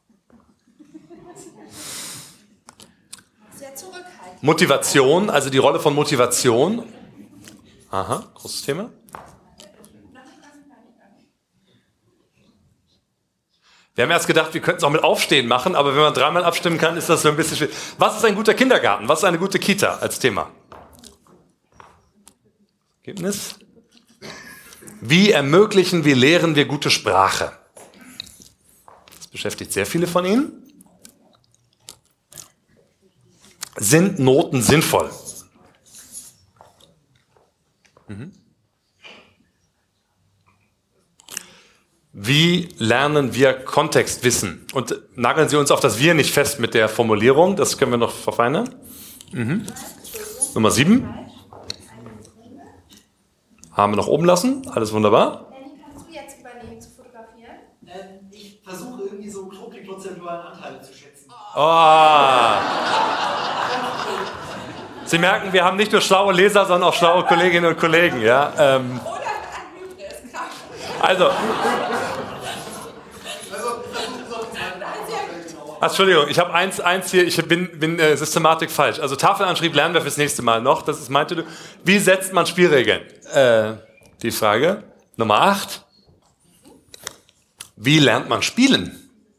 Sehr zurückhaltend. Motivation, also die Rolle von Motivation. Aha, großes Thema. Wir haben erst gedacht, wir könnten es auch mit Aufstehen machen, aber wenn man dreimal abstimmen kann, ist das so ein bisschen schwierig. Was ist ein guter Kindergarten? Was ist eine gute Kita als Thema? Ergebnis? Wie ermöglichen, wie lehren wir gute Sprache? Das beschäftigt sehr viele von Ihnen. Sind Noten sinnvoll? Mhm. Wie lernen wir Kontextwissen? Und nageln Sie uns auf das Wir nicht fest mit der Formulierung, das können wir noch verfeinern. Mhm. Nummer sieben. Haben wir noch oben lassen, alles wunderbar. Kannst du jetzt übernehmen zu fotografieren? Ähm, ich versuche irgendwie so grob die prozentualen Anteile zu schätzen. Oh. Sie merken, wir haben nicht nur schlaue Leser, sondern auch schlaue Kolleginnen und Kollegen. Ja? Ähm, also, Entschuldigung, ich habe eins, eins hier, ich bin, bin äh, Systematik falsch. Also Tafelanschrieb lernen wir fürs nächste Mal noch. Das ist meinte du. Wie setzt man Spielregeln? Äh, die Frage. Nummer acht. Wie lernt man spielen?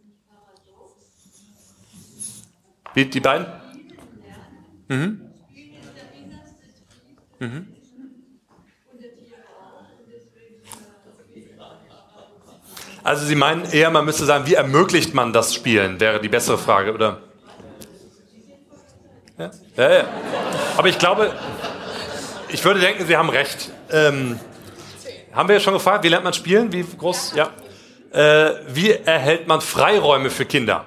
Wie die beiden? Mhm. Mhm. Also Sie meinen eher, man müsste sagen, wie ermöglicht man das Spielen, wäre die bessere Frage, oder? Ja, ja, ja. Aber ich glaube, ich würde denken, Sie haben recht. Ähm, haben wir ja schon gefragt, wie lernt man spielen? Wie groß? Ja. Äh, wie erhält man Freiräume für Kinder?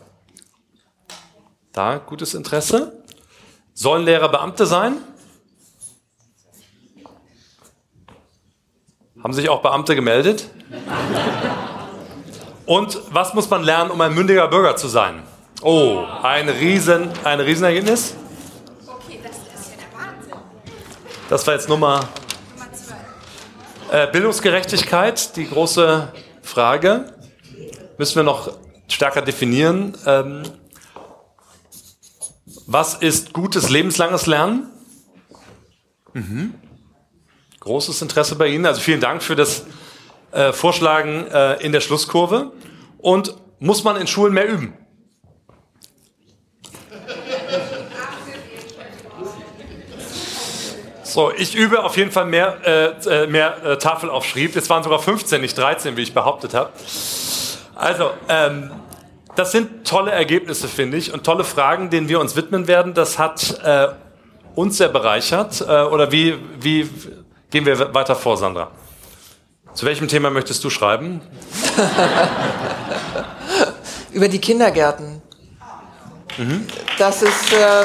Da gutes Interesse. Sollen Lehrer Beamte sein? Haben sich auch Beamte gemeldet? Und was muss man lernen, um ein mündiger Bürger zu sein? Oh, ein riesen, ein Riesenergebnis. Okay, das ist ja der Wahnsinn. Das war jetzt Nummer, Nummer zwei. äh, Bildungsgerechtigkeit, die große Frage. Müssen wir noch stärker definieren. Ähm, was ist gutes lebenslanges Lernen? Mhm. Großes Interesse bei Ihnen. Also vielen Dank für das äh, Vorschlagen äh, in der Schlusskurve. Und muss man in Schulen mehr üben? So, ich übe auf jeden Fall mehr, äh, mehr äh, Tafelaufschrieb. Es waren sogar fünfzehn, nicht dreizehn, wie ich behauptet habe. Also, ähm, das sind tolle Ergebnisse, finde ich, und tolle Fragen, denen wir uns widmen werden. Das hat äh, uns sehr bereichert. Äh, oder wie, wie gehen wir weiter vor, Sandra? Zu welchem Thema möchtest du schreiben? Über die Kindergärten. Mhm. Das ist ähm,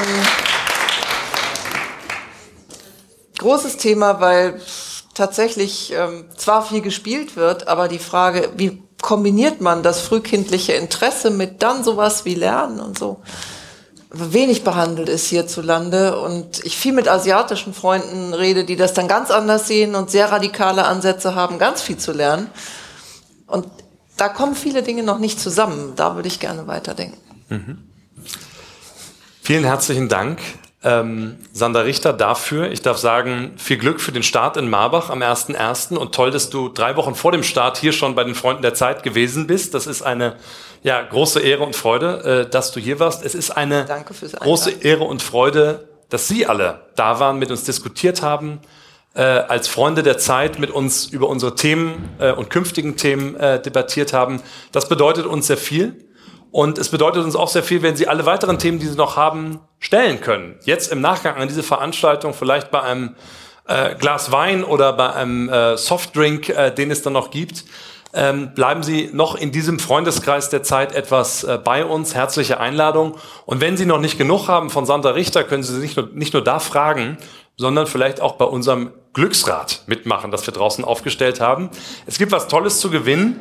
großes Thema, weil tatsächlich ähm, zwar viel gespielt wird, aber die Frage, wie kombiniert man das frühkindliche Interesse mit dann sowas wie Lernen und so, wenig behandelt ist hierzulande. Und ich viel mit asiatischen Freunden rede, die das dann ganz anders sehen und sehr radikale Ansätze haben, ganz viel zu lernen. Und da kommen viele Dinge noch nicht zusammen. Da würde ich gerne weiterdenken. Mhm. Vielen herzlichen Dank, ähm, Sandra Richter, dafür. Ich darf sagen, viel Glück für den Start in Marbach am ersten ersten und toll, dass du drei Wochen vor dem Start hier schon bei den Freunden der Zeit gewesen bist. Das ist eine ja, große Ehre und Freude, äh, dass du hier warst. Es ist eine große Ehre und Freude, dass Sie alle da waren, mit uns diskutiert haben, äh, als Freunde der Zeit mit uns über unsere Themen äh, und künftigen Themen äh, debattiert haben. Das bedeutet uns sehr viel. Und es bedeutet uns auch sehr viel, wenn Sie alle weiteren Themen, die Sie noch haben, stellen können. Jetzt im Nachgang an diese Veranstaltung, vielleicht bei einem äh, Glas Wein oder bei einem äh, Softdrink, äh, den es dann noch gibt, ähm, bleiben Sie noch in diesem Freundeskreis der Zeit etwas äh, bei uns. Herzliche Einladung. Und wenn Sie noch nicht genug haben von Sandra Richter, können Sie sich nicht nur, nicht nur da fragen, sondern vielleicht auch bei unserem Glücksrad mitmachen, das wir draußen aufgestellt haben. Es gibt was Tolles zu gewinnen.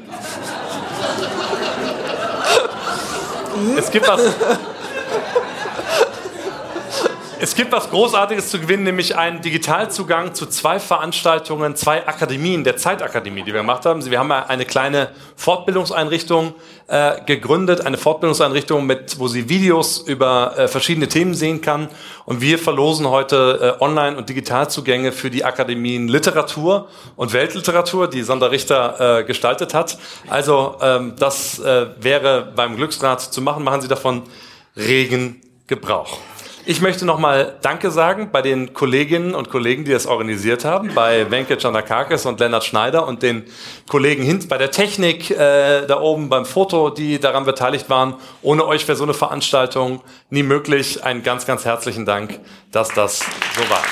Es gibt was. Es gibt was Großartiges zu gewinnen, nämlich einen Digitalzugang zu zwei Veranstaltungen, zwei Akademien der Zeitakademie, die wir gemacht haben. Wir haben eine kleine Fortbildungseinrichtung äh, gegründet, eine Fortbildungseinrichtung, mit, wo Sie Videos über äh, verschiedene Themen sehen kann. Und wir verlosen heute äh, Online- und Digitalzugänge für die Akademien Literatur und Weltliteratur, die Sandra Richter äh, gestaltet hat. Also ähm, das äh, wäre beim Glücksrad zu machen. Machen Sie davon regen Gebrauch. Ich möchte nochmal Danke sagen bei den Kolleginnen und Kollegen, die das organisiert haben, bei Wenke Chanakakis und Lennart Schneider und den Kollegen hinten bei der Technik, äh, da oben beim Foto, die daran beteiligt waren. Ohne euch wäre so eine Veranstaltung nie möglich. Einen ganz, ganz herzlichen Dank, dass das so war.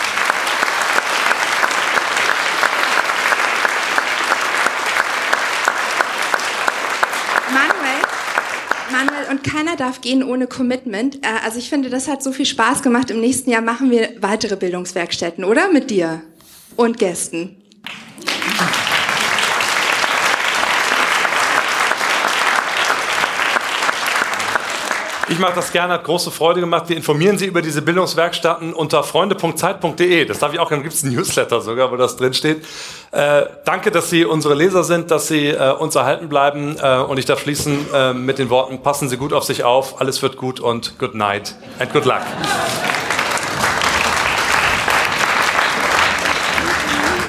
Und keiner darf gehen ohne Commitment. Also ich finde, das hat so viel Spaß gemacht. Im nächsten Jahr machen wir weitere Bildungswerkstätten, oder? Mit dir und Gästen. Ich mache das gerne, hat große Freude gemacht. Wir informieren Sie über diese Bildungswerkstätten unter freunde punkt zeit punkt de. Das darf ich auch, dann gibt es einen Newsletter sogar, wo das drin steht. Äh, danke, dass Sie unsere Leser sind, dass Sie äh, uns erhalten bleiben. Äh, und ich darf schließen äh, mit den Worten, passen Sie gut auf sich auf, alles wird gut und good night and good luck.